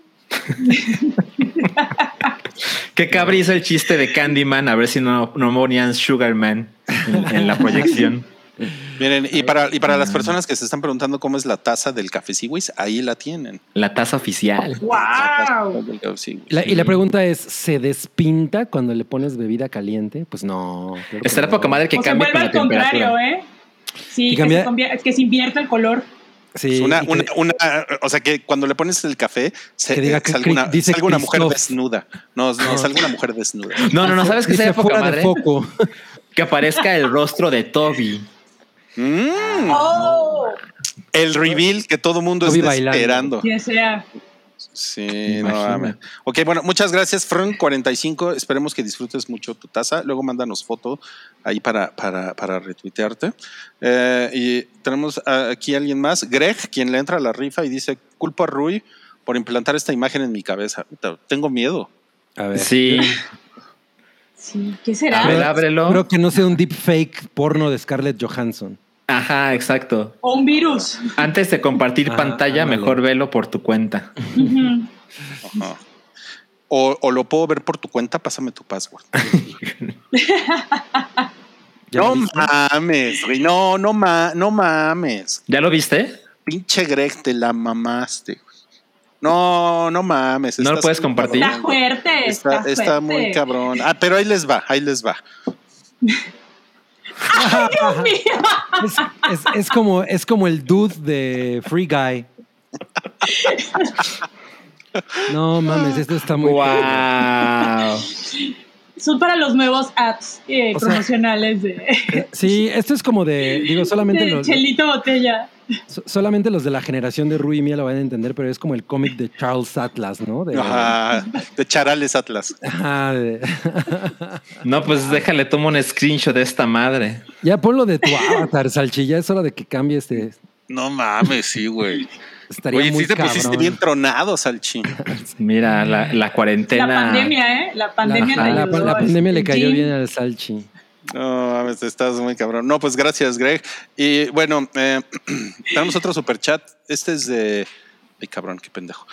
[SPEAKER 3] Qué cabri hizo el chiste de Candyman, a ver si no, no ponían Sugar Man en, en la proyección.
[SPEAKER 4] Miren, y para, y para las personas que se están preguntando cómo es la taza del Café Siwis, ahí la tienen.
[SPEAKER 3] La taza oficial.
[SPEAKER 5] ¡Wow!
[SPEAKER 2] La, y la pregunta es, ¿se despinta cuando le pones bebida caliente? Pues no.
[SPEAKER 3] Estará poca madre que
[SPEAKER 5] o
[SPEAKER 3] cambie con la temperatura. Al contrario, ¿eh?
[SPEAKER 5] Sí, que, cambia... que, se que se invierta el color.
[SPEAKER 2] Sí,
[SPEAKER 4] una,
[SPEAKER 2] que,
[SPEAKER 4] una, una, o sea que cuando le pones el café se,
[SPEAKER 2] que diga que
[SPEAKER 4] salga una,
[SPEAKER 2] dice
[SPEAKER 4] salga una mujer
[SPEAKER 2] Christoph.
[SPEAKER 4] desnuda. No, no, no, salga una mujer desnuda.
[SPEAKER 3] No, no, no, ¿sabes qué sería poca madre?
[SPEAKER 2] Foco.
[SPEAKER 3] Que aparezca el rostro de Toby.
[SPEAKER 4] Mm.
[SPEAKER 5] Oh.
[SPEAKER 4] El reveal que todo mundo está esperando.
[SPEAKER 5] Que sea.
[SPEAKER 4] Sí, no mames. Ok, bueno, muchas gracias, Fran cuarenta y cinco. Esperemos que disfrutes mucho tu taza. Luego mándanos foto ahí para, para, para retuitearte. Eh, y tenemos aquí a alguien más, Greg, quien le entra a la rifa y dice: culpo a Rui por implantar esta imagen en mi cabeza. Tengo miedo.
[SPEAKER 2] A ver.
[SPEAKER 3] Sí.
[SPEAKER 5] Sí, ¿qué será?
[SPEAKER 3] A ver, ábrelo.
[SPEAKER 2] Creo que no sea un deepfake porno de Scarlett Johansson.
[SPEAKER 3] Ajá, exacto.
[SPEAKER 5] O un virus.
[SPEAKER 3] Antes de compartir
[SPEAKER 2] ah,
[SPEAKER 3] pantalla,
[SPEAKER 2] ándale. Mejor
[SPEAKER 3] velo por tu cuenta.
[SPEAKER 5] Uh-huh.
[SPEAKER 4] Ajá. O, o lo puedo ver por tu cuenta, pásame tu password. No mames, güey. No, no, ma, no mames.
[SPEAKER 3] ¿Ya lo viste?
[SPEAKER 4] Pinche Greg, te la mamaste. No, no mames.
[SPEAKER 3] ¿No lo puedes compartir?
[SPEAKER 5] Está fuerte, está,
[SPEAKER 4] está,
[SPEAKER 5] fuerte.
[SPEAKER 4] Está muy cabrón. Ah, pero ahí les va, ahí les va.
[SPEAKER 5] ¡Ay, Dios mío!
[SPEAKER 2] Es, es, es, como, es como el dude de Free Guy. No mames, esto está muy...
[SPEAKER 3] ¡Wow!
[SPEAKER 5] Son para los nuevos apps eh, promocionales sea, de...
[SPEAKER 2] Sí, esto es como de... Digo, solamente
[SPEAKER 5] de
[SPEAKER 2] los...
[SPEAKER 5] Chelito Botella.
[SPEAKER 2] So, solamente los de la generación de Rui y Mía lo van a entender, pero es como el cómic de Charles Atlas, ¿no? De,
[SPEAKER 4] Ajá, de Charales Atlas.
[SPEAKER 2] Ajá, de...
[SPEAKER 3] No, pues déjale, tomo un screenshot de esta madre.
[SPEAKER 2] Ya ponlo de tu avatar, Salchi. Es hora de que cambie este...
[SPEAKER 4] No mames, sí, güey.
[SPEAKER 2] Estaría
[SPEAKER 4] Oye,
[SPEAKER 2] muy
[SPEAKER 4] sí te
[SPEAKER 2] cabrón.
[SPEAKER 4] pusiste bien tronado, Salchi.
[SPEAKER 3] Mira, la, la cuarentena...
[SPEAKER 5] La pandemia, ¿eh? La pandemia
[SPEAKER 2] la,
[SPEAKER 5] le
[SPEAKER 2] la,
[SPEAKER 5] ayudó.
[SPEAKER 2] la pandemia le cayó
[SPEAKER 5] Gym.
[SPEAKER 2] bien al Salchi.
[SPEAKER 4] No mames, estás muy cabrón. No, pues gracias, Greg. Y bueno, eh, tenemos otro superchat. Este es de... Ay, cabrón, qué pendejo.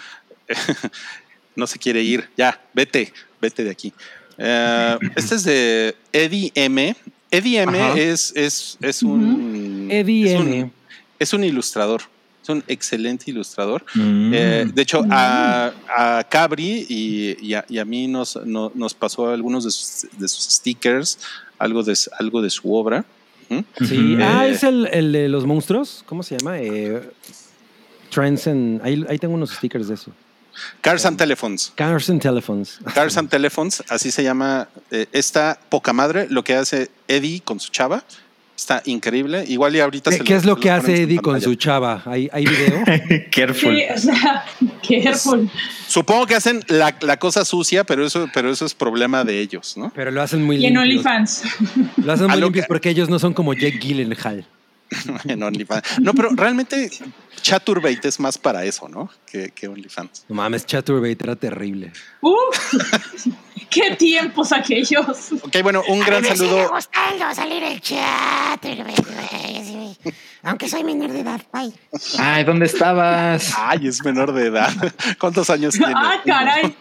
[SPEAKER 4] No se quiere ir. Ya, vete, vete de aquí. Eh, este es de Eddie M. Eddie M es, es, es un...
[SPEAKER 2] Eddie
[SPEAKER 4] es
[SPEAKER 2] M.
[SPEAKER 4] Un, es un ilustrador. Es un excelente ilustrador.
[SPEAKER 3] Mm.
[SPEAKER 4] Eh, de hecho, a, a Cabri y, y, a, y a mí nos, no, nos pasó algunos de sus, de sus stickers, algo de, algo de su obra. ¿Mm?
[SPEAKER 2] Sí.
[SPEAKER 4] Eh,
[SPEAKER 2] Ah, es el, el de los monstruos. ¿Cómo se llama? Eh, Trends and... Ahí, ahí tengo unos stickers de eso.
[SPEAKER 4] Cars and Telephones.
[SPEAKER 2] Cars and Telephones.
[SPEAKER 4] Cars and Telephones, así se llama eh, esta poca madre, lo que hace Eddie con su chava. Está increíble. Igual y ahorita
[SPEAKER 2] ¿Qué,
[SPEAKER 4] se
[SPEAKER 2] ¿qué
[SPEAKER 4] lo,
[SPEAKER 2] es lo
[SPEAKER 4] se
[SPEAKER 2] que
[SPEAKER 4] lo
[SPEAKER 2] hace Eddie con
[SPEAKER 4] pantalla.
[SPEAKER 2] su chava? ¿Hay, hay video?
[SPEAKER 3] Careful.
[SPEAKER 5] Sí, o sea, careful.
[SPEAKER 4] Supongo que hacen la, la cosa sucia, pero eso, pero eso es problema de ellos, ¿no?
[SPEAKER 2] Pero lo hacen muy
[SPEAKER 5] Y en
[SPEAKER 2] limpio.
[SPEAKER 5] OnlyFans.
[SPEAKER 2] Lo hacen
[SPEAKER 4] A
[SPEAKER 2] muy
[SPEAKER 4] lo
[SPEAKER 2] limpio
[SPEAKER 4] que-
[SPEAKER 2] porque ellos no son como Jake Gyllenhaal.
[SPEAKER 4] En OnlyFans. No, pero realmente Chaturbate es más para eso, ¿no? Que, que OnlyFans.
[SPEAKER 2] No mames, Chaturbate era terrible.
[SPEAKER 5] ¡Uf! ¡Qué tiempos aquellos!
[SPEAKER 4] Ok, bueno, un gran
[SPEAKER 6] Me sigue
[SPEAKER 4] saludo.
[SPEAKER 6] gustando salir el chat, güey, sí. Aunque soy menor de edad, bye.
[SPEAKER 3] Ay, ¿dónde estabas?
[SPEAKER 4] Ay, es menor de edad. ¿Cuántos años tiene?
[SPEAKER 5] ¡Ah, caray!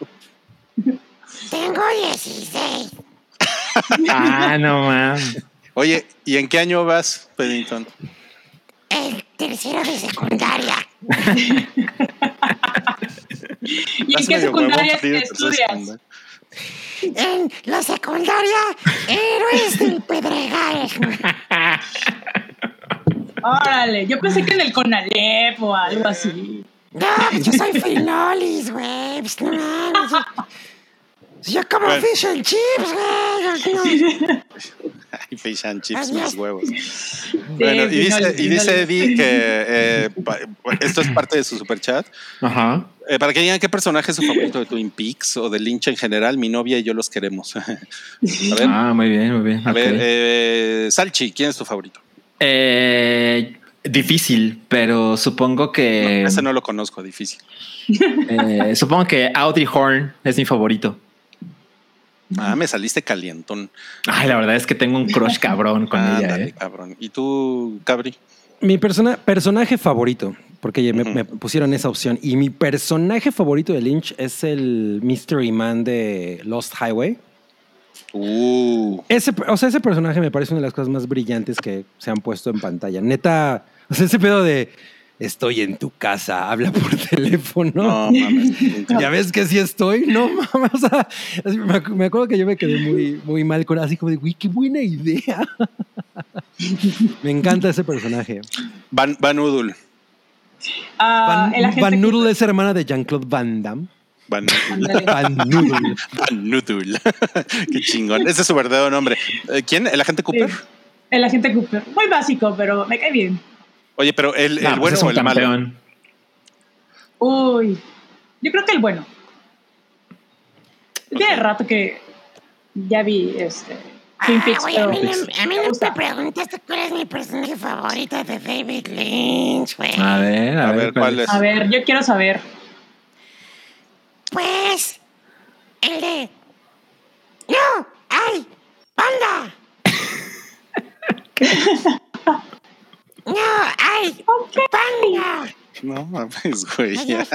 [SPEAKER 6] Tengo dieciséis.
[SPEAKER 3] Ah, no mames.
[SPEAKER 4] Oye, ¿y en qué año vas, Paddington?
[SPEAKER 6] El tercero de secundaria.
[SPEAKER 5] ¿Y en
[SPEAKER 4] Estás
[SPEAKER 5] qué
[SPEAKER 4] medio
[SPEAKER 5] secundaria
[SPEAKER 4] huevón frío,
[SPEAKER 5] estudias?
[SPEAKER 4] entonces,
[SPEAKER 6] En la secundaria, Héroes del Pedregal.
[SPEAKER 5] Órale, yo pensé que en el Conalep o algo así.
[SPEAKER 6] No, yo soy Finolis, güey. Pues no mames. Si yo como
[SPEAKER 4] Bueno.
[SPEAKER 6] fish and chips, güey. No.
[SPEAKER 4] Ay, fish and chips,
[SPEAKER 6] Adiós.
[SPEAKER 4] mis huevos. Bueno, y
[SPEAKER 5] sí,
[SPEAKER 4] dice,
[SPEAKER 5] no,
[SPEAKER 4] y
[SPEAKER 5] sí,
[SPEAKER 4] dice
[SPEAKER 5] no.
[SPEAKER 4] Eddie que eh, pa- esto es parte de su superchat.
[SPEAKER 3] Ajá.
[SPEAKER 4] Eh, para que digan qué personaje es su favorito de Twin Peaks o de Lynch en general, mi novia y yo los queremos. A ver,
[SPEAKER 3] Ah, muy bien, muy bien.
[SPEAKER 4] a
[SPEAKER 3] ok.
[SPEAKER 4] ver, eh, Salchi, ¿quién es tu favorito?
[SPEAKER 3] Eh, difícil, pero supongo que
[SPEAKER 4] No, ese no lo conozco, difícil.
[SPEAKER 3] eh, supongo que Audrey Horn es mi favorito.
[SPEAKER 4] Ah, me saliste calientón.
[SPEAKER 3] Ay, la verdad es que tengo un crush cabrón con ella.
[SPEAKER 4] Ándale,
[SPEAKER 3] Eh.
[SPEAKER 4] cabrón. ¿Y tú, Cabri?
[SPEAKER 2] Mi persona, personaje favorito, porque ya me,
[SPEAKER 4] Ujú.
[SPEAKER 2] me pusieron esa opción, y mi personaje favorito de Lynch es el Mystery Man de Lost Highway.
[SPEAKER 4] Uh,
[SPEAKER 2] Ese, o sea, ese personaje me parece una de las cosas más brillantes que se han puesto en pantalla. Neta, o sea, ese pedo de estoy en tu casa, habla por teléfono.
[SPEAKER 4] no mames.
[SPEAKER 2] Ya ves que sí estoy, no mames. O sea, así me, ac- me acuerdo que yo me quedé muy, muy mal con así como de, güey, qué buena idea. Me encanta ese personaje.
[SPEAKER 4] Van, Van Udul.
[SPEAKER 5] Ah, el
[SPEAKER 2] Van,
[SPEAKER 5] agente
[SPEAKER 2] Van
[SPEAKER 5] que-
[SPEAKER 2] Noodle es hermana de Jean-Claude Van Damme.
[SPEAKER 4] Van,
[SPEAKER 5] Ándale.
[SPEAKER 2] Van Noodle.
[SPEAKER 4] Van Noodle. Qué chingón. Ese es su verdadero nombre. Eh, ¿Quién? ¿El agente Cooper?
[SPEAKER 5] Sí, el agente Cooper. Muy básico, pero me cae bien.
[SPEAKER 4] Oye, pero el, el
[SPEAKER 3] Ah, pues
[SPEAKER 4] bueno
[SPEAKER 3] es
[SPEAKER 4] o
[SPEAKER 3] un
[SPEAKER 4] el malo.
[SPEAKER 3] campeón.
[SPEAKER 5] Uy, yo creo que el bueno. Tiene rato que ya vi este Twin
[SPEAKER 6] Ah,
[SPEAKER 5] Peaks,
[SPEAKER 6] güey, a
[SPEAKER 5] pero
[SPEAKER 6] mí, no, a mí
[SPEAKER 5] me
[SPEAKER 6] no
[SPEAKER 5] gusta.
[SPEAKER 6] me preguntaste cuál es mi personaje favorito de David Lynch, güey.
[SPEAKER 3] A ver, a,
[SPEAKER 4] A
[SPEAKER 3] ver,
[SPEAKER 4] ver, ¿cuál es?
[SPEAKER 5] A ver, yo quiero saber.
[SPEAKER 6] Pues, el de... ¡No! ¡Ay! ¡Panda! ¡No! ¡Ay! ¡Panda!
[SPEAKER 4] No mames, güey. ya.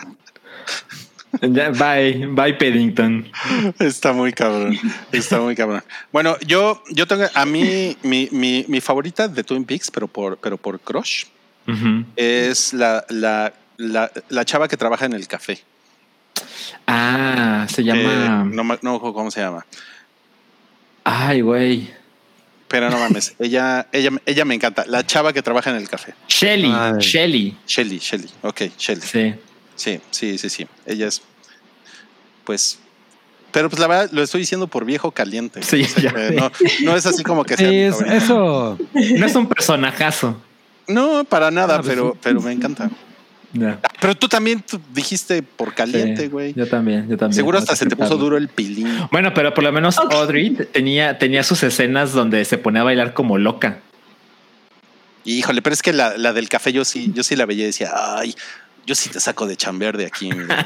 [SPEAKER 3] Ya, bye, bye Paddington.
[SPEAKER 4] Está muy cabrón. Está muy cabrón. Bueno, yo, yo tengo a mí, mi, mi, mi favorita de Twin Peaks, pero por, pero por crush,
[SPEAKER 3] Ujú.
[SPEAKER 4] es la, la, la, la chava que trabaja en el café.
[SPEAKER 3] Ah, se
[SPEAKER 4] Eh,
[SPEAKER 3] llama.
[SPEAKER 4] no, ma- no, ¿cómo se llama?
[SPEAKER 3] Ay, güey.
[SPEAKER 4] Pero no mames, ella, ella, ella me encanta. La chava que trabaja en el café.
[SPEAKER 3] Shelly,
[SPEAKER 2] Ay.
[SPEAKER 3] Shelly.
[SPEAKER 4] Shelly, Shelly. Ok, Shelly.
[SPEAKER 3] Sí.
[SPEAKER 4] Sí, sí, sí, sí. Ella es, pues, pero pues la verdad lo estoy diciendo por viejo caliente.
[SPEAKER 3] Sí,
[SPEAKER 4] O sea,
[SPEAKER 3] ya.
[SPEAKER 4] que no, no es así como que sea
[SPEAKER 2] Sí,
[SPEAKER 4] mi
[SPEAKER 2] es-
[SPEAKER 4] favorita.
[SPEAKER 2] eso.
[SPEAKER 3] No es un personajazo.
[SPEAKER 4] No, para nada,
[SPEAKER 2] Ah, pues
[SPEAKER 4] pero,
[SPEAKER 2] sí.
[SPEAKER 4] pero me encanta.
[SPEAKER 3] Ya.
[SPEAKER 4] Ah, Pero tú también tú dijiste por caliente,
[SPEAKER 3] Sí,
[SPEAKER 4] güey.
[SPEAKER 3] yo también, yo también.
[SPEAKER 4] Seguro hasta
[SPEAKER 3] Vamos a
[SPEAKER 4] se te puso
[SPEAKER 3] aceptarlo.
[SPEAKER 4] duro el pilín.
[SPEAKER 3] Bueno, pero por lo menos Audrey tenía, tenía sus escenas donde se ponía a bailar como loca.
[SPEAKER 4] Híjole, pero es que la, la del café yo sí, yo sí la veía y decía, ay, yo sí te saco de chambear de aquí. güey.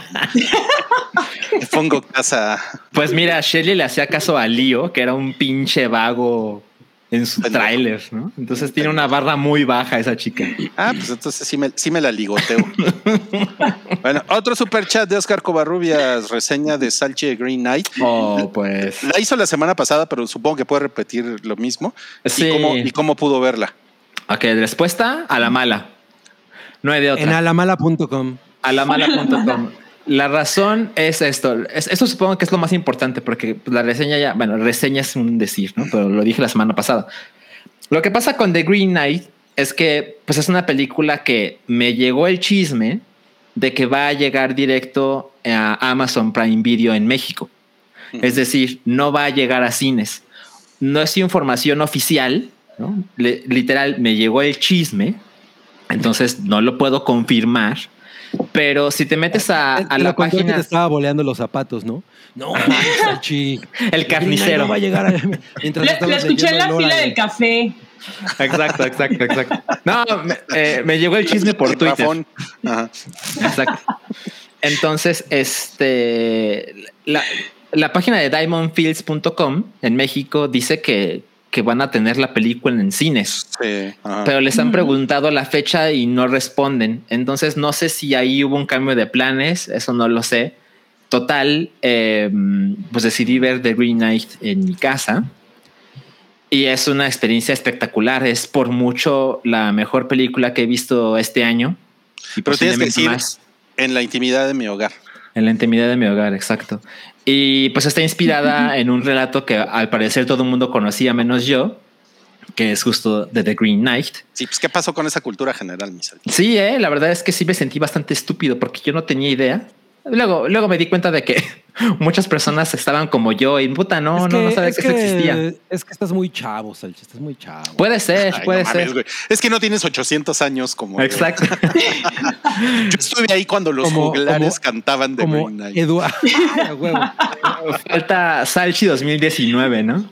[SPEAKER 4] Te pongo casa.
[SPEAKER 3] Pues mira, Shelly le hacía caso a Leo, que era un pinche vago en su
[SPEAKER 4] Pendejo.
[SPEAKER 3] tráiler, ¿no? Entonces tiene una barra muy baja esa chica.
[SPEAKER 4] Ah, pues entonces sí me, sí me la ligoteo. Bueno, otro super chat de Oscar Covarrubias, reseña de Salchi de Green Knight.
[SPEAKER 3] Oh, pues.
[SPEAKER 4] La hizo la semana pasada, pero supongo que puede repetir lo mismo.
[SPEAKER 3] Sí.
[SPEAKER 4] ¿Y, cómo, ¿Y cómo pudo verla?
[SPEAKER 3] Ok, respuesta a la mala. No hay de otra.
[SPEAKER 2] En alamala punto com.
[SPEAKER 3] alamala punto com. La razón es esto. Es, esto supongo que es lo más importante porque pues, la reseña ya, bueno, reseña es un decir, ¿no? Pero lo dije la semana pasada. Lo que pasa con The Green Knight es que pues es una película que me llegó el chisme de que va a llegar directo a Amazon Prime Video en México. Es decir, no va a llegar a cines. No es información oficial, ¿no? Le- literal, me llegó el chisme, entonces no lo puedo confirmar. Pero si te metes a,
[SPEAKER 2] Te-
[SPEAKER 3] a
[SPEAKER 2] te
[SPEAKER 3] la
[SPEAKER 2] lo contó que
[SPEAKER 3] página,
[SPEAKER 2] te estaba boleando los zapatos, ¿no? No, Salchi.
[SPEAKER 3] el carnicero.
[SPEAKER 2] No va a llegar a- mientras
[SPEAKER 5] La,
[SPEAKER 2] estabas
[SPEAKER 5] la escuché en la
[SPEAKER 2] leyendo
[SPEAKER 5] fila
[SPEAKER 2] Lola,
[SPEAKER 5] del café.
[SPEAKER 3] Exacto, exacto, exacto. No, me, eh, me llegó el chisme por
[SPEAKER 4] El
[SPEAKER 3] Twitter.
[SPEAKER 4] Rafón. Ajá.
[SPEAKER 3] Exacto. Entonces, este la, la página de diamond fields punto com en México dice que, que van a tener la película en cines.
[SPEAKER 4] Sí, ajá.
[SPEAKER 3] Pero les han preguntado la fecha y no responden. Entonces no sé si ahí hubo un cambio de planes, eso no lo sé. Total, eh, pues decidí ver The Green Knight en mi casa y es una experiencia espectacular. Es por mucho la mejor película que he visto este año. Y
[SPEAKER 4] Pero tienes que
[SPEAKER 3] posiblemente
[SPEAKER 4] decir
[SPEAKER 3] más.
[SPEAKER 4] en la intimidad de mi hogar.
[SPEAKER 3] En la intimidad de mi hogar, exacto. Y pues está inspirada en un relato que al parecer todo el mundo conocía menos yo, que es justo de The Green Knight.
[SPEAKER 4] Sí, pues ¿qué pasó con esa cultura general, mi Salchi?
[SPEAKER 3] Sí, eh, la verdad es que sí me sentí bastante estúpido porque yo no tenía idea. Luego, luego me di cuenta de que Muchas personas estaban como yo y puta, no,
[SPEAKER 2] Es
[SPEAKER 3] no, no
[SPEAKER 2] que-
[SPEAKER 3] sabía
[SPEAKER 2] es
[SPEAKER 3] que, eso existía.
[SPEAKER 2] Es que estás muy chavo, Salchi, estás muy chavo.
[SPEAKER 3] Puede ser,
[SPEAKER 4] Ay,
[SPEAKER 3] puede
[SPEAKER 4] no mames,
[SPEAKER 3] ser.
[SPEAKER 4] güey. Es que no tienes ochocientos años como yo.
[SPEAKER 3] Exacto.
[SPEAKER 4] Yo estuve ahí cuando los
[SPEAKER 2] Como-
[SPEAKER 4] juglares
[SPEAKER 2] como-
[SPEAKER 4] cantaban de
[SPEAKER 2] Como
[SPEAKER 4] Green Knight.
[SPEAKER 2] Eduardo. huevo.
[SPEAKER 3] Falta Salchi dos mil diecinueve, ¿no?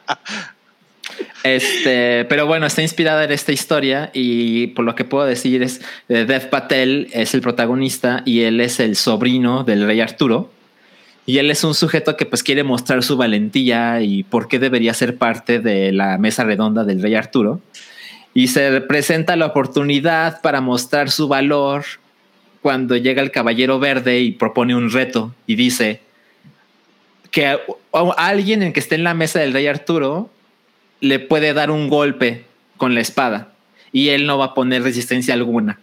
[SPEAKER 3] Este, pero bueno, está inspirada en esta historia y por lo que puedo decir es eh, Dev Patel es el protagonista y él es el sobrino del rey Arturo y él es un sujeto que pues quiere mostrar su valentía y por qué debería ser parte de la mesa redonda del rey Arturo y se presenta la oportunidad para mostrar su valor cuando llega el caballero verde y propone un reto y dice que a, a alguien en que esté en la mesa del rey Arturo le puede dar un golpe con la espada y él no va a poner resistencia alguna.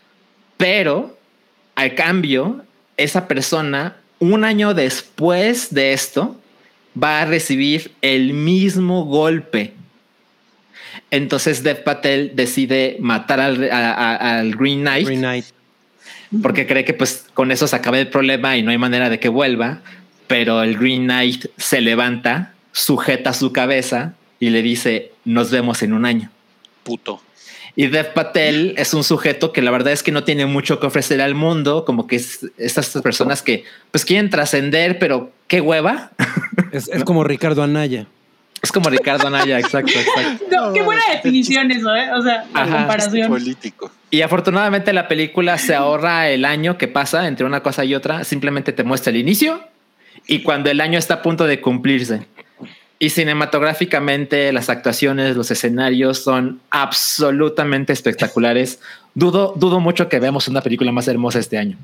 [SPEAKER 3] Pero al cambio, esa persona, un año después de esto, va a recibir el mismo golpe. Entonces Dev Patel decide matar al, a, a, al Green Knight,
[SPEAKER 2] Green Knight.
[SPEAKER 3] porque cree que pues con eso se acaba el problema y no hay manera de que vuelva. Pero el Green Knight se levanta, sujeta su cabeza y le dice, nos vemos en un año.
[SPEAKER 4] Puto.
[SPEAKER 3] Y Dev Patel es un sujeto que la verdad es que no tiene mucho que ofrecer al mundo, como que es estas personas que pues quieren trascender, pero qué hueva.
[SPEAKER 2] Es, es como Ricardo Anaya.
[SPEAKER 3] Es como Ricardo Anaya, exacto, exacto.
[SPEAKER 5] No, qué buena definición eso, ¿eh? O sea, la
[SPEAKER 3] Ajá.
[SPEAKER 5] comparación.
[SPEAKER 4] Político.
[SPEAKER 3] Y afortunadamente la película se ahorra el año que pasa entre una cosa y otra, simplemente te muestra el inicio y cuando el año está a punto de cumplirse. Y cinematográficamente las actuaciones, los escenarios son absolutamente espectaculares. Dudo, dudo mucho que veamos una película más hermosa este año.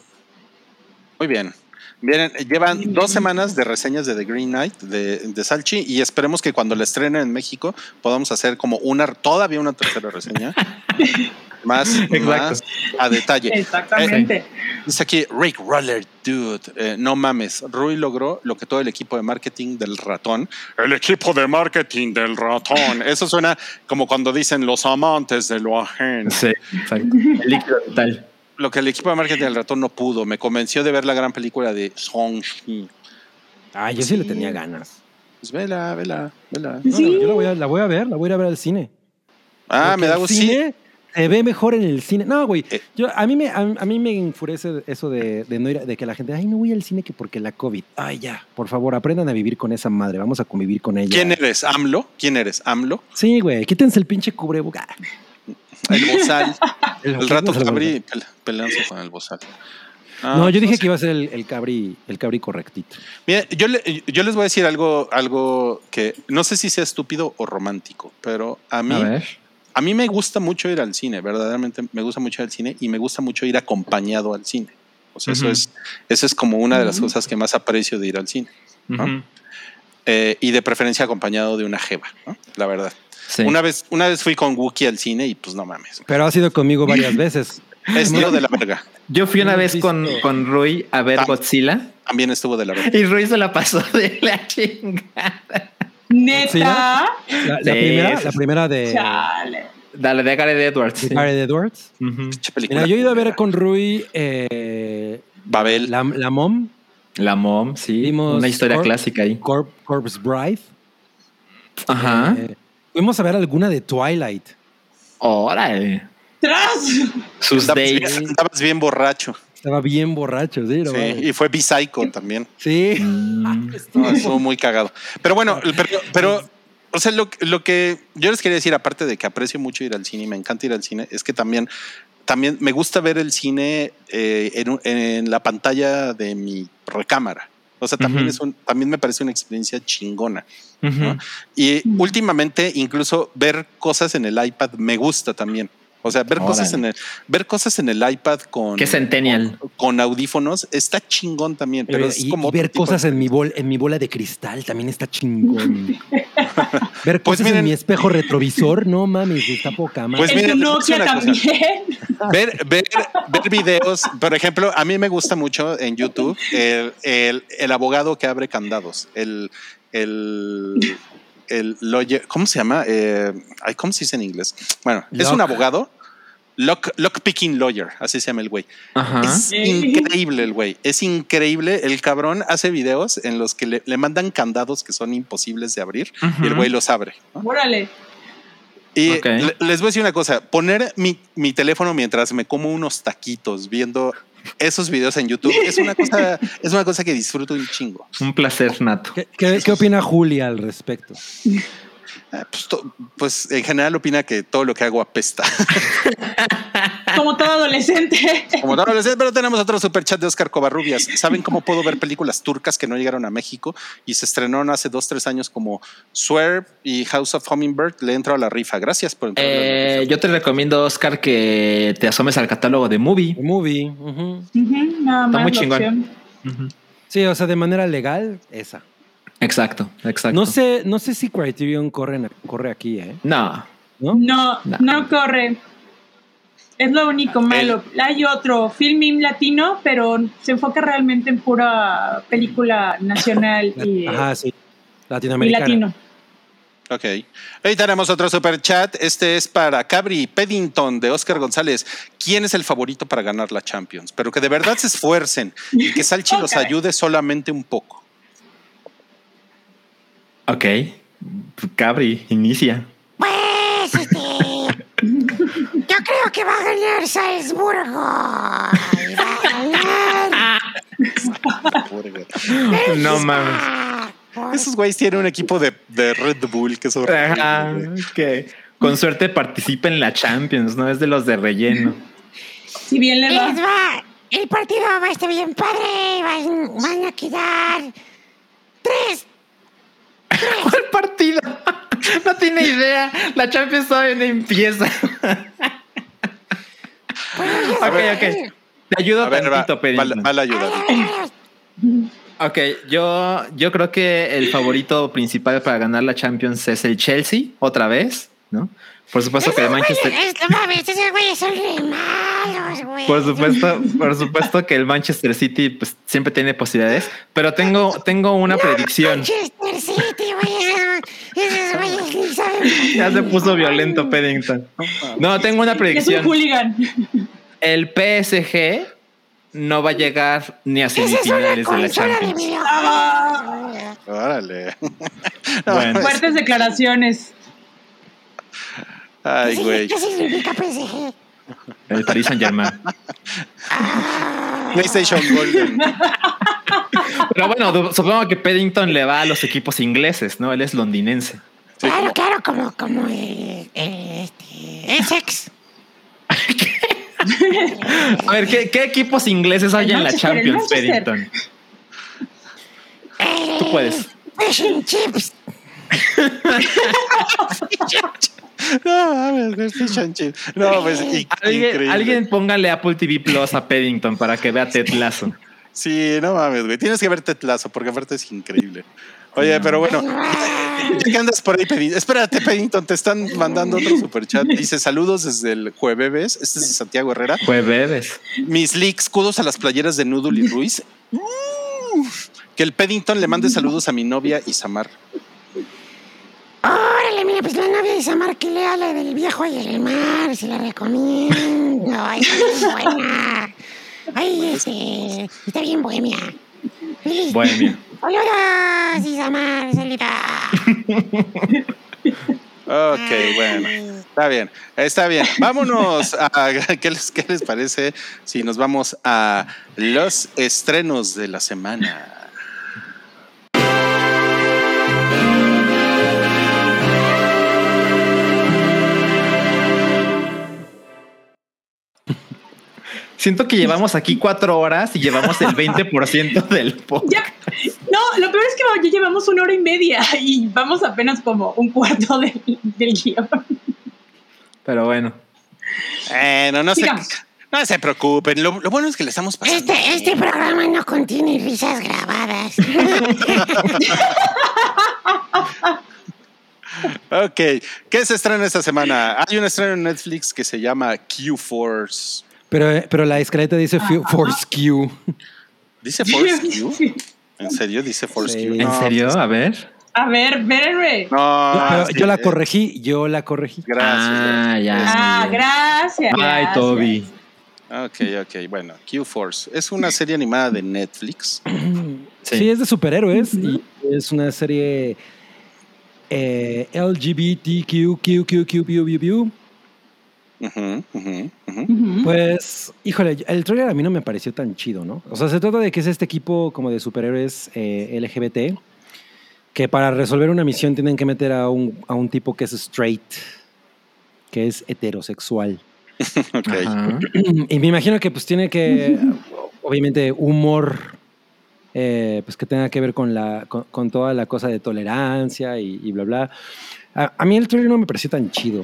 [SPEAKER 4] Muy bien. Vienen, llevan dos semanas de reseñas de The Green Knight de, de Salchi y esperemos que cuando la estrenen en México podamos hacer como una, todavía una tercera reseña más, más a detalle.
[SPEAKER 5] Exactamente.
[SPEAKER 4] Eh, dice aquí Rick Roller, dude, eh, no mames, Rui logró lo que todo el equipo de marketing del ratón, el equipo de marketing del ratón, eso suena como cuando dicen los amantes de lo ajeno.
[SPEAKER 3] Sí, exacto. El líquido vital.
[SPEAKER 4] Lo que el equipo de marketing del ratón no pudo, me convenció de ver la gran película de Shang-Chi.
[SPEAKER 2] Ah, yo sí, le tenía ganas.
[SPEAKER 4] Pues vela, vela, vela.
[SPEAKER 2] No,
[SPEAKER 5] Sí.
[SPEAKER 2] yo la voy, a, la voy a ver, la voy a ir a ver al cine.
[SPEAKER 4] Ah,
[SPEAKER 2] Porque
[SPEAKER 4] me da
[SPEAKER 2] el
[SPEAKER 4] gusto.
[SPEAKER 2] cine se ve mejor en el cine. No, güey.
[SPEAKER 4] Eh.
[SPEAKER 2] Yo, a, mí me, a, a mí me enfurece eso de, de, no ir a- de que la gente, ay, no voy al cine que porque la COVID. Ay, ya, por favor, aprendan a vivir con esa madre. Vamos a convivir con ella.
[SPEAKER 4] ¿Quién eres? ¿AMLO? ¿Quién eres? ¿AMLO?
[SPEAKER 2] Sí, güey, quítense el pinche cubrebocas.
[SPEAKER 4] El bozal.
[SPEAKER 2] El-
[SPEAKER 4] El rato
[SPEAKER 2] el-
[SPEAKER 4] cabrí pel- peleándose con el bozal. Ah,
[SPEAKER 2] No, yo dije
[SPEAKER 4] sé.
[SPEAKER 2] que iba a ser el, el cabri, el cabri correctito.
[SPEAKER 4] Mira, yo, le- yo les voy a decir algo, algo que no sé si sea estúpido o romántico, pero a mí,
[SPEAKER 3] A ver.
[SPEAKER 4] a mí me gusta mucho ir al cine, verdaderamente me gusta mucho ir al cine y me gusta mucho ir acompañado al cine. O sea,
[SPEAKER 3] Ujú.
[SPEAKER 4] eso es, eso es como una de las cosas que más aprecio de ir al cine. ¿no?
[SPEAKER 3] Ujú.
[SPEAKER 4] Eh, y de preferencia acompañado de una jeva, ¿no? La verdad.
[SPEAKER 3] Sí.
[SPEAKER 4] Una vez, una vez fui con Wookie al cine y pues no mames.
[SPEAKER 2] Pero ha sido conmigo varias veces.
[SPEAKER 4] Estuvo de la verga.
[SPEAKER 3] Yo fui una
[SPEAKER 2] Hemos
[SPEAKER 3] vez con,
[SPEAKER 2] visto-
[SPEAKER 3] con Rui a ver
[SPEAKER 4] Ah.
[SPEAKER 3] Godzilla
[SPEAKER 4] También estuvo de la verga.
[SPEAKER 3] y Rui se la pasó de la chingada.
[SPEAKER 5] Neta.
[SPEAKER 2] ¿Sí, no? La, la
[SPEAKER 3] Sí,
[SPEAKER 2] primera,
[SPEAKER 3] sí,
[SPEAKER 2] la
[SPEAKER 3] sí.
[SPEAKER 2] primera de,
[SPEAKER 5] Chale.
[SPEAKER 3] Dale, de Gareth Edwards.
[SPEAKER 2] de
[SPEAKER 3] sí.
[SPEAKER 2] Gareth Edwards.
[SPEAKER 3] Ujú.
[SPEAKER 4] Pinche película
[SPEAKER 2] Mira, yo he ido a ver
[SPEAKER 4] culera.
[SPEAKER 2] con Rui eh,
[SPEAKER 4] Babel.
[SPEAKER 2] la, la Mom,
[SPEAKER 3] La Mom, sí.
[SPEAKER 2] Vimos
[SPEAKER 3] Una historia
[SPEAKER 2] Corp-
[SPEAKER 3] clásica ahí.
[SPEAKER 2] Corp, Corpse Bride.
[SPEAKER 3] Ajá.
[SPEAKER 2] Eh, fuimos a ver alguna de Twilight.
[SPEAKER 3] Órale.
[SPEAKER 5] ¡Tras!
[SPEAKER 3] Sus
[SPEAKER 4] Andabas
[SPEAKER 3] dates.
[SPEAKER 4] bien, andabas bien borracho.
[SPEAKER 2] Estaba bien borracho, sí. no
[SPEAKER 4] Sí,
[SPEAKER 2] mames.
[SPEAKER 4] y fue B-Psycho también.
[SPEAKER 2] Sí.
[SPEAKER 3] Mm.
[SPEAKER 4] No, estuvo muy cagado. Pero bueno, pero, pero o sea, lo, lo que yo les quería decir, aparte de que aprecio mucho ir al cine y me encanta ir al cine, es que también, también me gusta ver el cine eh, en, un- en la pantalla de mi recámara. O sea, también,
[SPEAKER 3] Ujú.
[SPEAKER 4] es un, también me parece una experiencia chingona.
[SPEAKER 3] Ujú.
[SPEAKER 4] ¿no? Y últimamente, incluso ver cosas en el iPad me gusta también. O sea, ver
[SPEAKER 3] Órale.
[SPEAKER 4] cosas en el ver cosas en el iPad con
[SPEAKER 3] Qué centennial.
[SPEAKER 4] con, con audífonos está chingón también, pero es
[SPEAKER 2] y,
[SPEAKER 4] como
[SPEAKER 2] y
[SPEAKER 4] otro
[SPEAKER 2] ver
[SPEAKER 4] tipo de
[SPEAKER 2] cosas en mi, bol, en mi bola de cristal también está chingón. ver
[SPEAKER 4] Pues
[SPEAKER 2] cosas
[SPEAKER 4] miren-
[SPEAKER 2] en mi espejo retrovisor, no mames, está poca madre.
[SPEAKER 4] Pues
[SPEAKER 5] En
[SPEAKER 4] miren,
[SPEAKER 5] tu
[SPEAKER 4] les voy a decir
[SPEAKER 5] Nokia
[SPEAKER 4] una cosa.
[SPEAKER 5] también.
[SPEAKER 4] Ver, ver, ver videos, por ejemplo, a mí me gusta mucho en YouTube el, el, el abogado que abre candados, el, el, el lawyer, ¿cómo se llama? Eh, ay, ¿cómo se dice en inglés? Bueno, es un
[SPEAKER 2] Lock.
[SPEAKER 4] abogado, Lock, Lockpicking Lawyer, así se llama el güey.
[SPEAKER 3] Ajá.
[SPEAKER 4] Es increíble el güey, es increíble. El cabrón hace videos en los que le, le mandan candados que son imposibles de abrir
[SPEAKER 3] Ujú.
[SPEAKER 4] y el güey los abre, ¿no?
[SPEAKER 5] Órale.
[SPEAKER 4] Y
[SPEAKER 3] Ok.
[SPEAKER 4] le- les voy a decir una cosa, poner mi, mi teléfono mientras me como unos taquitos viendo esos videos en YouTube es una cosa, es una cosa que disfruto un chingo.
[SPEAKER 3] Un placer nato.
[SPEAKER 2] ¿Qué, qué, qué opina Julia al respecto?
[SPEAKER 4] Eh, Pues, to- pues en general opina que todo lo que hago apesta.
[SPEAKER 5] Como todo adolescente.
[SPEAKER 4] Como no lo sé, pero tenemos otro superchat de Oscar Covarrubias. ¿Saben cómo puedo ver películas turcas que no llegaron a México y se estrenaron hace dos, tres años como Swerve y House of Hummingbird? Le entro a la rifa. Gracias por entrar a la
[SPEAKER 3] Eh,
[SPEAKER 4] rifa.
[SPEAKER 3] yo te recomiendo, Oscar, que te asomes al catálogo de Movie.
[SPEAKER 2] The Movie. Ujú.
[SPEAKER 5] Ujú, nada más
[SPEAKER 3] muy
[SPEAKER 5] la
[SPEAKER 3] chingón.
[SPEAKER 5] opción.
[SPEAKER 3] Ujú.
[SPEAKER 2] Sí, o sea, de manera legal, esa.
[SPEAKER 3] Exacto, exacto.
[SPEAKER 2] No sé, no sé si Criterion corre, corre aquí, ¿eh?
[SPEAKER 3] No.
[SPEAKER 2] ¿No?
[SPEAKER 5] No,
[SPEAKER 3] No.
[SPEAKER 5] no corre. Es lo único malo. Hay otro Filmim latino, pero se enfoca realmente en pura película nacional y,
[SPEAKER 2] Ajá, sí.
[SPEAKER 5] y
[SPEAKER 2] Latinoamericana.
[SPEAKER 5] latino.
[SPEAKER 4] Ok. Ahí tenemos otro superchat. Este es para Cabri Peddington de Oscar González. ¿Quién es el favorito para ganar la Champions? Pero que de verdad se esfuercen y que Salchi los
[SPEAKER 5] Ok.
[SPEAKER 4] ayude solamente un poco.
[SPEAKER 3] Ok. Cabri, inicia.
[SPEAKER 6] Pues, este. Yo creo que va a ganar Salzburgo. Y va a ganar.
[SPEAKER 3] No mames.
[SPEAKER 6] Ah, por-
[SPEAKER 4] Esos güeyes tienen un equipo de, de Red Bull que es horrible.
[SPEAKER 3] Ajá,
[SPEAKER 4] güey.
[SPEAKER 3] que con suerte participa en la Champions, no es de los de relleno.
[SPEAKER 5] Si bien le
[SPEAKER 6] Les
[SPEAKER 5] va.
[SPEAKER 6] va. El partido va a estar bien padre. Van, van a quedar tres.
[SPEAKER 3] ¿Cuál partido? No tiene idea. La Champions todavía no empieza. Ok, ok. Te ayudo
[SPEAKER 4] A ver, va,
[SPEAKER 3] tantito,
[SPEAKER 4] va,
[SPEAKER 3] Peddington.
[SPEAKER 4] va la ayuda.
[SPEAKER 3] Ok, yo, yo creo que el favorito principal para ganar la Champions es el Chelsea, otra vez, ¿no? Por supuesto que el Manchester...
[SPEAKER 6] Es, no mames, esos güeyes son re malos, güey.
[SPEAKER 3] Por supuesto, por supuesto que el Manchester City pues, siempre tiene posibilidades, pero tengo, tengo una predicción.
[SPEAKER 6] Manchester City, güey. Esos, esos güeyes ni saben.
[SPEAKER 3] Ya se puso violento, Paddington. No, tengo una
[SPEAKER 5] Es un
[SPEAKER 3] predicción.
[SPEAKER 5] hooligan.
[SPEAKER 3] El P S G no va a llegar ni a
[SPEAKER 6] Esa es una
[SPEAKER 3] semifinales de la
[SPEAKER 6] consola de
[SPEAKER 3] Champions.
[SPEAKER 6] videojuegos.
[SPEAKER 4] Órale.
[SPEAKER 3] Bueno,
[SPEAKER 5] Fuertes declaraciones.
[SPEAKER 4] Ay,
[SPEAKER 6] ¿Qué
[SPEAKER 4] güey.
[SPEAKER 6] significa- ¿Qué significa P S G?
[SPEAKER 3] el Paris Saint Germain.
[SPEAKER 4] PlayStation Golden.
[SPEAKER 3] Pero bueno, du- supongo que Paddington le va a los equipos ingleses, ¿no? Él es londinense.
[SPEAKER 6] Claro, claro, como, como el, el, este, Essex.
[SPEAKER 3] A ver, ¿qué, qué equipos ingleses hay
[SPEAKER 5] El
[SPEAKER 3] en la
[SPEAKER 5] Manchester, el
[SPEAKER 3] Champions,
[SPEAKER 5] Manchester.
[SPEAKER 3] Paddington?
[SPEAKER 6] El,
[SPEAKER 3] Tú puedes.
[SPEAKER 6] Fish and chips.
[SPEAKER 4] No, mames, güey, fish and chip. No, pues in-
[SPEAKER 3] ¿Alguien,
[SPEAKER 4] increíble.
[SPEAKER 3] alguien póngale Apple T V Plus a Paddington para que vea Ted Lasso.
[SPEAKER 4] Sí, no mames, güey. Tienes que ver Tetlazo porque aparte es increíble. Oye, pero bueno, ya que andas por ahí, Paddington. Espérate, Paddington, te están mandando otro superchat. Dice saludos desde el jueves. Este es de Santiago Herrera.
[SPEAKER 3] Pues bebes.
[SPEAKER 4] Mis leaks, kudos a las playeras de Noodle y Ruiz. Mm. Que el Paddington le mande saludos a mi novia Isamar.
[SPEAKER 6] Órale, mira, pues la novia de Samar que lea la del viejo y el mar, se la recomiendo. Ay, está bien buena. Ay, este, está bien bohemia. Feliz.
[SPEAKER 3] Bohemia.
[SPEAKER 6] Saludos, Isamar, saludos.
[SPEAKER 4] Ok, bueno. Está bien, está bien. Vámonos a ¿qué les, qué les parece si nos vamos a los estrenos de la semana?
[SPEAKER 3] Siento que llevamos aquí cuatro horas y llevamos el veinte por ciento del podcast.
[SPEAKER 5] Ya. No, lo peor es que ya llevamos una hora y media y vamos apenas como un cuarto del, del guión.
[SPEAKER 3] Pero bueno.
[SPEAKER 4] Bueno, no se,
[SPEAKER 5] Sigamos.
[SPEAKER 4] no se preocupen. Lo, lo bueno es que le estamos pasando.
[SPEAKER 6] Este, este programa no contiene risas grabadas.
[SPEAKER 4] Ok, ¿qué se estrena esta semana? Hay un estreno en Netflix que se llama Q-Force.
[SPEAKER 2] Pero, pero la escaleta dice Fu- Force Q.
[SPEAKER 4] ¿Dice Force Q? ¿En serio dice Force
[SPEAKER 2] Sí.
[SPEAKER 4] Q?
[SPEAKER 3] ¿En
[SPEAKER 4] No,
[SPEAKER 3] serio?
[SPEAKER 4] pues,
[SPEAKER 3] A ver.
[SPEAKER 5] A ver, espérenme.
[SPEAKER 4] No,
[SPEAKER 2] Yo- pero
[SPEAKER 4] sí,
[SPEAKER 2] yo la
[SPEAKER 4] eh,
[SPEAKER 2] corregí, yo la corregí.
[SPEAKER 4] Gracias.
[SPEAKER 3] Ah, ya.
[SPEAKER 5] Ah,
[SPEAKER 3] muy bien.
[SPEAKER 5] gracias.
[SPEAKER 3] Ay,
[SPEAKER 5] gracias.
[SPEAKER 3] Toby.
[SPEAKER 4] Ok, ok, bueno, Q-Force. Es una serie animada de Netflix.
[SPEAKER 3] Sí.
[SPEAKER 2] Sí, es de superhéroes y es una serie eh, L G B T Q Q Q Q Q Q Q.
[SPEAKER 4] Ujú, ujú, ujú.
[SPEAKER 5] Ujú.
[SPEAKER 2] Pues, híjole, el trailer a mí no me pareció tan chido, ¿no? O sea, se trata de que es este equipo como de superhéroes eh, L G B T que para resolver una misión tienen que meter a un, a un tipo que es straight, que es heterosexual.
[SPEAKER 4] Ok.
[SPEAKER 3] Ajá.
[SPEAKER 2] Y me imagino que pues tiene que, obviamente, humor, eh, pues que tenga que ver con, la, con, con toda la cosa de tolerancia y, y bla, bla. A, a mí el trailer no me pareció tan chido.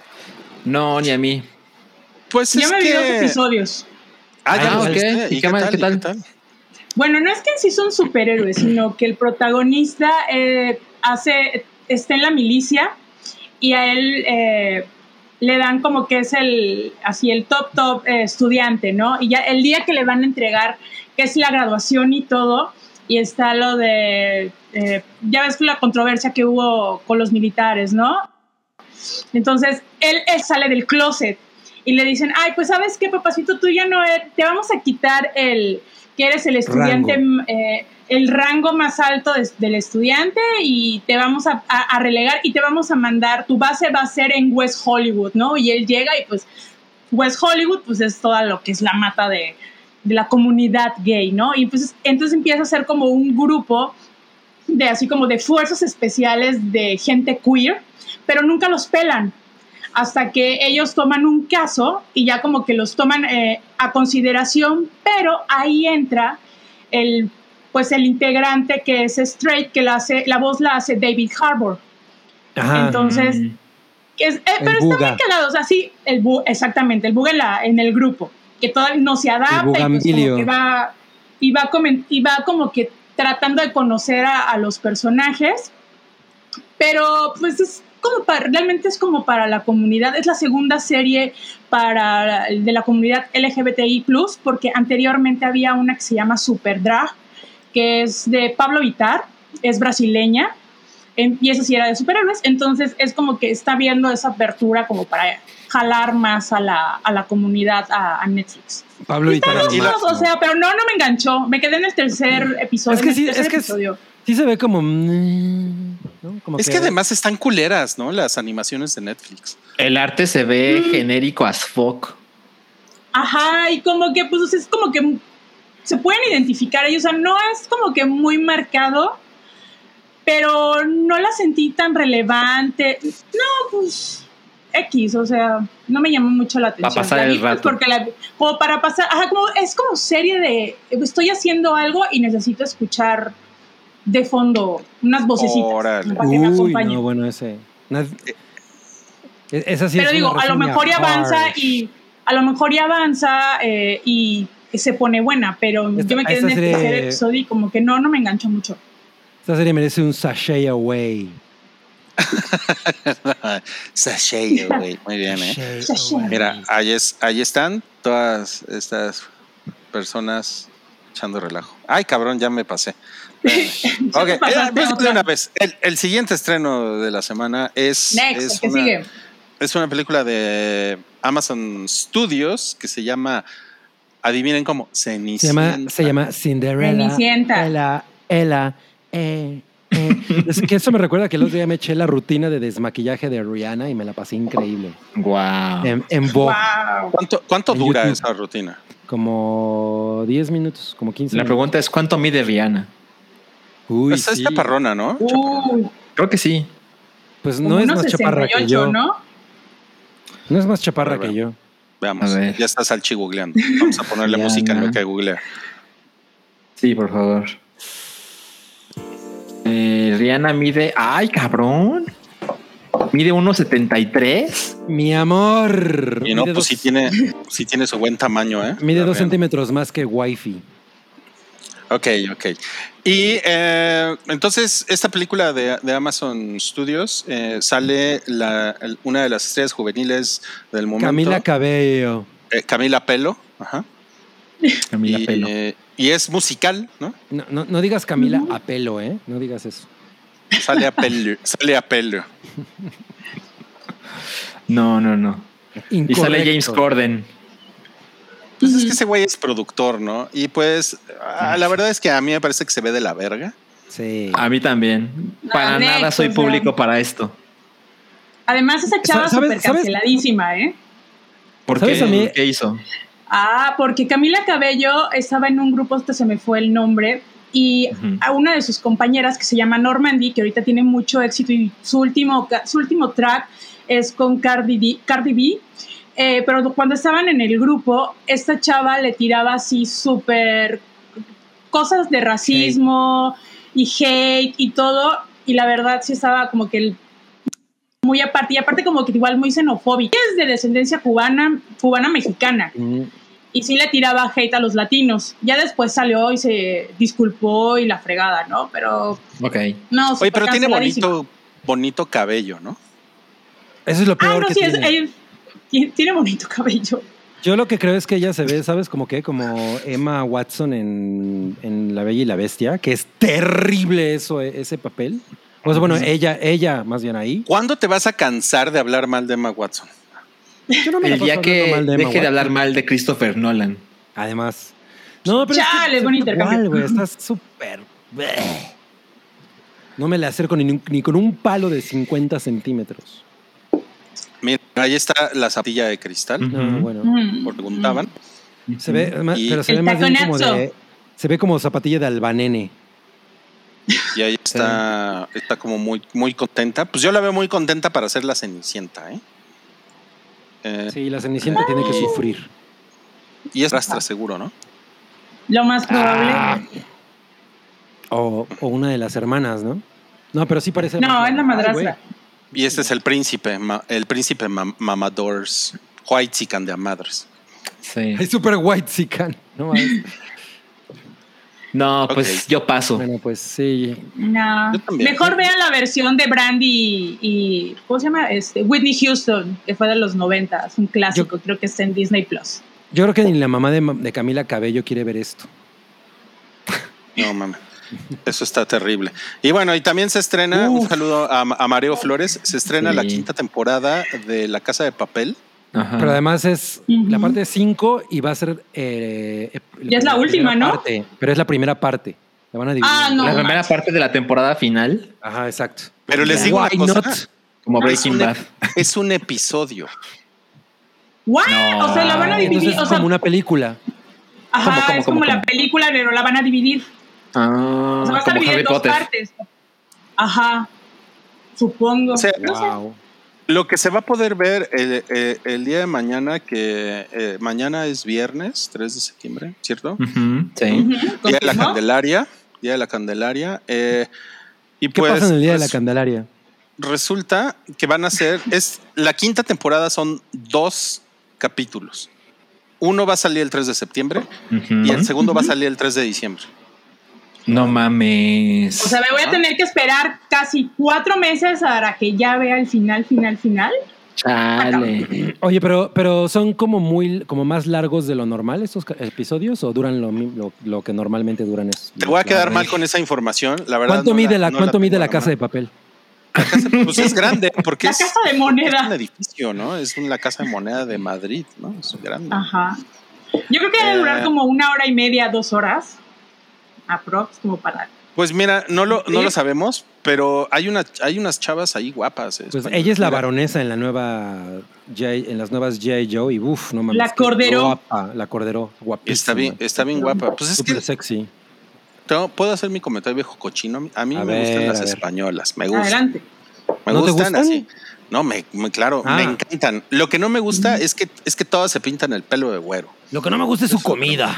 [SPEAKER 3] No, ni a mí.
[SPEAKER 4] Pues
[SPEAKER 5] Ya
[SPEAKER 4] es
[SPEAKER 5] me vi dos
[SPEAKER 4] que.
[SPEAKER 5] episodios.
[SPEAKER 4] Ah, ya
[SPEAKER 3] Ah,
[SPEAKER 4] lo
[SPEAKER 3] ok.
[SPEAKER 4] viste.
[SPEAKER 3] ¿Y qué mal- qué tal?
[SPEAKER 5] Bueno, no es que en sí son superhéroes, sino que el protagonista eh, hace, está en la milicia y a él eh, le dan como que es el así el top top eh, estudiante, ¿no? Y ya el día que le van a entregar, que es la graduación y todo, y está lo de, eh, ya ves la controversia que hubo con los militares, ¿no? Entonces, él, él sale del closet y le dicen, ay, pues ¿sabes qué, papacito? Tú ya no eres, te vamos a quitar el que eres el estudiante,
[SPEAKER 2] Rango.
[SPEAKER 5] eh, el rango más alto de, del estudiante y te vamos a, a, a relegar y te vamos a mandar, tu base va a ser en West Hollywood, ¿no? Y él llega y pues West Hollywood pues es toda lo que es la mata de, de la comunidad gay, ¿no? Y pues entonces empieza a ser como un grupo de así como de fuerzas especiales de gente queer, pero nunca los pelan hasta que ellos toman un caso y ya como que los toman eh, a consideración, pero ahí entra el, pues el integrante que es straight, que la, hace, la voz la hace David Harbour.
[SPEAKER 2] Ajá.
[SPEAKER 5] Entonces,
[SPEAKER 3] Mm.
[SPEAKER 5] es, eh,
[SPEAKER 2] El
[SPEAKER 5] pero
[SPEAKER 2] buga.
[SPEAKER 5] está muy cagado, o sea, sí, el bu exactamente, el buga en, la, en el grupo, que todavía no se adapta y pues
[SPEAKER 2] bugambilio.
[SPEAKER 5] como que va, y va, coment, y va como que tratando de conocer a, a los personajes, pero pues es como para, realmente es como para la comunidad, es la segunda serie para de la comunidad L G B T I plus, porque anteriormente había una que se llama Super Drag, que es de Pablo Vittar, es brasileña, y esa sí era de superhéroes, entonces es como que está viendo esa apertura como para jalar más a la, a la comunidad, a, a Netflix.
[SPEAKER 2] Pablo
[SPEAKER 5] Está
[SPEAKER 2] Vittar.
[SPEAKER 5] los dos, o sea, pero no, no me enganchó, me quedé en el tercer episodio.
[SPEAKER 2] Es que
[SPEAKER 5] en el
[SPEAKER 2] sí,
[SPEAKER 5] tercer
[SPEAKER 2] es que
[SPEAKER 5] episodio.
[SPEAKER 2] sí se ve como, mm, ¿no? Como
[SPEAKER 4] Es que además están culeras, ¿no? Las animaciones de Netflix.
[SPEAKER 3] El arte se ve genérico as fuck.
[SPEAKER 5] Ajá, y como que, pues, es como que se pueden identificar ellos, o sea, no es como que muy marcado, pero no la sentí tan relevante. No, pues, X, o sea, no me llamó mucho la atención.
[SPEAKER 3] Para pasar
[SPEAKER 5] La
[SPEAKER 3] el
[SPEAKER 5] vi, pues,
[SPEAKER 3] rato.
[SPEAKER 5] porque la, como para pasar, ajá, como, es como serie de, estoy haciendo algo y necesito escuchar de fondo unas vocecitas
[SPEAKER 4] Órale.
[SPEAKER 5] para que me
[SPEAKER 2] Uy,
[SPEAKER 5] acompañen.
[SPEAKER 2] no, bueno, ese. no es- e- esa sí
[SPEAKER 5] Pero
[SPEAKER 2] es
[SPEAKER 5] digo,
[SPEAKER 2] una
[SPEAKER 5] a lo
[SPEAKER 2] reseña
[SPEAKER 5] mejor ya avanza
[SPEAKER 2] harsh.
[SPEAKER 5] y a lo mejor ya avanza eh, y se pone buena, pero
[SPEAKER 2] Esta-
[SPEAKER 5] yo me quedé
[SPEAKER 2] esta
[SPEAKER 5] en el
[SPEAKER 2] serie-
[SPEAKER 5] tercer episodio y como que no, no me enganchó mucho.
[SPEAKER 2] Esta serie merece un sachet away.
[SPEAKER 4] Sashay, güey. Muy bien, ¿eh?
[SPEAKER 2] Sachet
[SPEAKER 5] Sachet.
[SPEAKER 2] away.
[SPEAKER 4] Mira, ahí, es, ahí están todas estas personas echando relajo. Ay, cabrón, ya me pasé. Espérame.
[SPEAKER 5] Ya
[SPEAKER 4] Ok,
[SPEAKER 5] te
[SPEAKER 4] eh,
[SPEAKER 5] pasaste
[SPEAKER 4] pues, de
[SPEAKER 5] otra.
[SPEAKER 4] una vez. El, el siguiente estreno de la semana es,
[SPEAKER 5] Next,
[SPEAKER 4] es,
[SPEAKER 5] el que
[SPEAKER 4] una,
[SPEAKER 5] sigue.
[SPEAKER 4] es una película de Amazon Studios que se llama, adivinen cómo,
[SPEAKER 2] Se
[SPEAKER 4] Cenicienta.
[SPEAKER 2] llama, se llama Cinderella.
[SPEAKER 5] Cenicienta.
[SPEAKER 2] Ella, ella, eh, eh. Es que eso me recuerda que el otro día me eché la rutina de desmaquillaje de Rihanna y me la pasé increíble.
[SPEAKER 3] Wow.
[SPEAKER 2] En, en Vogue,
[SPEAKER 5] Wow.
[SPEAKER 4] ¿Cuánto, cuánto
[SPEAKER 2] En
[SPEAKER 4] dura
[SPEAKER 2] YouTube.
[SPEAKER 4] esa rutina?
[SPEAKER 2] como diez minutos, como quince
[SPEAKER 3] La
[SPEAKER 2] minutos.
[SPEAKER 3] pregunta es ¿cuánto mide Rihanna?
[SPEAKER 2] Uy,
[SPEAKER 4] Pues es
[SPEAKER 2] sí.
[SPEAKER 4] chaparrona, ¿no? Chaparrona.
[SPEAKER 5] Uy,
[SPEAKER 3] Creo que sí.
[SPEAKER 2] Pues
[SPEAKER 5] como
[SPEAKER 2] no es
[SPEAKER 5] unos
[SPEAKER 2] más chaparra que
[SPEAKER 5] sesenta y ocho,
[SPEAKER 2] yo.
[SPEAKER 5] ¿no?
[SPEAKER 2] No es más chaparra
[SPEAKER 4] A ver,
[SPEAKER 2] que yo.
[SPEAKER 4] Veamos.
[SPEAKER 3] A ver.
[SPEAKER 4] Ya estás al googleando. Vamos a ponerle
[SPEAKER 3] Rihanna.
[SPEAKER 4] música en lo que googlea.
[SPEAKER 3] Sí, por favor. Eh, Rihanna mide. ¡Ay, cabrón! Mide uno setenta y tres.
[SPEAKER 2] Mi amor.
[SPEAKER 4] Y no,
[SPEAKER 2] mide
[SPEAKER 4] pues
[SPEAKER 2] dos,
[SPEAKER 4] sí tiene, sí tiene su buen tamaño, ¿eh?
[SPEAKER 2] mide
[SPEAKER 4] La
[SPEAKER 2] dos
[SPEAKER 4] Rihanna.
[SPEAKER 2] centímetros más que Wi-Fi.
[SPEAKER 4] Ok, ok. Y eh, entonces, esta película de, de Amazon Studios eh, sale la, el- una de las estrellas juveniles del momento.
[SPEAKER 2] Camila Cabello.
[SPEAKER 4] eh, Camila Pelo. Ajá.
[SPEAKER 3] Camila
[SPEAKER 4] y,
[SPEAKER 3] Pelo.
[SPEAKER 4] eh, y es musical, ¿no?
[SPEAKER 2] No, no, no digas Camila a pelo, ¿eh? No digas eso.
[SPEAKER 4] Sale a pelo. Sale a pelo.
[SPEAKER 3] No, no, no. Y sale James Corden.
[SPEAKER 4] Pues es que ese güey es productor, ¿no? Y pues, ah, la verdad es que a mí me parece que se ve de la verga.
[SPEAKER 2] Sí.
[SPEAKER 3] A mí también. Para
[SPEAKER 5] Ah,
[SPEAKER 3] nada
[SPEAKER 5] next,
[SPEAKER 3] soy
[SPEAKER 5] o sea.
[SPEAKER 3] público para esto.
[SPEAKER 5] Además, esa chava
[SPEAKER 2] ¿Sabes-
[SPEAKER 5] súper
[SPEAKER 2] sabes?
[SPEAKER 5] canceladísima, ¿eh?
[SPEAKER 3] ¿Por
[SPEAKER 2] ¿Sabes
[SPEAKER 3] qué?
[SPEAKER 2] a mí?
[SPEAKER 3] ¿Qué hizo?
[SPEAKER 5] Ah, porque Camila Cabello estaba en un grupo, hasta se me fue el nombre, y
[SPEAKER 3] Ujú.
[SPEAKER 5] a una de sus compañeras que se llama Normandy, que ahorita tiene mucho éxito y su último, su último track es con Cardi B, Cardi B. Eh, pero cuando estaban en el grupo, esta chava le tiraba así súper cosas de racismo y hate y todo, y la verdad sí estaba como que el muy aparte, y aparte como que igual muy xenofóbica. Es de descendencia cubana, cubana-mexicana,
[SPEAKER 2] Mm.
[SPEAKER 5] y sí le tiraba hate a los latinos. Ya después salió y se disculpó y la fregada, ¿no? Pero
[SPEAKER 3] Ok.
[SPEAKER 5] no,
[SPEAKER 4] Oye, pero tiene
[SPEAKER 5] canceladísima.
[SPEAKER 4] bonito, bonito cabello, ¿no?
[SPEAKER 2] Eso es lo
[SPEAKER 5] Ah,
[SPEAKER 2] peor
[SPEAKER 5] no,
[SPEAKER 2] que
[SPEAKER 5] sí, es,
[SPEAKER 2] tiene.
[SPEAKER 5] ella- tiene tiene bonito cabello.
[SPEAKER 2] Yo lo que creo es que ella se ve, ¿sabes? Como que como Emma Watson en, en La Bella y la Bestia, que es terrible eso, ese papel. O sea, bueno, ella, ella más bien ahí.
[SPEAKER 4] ¿Cuándo te vas a cansar de hablar mal de Emma Watson?
[SPEAKER 2] Yo no me la
[SPEAKER 3] El
[SPEAKER 2] paso
[SPEAKER 3] día
[SPEAKER 2] hablando
[SPEAKER 3] que
[SPEAKER 2] mal de Emma
[SPEAKER 3] deje de hablar
[SPEAKER 2] Watson.
[SPEAKER 3] mal de Christopher Nolan.
[SPEAKER 2] Además. No, pero
[SPEAKER 5] Chale,
[SPEAKER 2] es que
[SPEAKER 5] buen
[SPEAKER 2] es
[SPEAKER 5] intercambio.
[SPEAKER 2] igual, güey. Estás súper. No me la acerco ni, ni con un palo de cincuenta centímetros.
[SPEAKER 4] Mira, ahí está la zapatilla de cristal,
[SPEAKER 3] Ujú.
[SPEAKER 2] No, bueno.
[SPEAKER 5] Mm.
[SPEAKER 4] por preguntaban.
[SPEAKER 2] Se ve, ma-
[SPEAKER 4] Y-
[SPEAKER 2] pero se
[SPEAKER 5] El
[SPEAKER 2] ve más bien como
[SPEAKER 5] taconazo.
[SPEAKER 2] de. Se ve como zapatilla de albanene.
[SPEAKER 4] Y ahí está, está como muy, muy contenta. Pues yo la veo muy contenta para hacer la Cenicienta, ¿eh? Eh,
[SPEAKER 2] Sí, la Cenicienta tiene que sufrir.
[SPEAKER 4] Y es rastra seguro, ¿no?
[SPEAKER 5] Lo más probable.
[SPEAKER 2] Ah. O, o una de las hermanas, ¿no? No, pero sí parece.
[SPEAKER 5] No,
[SPEAKER 2] más
[SPEAKER 5] es la
[SPEAKER 2] Ay,
[SPEAKER 5] madrastra.
[SPEAKER 2] güey.
[SPEAKER 4] Y este es el príncipe, ma- el príncipe mam- mamadors, white chican de amadres.
[SPEAKER 3] Sí.
[SPEAKER 2] Ay, súper white sican. No mames.
[SPEAKER 3] No, pues
[SPEAKER 4] Ok.
[SPEAKER 3] yo paso.
[SPEAKER 2] Bueno, pues sí.
[SPEAKER 5] No.
[SPEAKER 4] Yo también.
[SPEAKER 5] Mejor vean la versión de Brandy y, ¿cómo se llama? Este, Whitney Houston, que fue de los noventa, es un clásico, creo que está en Disney Plus.
[SPEAKER 2] Yo creo que ni la mamá de, Ma- de Camila Cabello quiere ver esto.
[SPEAKER 4] No mames. Eso está terrible. Y bueno, y también se estrena, un
[SPEAKER 2] Uf.
[SPEAKER 4] saludo a, a Mario Flores, se estrena
[SPEAKER 3] Sí.
[SPEAKER 4] la quinta temporada de La Casa de Papel.
[SPEAKER 3] Ajá.
[SPEAKER 2] Pero además es
[SPEAKER 5] Ujú.
[SPEAKER 2] la parte cinco y va a ser. Eh, eh,
[SPEAKER 5] Ya es la última,
[SPEAKER 2] primera
[SPEAKER 5] ¿no?
[SPEAKER 2] parte, pero es la primera parte. La van a dividir.
[SPEAKER 5] Ah, no.
[SPEAKER 3] La primera parte de la temporada final,
[SPEAKER 2] Ajá, exacto.
[SPEAKER 4] Pero les
[SPEAKER 3] Ya.
[SPEAKER 4] digo una
[SPEAKER 2] Why
[SPEAKER 4] cosa,
[SPEAKER 2] not?
[SPEAKER 3] como
[SPEAKER 4] es
[SPEAKER 3] Breaking
[SPEAKER 4] un,
[SPEAKER 3] Bad.
[SPEAKER 4] es un episodio.
[SPEAKER 5] ¿What?
[SPEAKER 3] No.
[SPEAKER 5] O sea, la van a dividir.
[SPEAKER 2] Entonces
[SPEAKER 5] O
[SPEAKER 2] es
[SPEAKER 5] sea,
[SPEAKER 2] como una película.
[SPEAKER 5] ajá,
[SPEAKER 3] ¿Cómo, cómo,
[SPEAKER 5] es
[SPEAKER 3] cómo,
[SPEAKER 5] como la
[SPEAKER 3] cómo?
[SPEAKER 5] película, pero la van a dividir.
[SPEAKER 3] Ah,
[SPEAKER 5] O sea, va a estar
[SPEAKER 3] como
[SPEAKER 5] dividida
[SPEAKER 3] Harry
[SPEAKER 5] en dos
[SPEAKER 3] Potter.
[SPEAKER 5] partes. Ajá. Supongo.
[SPEAKER 4] O sea,
[SPEAKER 5] no sé.
[SPEAKER 2] Wow.
[SPEAKER 4] Lo que se va a poder ver el, el- el día de mañana, que eh, mañana es viernes, tres de septiembre, ¿cierto?
[SPEAKER 3] Ujú, sí.
[SPEAKER 5] Ujú,
[SPEAKER 4] Día de la
[SPEAKER 5] ¿confirmó?
[SPEAKER 4] Candelaria, Día de la Candelaria. eh, y
[SPEAKER 2] ¿Qué
[SPEAKER 4] pues
[SPEAKER 2] pasa en el Día de la
[SPEAKER 4] res-
[SPEAKER 2] Candelaria?
[SPEAKER 4] resulta que van a ser, es la quinta temporada, son dos capítulos. Uno va a salir el tres de septiembre
[SPEAKER 3] Ujú.
[SPEAKER 4] y el segundo va a salir el tres de diciembre.
[SPEAKER 3] No mames.
[SPEAKER 5] O sea, me voy a tener que esperar casi cuatro meses para que ya vea el final, final, final.
[SPEAKER 3] Chale.
[SPEAKER 2] Oye, pero, pero son como muy, como más largos de lo normal estos ca- episodios o duran lo, mi- lo, lo que normalmente duran es.
[SPEAKER 4] Te voy a
[SPEAKER 2] la
[SPEAKER 4] quedar
[SPEAKER 2] red?
[SPEAKER 4] mal con esa información, la verdad.
[SPEAKER 2] ¿Cuánto
[SPEAKER 4] no
[SPEAKER 2] mide la,
[SPEAKER 4] no
[SPEAKER 2] cuánto mide
[SPEAKER 4] tengo
[SPEAKER 2] la
[SPEAKER 4] a
[SPEAKER 2] casa
[SPEAKER 4] mano.
[SPEAKER 2] de papel?
[SPEAKER 4] La casa, pues es grande, porque
[SPEAKER 5] La
[SPEAKER 4] es,
[SPEAKER 5] casa de
[SPEAKER 4] es un
[SPEAKER 5] moneda.
[SPEAKER 4] edificio, ¿no? Es un- la casa de moneda de Madrid, ¿no? Es grande.
[SPEAKER 5] Ajá. Yo creo que debe
[SPEAKER 4] Eh.
[SPEAKER 5] durar como una hora y media, dos horas. Aprox, como para.
[SPEAKER 4] Pues mira, no lo, no
[SPEAKER 5] Sí.
[SPEAKER 4] lo sabemos, pero hay una, hay unas chavas ahí guapas. eh,
[SPEAKER 2] Pues
[SPEAKER 4] españolas.
[SPEAKER 2] ella es la
[SPEAKER 4] Mira,
[SPEAKER 2] baronesa en la nueva G I en las nuevas G I Joe y uff, no mames.
[SPEAKER 5] La
[SPEAKER 2] qué
[SPEAKER 5] Cordero.
[SPEAKER 2] Guapa, la Cordero, guapísima.
[SPEAKER 4] Está bien, está bien guapa. Pues es
[SPEAKER 2] Súper
[SPEAKER 4] que
[SPEAKER 2] sexy.
[SPEAKER 4] tengo- puedo hacer mi comentario viejo cochino. A mí
[SPEAKER 2] A
[SPEAKER 4] me
[SPEAKER 2] ver,
[SPEAKER 4] gustan
[SPEAKER 2] a
[SPEAKER 4] las
[SPEAKER 2] ver.
[SPEAKER 4] españolas, me gustan.
[SPEAKER 5] Adelante.
[SPEAKER 4] Me
[SPEAKER 2] ¿No te
[SPEAKER 4] gustan
[SPEAKER 2] gustan?
[SPEAKER 4] así. No, me, me- claro,
[SPEAKER 2] Ah.
[SPEAKER 4] me encantan. Lo que no me gusta es que es que todas se pintan el pelo de güero.
[SPEAKER 2] Lo que no me gusta es su comida.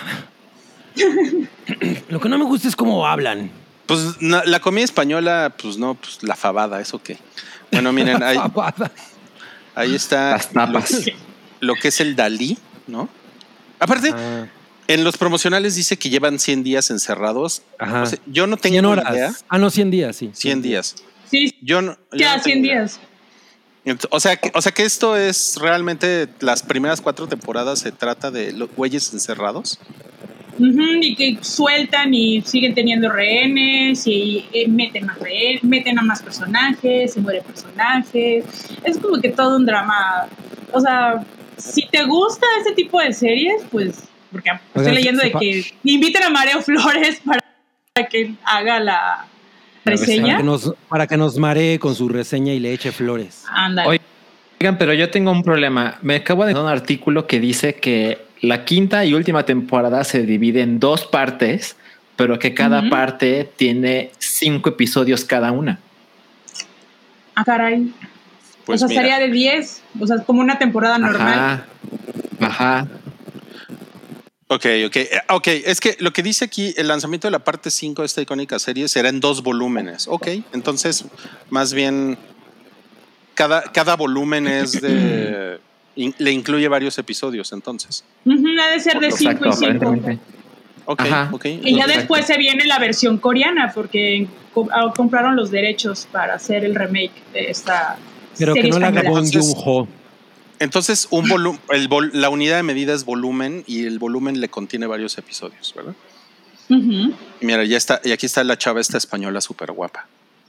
[SPEAKER 2] Lo que no me gusta es cómo hablan.
[SPEAKER 4] Pues na- la comida española, pues no, pues la fabada, eso qué. Bueno, miren, ahí,
[SPEAKER 2] Fabada.
[SPEAKER 4] ahí está
[SPEAKER 3] Las tapas.
[SPEAKER 4] Lo, lo que es el Dalí, ¿no? Aparte,
[SPEAKER 2] Ah,
[SPEAKER 4] en los promocionales dice que llevan cien días encerrados.
[SPEAKER 2] ajá.
[SPEAKER 4] O sea, yo no tengo
[SPEAKER 2] cien horas.
[SPEAKER 4] idea.
[SPEAKER 2] Ah, no, cien días, sí.
[SPEAKER 4] cien días.
[SPEAKER 5] Sí,
[SPEAKER 4] Yo no, yo
[SPEAKER 5] ya
[SPEAKER 4] no
[SPEAKER 5] cien
[SPEAKER 4] tengo idea.
[SPEAKER 5] días.
[SPEAKER 4] Ent- O sea, que, o sea que esto es realmente las primeras cuatro temporadas se trata de los güeyes encerrados.
[SPEAKER 5] Uh-huh, y que sueltan y siguen teniendo rehenes y eh, meten más rehenes, meten a más personajes, se mueren personajes. Es como que todo un drama. O sea, si te gusta ese tipo de series, pues, porque estoy
[SPEAKER 2] Oigan,
[SPEAKER 5] leyendo
[SPEAKER 2] se-
[SPEAKER 5] de
[SPEAKER 2] se
[SPEAKER 5] que inviten a Mario Flores para que haga la reseña.
[SPEAKER 2] Para que, nos, para que nos maree con su reseña y le eche flores.
[SPEAKER 5] Ándale.
[SPEAKER 3] Oye, Oigan, pero yo tengo un problema. Me acabo de dar un artículo que dice que la quinta y última temporada se divide en dos partes, pero que cada
[SPEAKER 5] Ujú.
[SPEAKER 3] parte tiene cinco episodios cada una.
[SPEAKER 5] Ah, caray.
[SPEAKER 4] Pues
[SPEAKER 5] o sea,
[SPEAKER 4] mira.
[SPEAKER 5] sería de diez. O sea, como una temporada normal.
[SPEAKER 3] Ajá. Ajá.
[SPEAKER 4] Ok, ok. Eh, Ok, es que lo que dice aquí, el lanzamiento de la parte cinco de esta icónica serie será en dos volúmenes. Ok, entonces, más bien, cada, cada volumen es de. in- le incluye varios episodios, entonces.
[SPEAKER 5] Ujú, ha de ser de cinco
[SPEAKER 3] Exacto,
[SPEAKER 5] y cinco.
[SPEAKER 3] aparentemente.
[SPEAKER 4] Ok,
[SPEAKER 3] Ajá.
[SPEAKER 4] ok.
[SPEAKER 5] Y ya
[SPEAKER 4] entonces-
[SPEAKER 5] después se viene la versión coreana, porque co- ah, compraron los derechos para hacer el remake de esta
[SPEAKER 2] Pero que
[SPEAKER 5] serie
[SPEAKER 2] no la haga
[SPEAKER 5] española.
[SPEAKER 2] Bong
[SPEAKER 4] Entonces-
[SPEAKER 2] Joon-ho.
[SPEAKER 4] Entonces, un volum- el vol- la unidad de medida es volumen y el volumen le contiene varios episodios, ¿verdad?
[SPEAKER 5] Ujú.
[SPEAKER 4] Y mira, ya está, y aquí está la chava esta española súper guapa.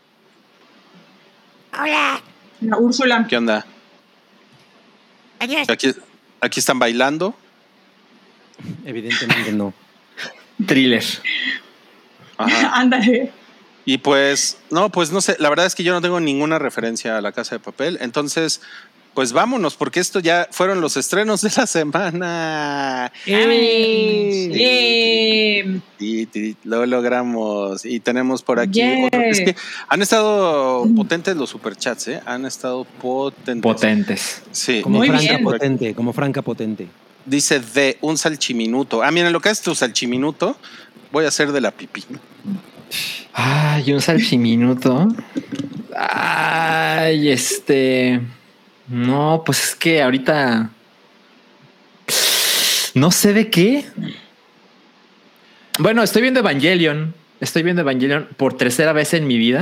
[SPEAKER 6] Hola.
[SPEAKER 5] La Úrsula.
[SPEAKER 4] ¿Qué onda?
[SPEAKER 6] Adiós.
[SPEAKER 4] Aquí, aquí están bailando.
[SPEAKER 2] Evidentemente no.
[SPEAKER 3] Thriller.
[SPEAKER 4] Ajá.
[SPEAKER 5] Ándale.
[SPEAKER 4] Y pues, no, pues no sé, la verdad es que yo no tengo ninguna referencia a La Casa de Papel, entonces, pues vámonos, porque esto ya fueron los estrenos de la semana.
[SPEAKER 5] Eh,
[SPEAKER 4] Y, y lo logramos. Y tenemos por aquí
[SPEAKER 5] Yeah.
[SPEAKER 4] otro. Es que han estado potentes los superchats, ¿eh? Han estado potentes.
[SPEAKER 3] Potentes.
[SPEAKER 4] Sí.
[SPEAKER 2] Como
[SPEAKER 5] Muy
[SPEAKER 2] Franca
[SPEAKER 5] bien.
[SPEAKER 2] Potente, como Franca Potente.
[SPEAKER 4] Dice de un salchiminuto. Ah, miren, lo que es tu salchiminuto, voy a hacer de la pipí.
[SPEAKER 3] Ay, un salchiminuto. Ay, este. No, pues es que ahorita. No sé de qué. Bueno, estoy viendo Evangelion. Estoy viendo Evangelion por tercera vez en mi vida.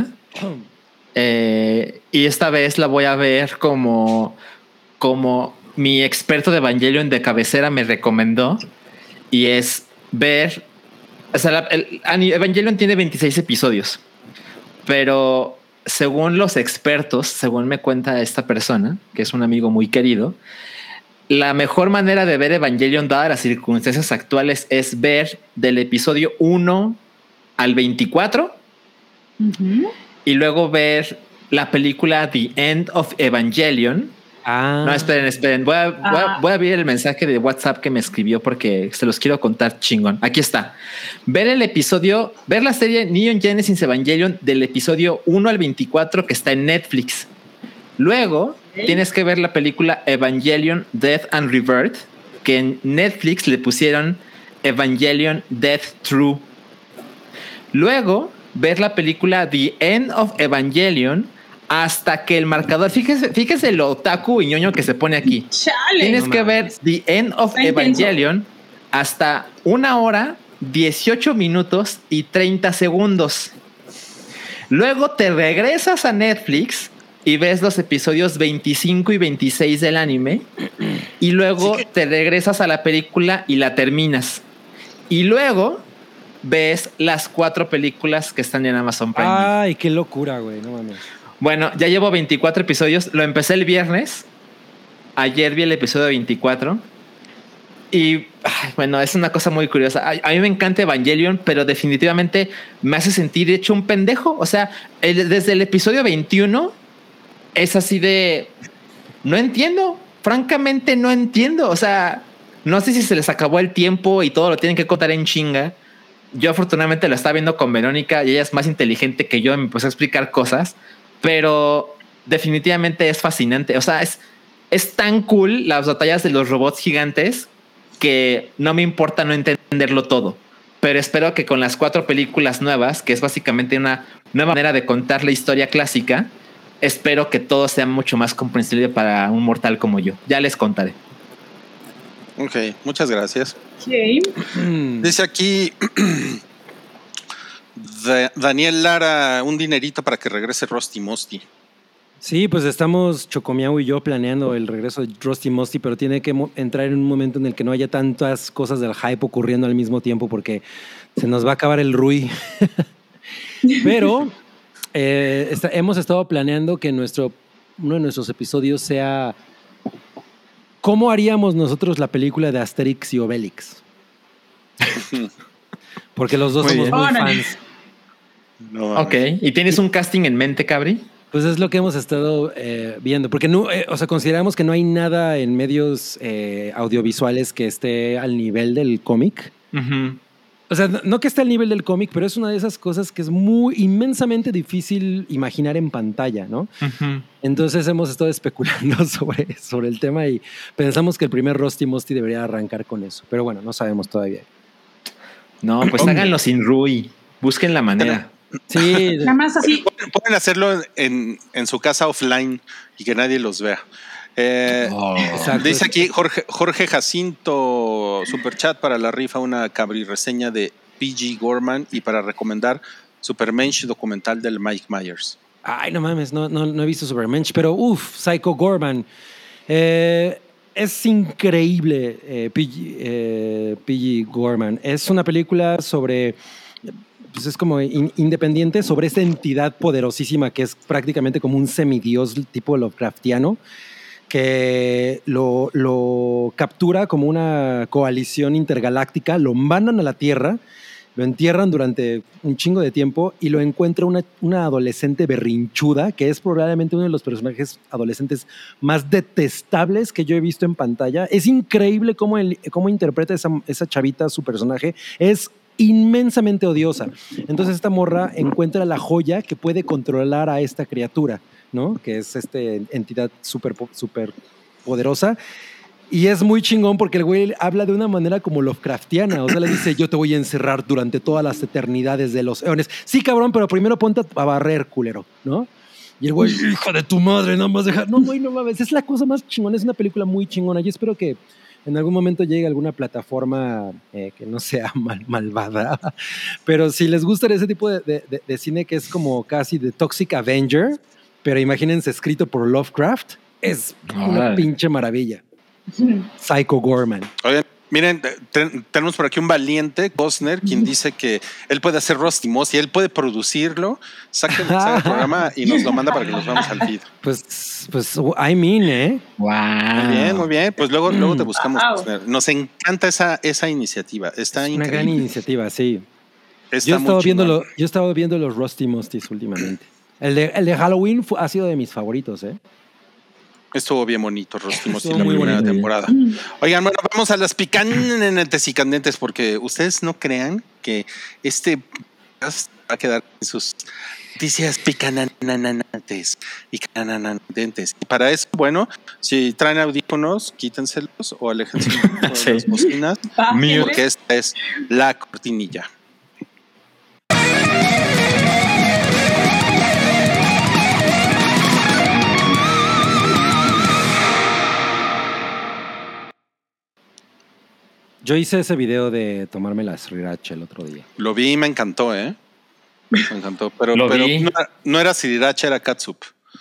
[SPEAKER 3] Eh, y esta vez la voy a ver como, como mi experto de Evangelion de cabecera me recomendó. Y es ver. O sea, la- el, Evangelion tiene veintiséis episodios. Pero según los expertos, según me cuenta esta persona, que es un amigo muy querido, la mejor manera de ver Evangelion, dadas las circunstancias actuales, es ver del episodio uno al veinticuatro
[SPEAKER 5] ujú.
[SPEAKER 3] y luego ver la película The End of Evangelion.
[SPEAKER 2] Ah.
[SPEAKER 3] No, esperen, esperen. Voy a, voy a-
[SPEAKER 5] Ah.
[SPEAKER 3] voy a abrir el mensaje de WhatsApp que me escribió porque se los quiero contar chingón. Aquí está. Ver el episodio, ver la serie Neon Genesis Evangelion del episodio uno al veinticuatro que está en Netflix. Luego
[SPEAKER 5] Ok.
[SPEAKER 3] tienes que ver la película Evangelion Death and Rebirth, que en Netflix le pusieron Evangelion Death True. Luego ver la película The End of Evangelion hasta que el marcador, fíjese, fíjese lo otaku y ñoño que se pone aquí.
[SPEAKER 5] Chale.
[SPEAKER 3] Tienes
[SPEAKER 2] No
[SPEAKER 3] que
[SPEAKER 2] mames.
[SPEAKER 3] ver The End of
[SPEAKER 5] Está intenso.
[SPEAKER 3] Evangelion hasta una hora, dieciocho minutos y treinta segundos. Luego te regresas a Netflix y ves los episodios veinticinco y veintiséis del anime. Y luego
[SPEAKER 4] Sí que-
[SPEAKER 3] te regresas a la película y la terminas. Y luego ves las cuatro películas que están en Amazon Prime.
[SPEAKER 2] Ay, qué locura, güey. No mames.
[SPEAKER 3] Bueno, ya llevo veinticuatro episodios. Lo empecé el viernes. Ayer vi el episodio veinticuatro. Y ay, bueno, es una cosa muy curiosa. A, a mí me encanta Evangelion, pero definitivamente me hace sentir hecho un pendejo. O sea, el- desde el episodio veintiuno es así de... No entiendo. Francamente no entiendo. O sea, no sé si se les acabó el tiempo y todo lo tienen que contar en chinga. Yo afortunadamente lo estaba viendo con Verónica y ella es más inteligente que yo y me empezó a explicar cosas. Pero definitivamente es fascinante. O sea, es, es tan cool las batallas de los robots gigantes que no me importa no entenderlo todo. Pero espero que con las cuatro películas nuevas, que es básicamente una nueva manera de contar la historia clásica, espero que todo sea mucho más comprensible para un mortal como yo. Ya les contaré.
[SPEAKER 4] Ok, muchas gracias.
[SPEAKER 5] Ok.
[SPEAKER 4] Dice aquí Da- Daniel Lara, un dinerito para que regrese Rusty Mosty.
[SPEAKER 2] Sí, pues estamos Chocomiao y yo planeando el regreso de Rusty Musty, pero tiene que mo- entrar en un momento en el que no haya tantas cosas del hype ocurriendo al mismo tiempo porque se nos va a acabar el Rui. Pero eh, está- hemos estado planeando que nuestro, uno de nuestros episodios sea ¿cómo haríamos nosotros la película de Asterix y Obelix? Porque los dos
[SPEAKER 3] Muy
[SPEAKER 2] somos
[SPEAKER 3] bien.
[SPEAKER 2] muy
[SPEAKER 5] Órale.
[SPEAKER 2] fans.
[SPEAKER 4] No,
[SPEAKER 3] Ok. ¿Y tienes un casting en mente, Cabri?
[SPEAKER 2] Pues es lo que hemos estado eh, viendo, porque no, eh, o sea, consideramos que no hay nada en medios eh, audiovisuales que esté al nivel del cómic. O sea, no, no que esté al nivel del cómic, pero es una de esas cosas que es muy inmensamente difícil imaginar en pantalla, ¿no? Entonces hemos estado especulando sobre, sobre el tema y pensamos que el primer Rusty Musty debería arrancar con eso, pero bueno, no sabemos todavía.
[SPEAKER 3] No, pues háganlo sin Rui. Busquen la manera.
[SPEAKER 2] Sí,
[SPEAKER 5] Nada más así.
[SPEAKER 4] Pueden, pueden hacerlo en, en su casa offline y que nadie los vea. Eh,
[SPEAKER 3] Oh.
[SPEAKER 2] exacto.
[SPEAKER 4] Dice aquí Jorge, Jorge Jacinto, superchat para la rifa, una cabri reseña de P G Gorman y para recomendar Supermensch documental del Mike Myers.
[SPEAKER 2] Ay, no mames, no, no, no he visto Supermensch, pero uff, Psycho Gorman. Eh, es increíble, eh, P G, eh, P G Gorman. Es una película sobre, pues es como in- independiente, sobre esta entidad poderosísima que es prácticamente como un semidios tipo Lovecraftiano, que lo, lo captura como una coalición intergaláctica, lo mandan a la Tierra, lo entierran durante un chingo de tiempo y lo encuentra una, una adolescente berrinchuda, que es probablemente uno de los personajes adolescentes más detestables que yo he visto en pantalla. Es increíble cómo, el, cómo interpreta esa, esa chavita su personaje. Es inmensamente odiosa. Entonces esta morra encuentra la joya que puede controlar a esta criatura, ¿no? Que es esta entidad súper super poderosa. Y es muy chingón porque el güey habla de una manera como Lovecraftiana. O sea, le dice, yo te voy a encerrar durante todas las eternidades de los eones. Sí, cabrón, pero primero ponte a barrer, culero, ¿no? Y el güey, hijo de tu madre, nada más deja. No, güey, no mames. Es la cosa más chingona. Es una película muy chingona. Yo espero que en algún momento llegue a alguna plataforma eh, que no sea mal, malvada. Pero si les gusta ese tipo de, de, de, de cine que es como casi de Toxic Avenger, pero imagínense escrito por Lovecraft, es una
[SPEAKER 3] Ay.
[SPEAKER 2] pinche maravilla. Psycho Gorman.
[SPEAKER 4] Oigan, miren, ten- tenemos por aquí un valiente, Costner, quien dice que él puede hacer Rusty Moss y él puede producirlo, saca, saca el programa y nos lo manda para que nos vamos al feed.
[SPEAKER 2] Pues, pues, I mean, ¿eh?
[SPEAKER 3] Wow.
[SPEAKER 4] Muy bien, muy bien. Pues luego, luego te buscamos,
[SPEAKER 5] Wow.
[SPEAKER 4] Costner. Nos encanta esa, esa iniciativa. Está
[SPEAKER 2] Es una
[SPEAKER 4] increíble.
[SPEAKER 2] gran iniciativa, sí.
[SPEAKER 4] Está
[SPEAKER 2] Yo he,
[SPEAKER 4] muy
[SPEAKER 2] estado viendo
[SPEAKER 4] chingón.
[SPEAKER 2] lo- yo he estado viendo los Rusty Musties últimamente. El de, el de Halloween fu- ha sido de mis favoritos, ¿eh?
[SPEAKER 4] Estuvo bien bonito, Rusty Moss,
[SPEAKER 2] Estuvo
[SPEAKER 4] la
[SPEAKER 2] muy
[SPEAKER 4] primera
[SPEAKER 2] bonito.
[SPEAKER 4] temporada. Oigan, bueno, vamos a las picantes y candentes, porque ustedes no crean que este podcast va a quedar en sus noticias picanananantes y cananantes. Y para eso, bueno, si traen audífonos, quítenselos o aléjense un poco de
[SPEAKER 3] Sí.
[SPEAKER 4] las bocinas,
[SPEAKER 5] Bájenle.
[SPEAKER 4] porque esta es la cortinilla.
[SPEAKER 2] Yo hice ese video de tomarme la sriracha el otro día.
[SPEAKER 4] Lo vi y me encantó, ¿eh? Me encantó, pero,
[SPEAKER 3] Lo
[SPEAKER 4] pero
[SPEAKER 3] vi.
[SPEAKER 4] no, era- no era sriracha, era catsup.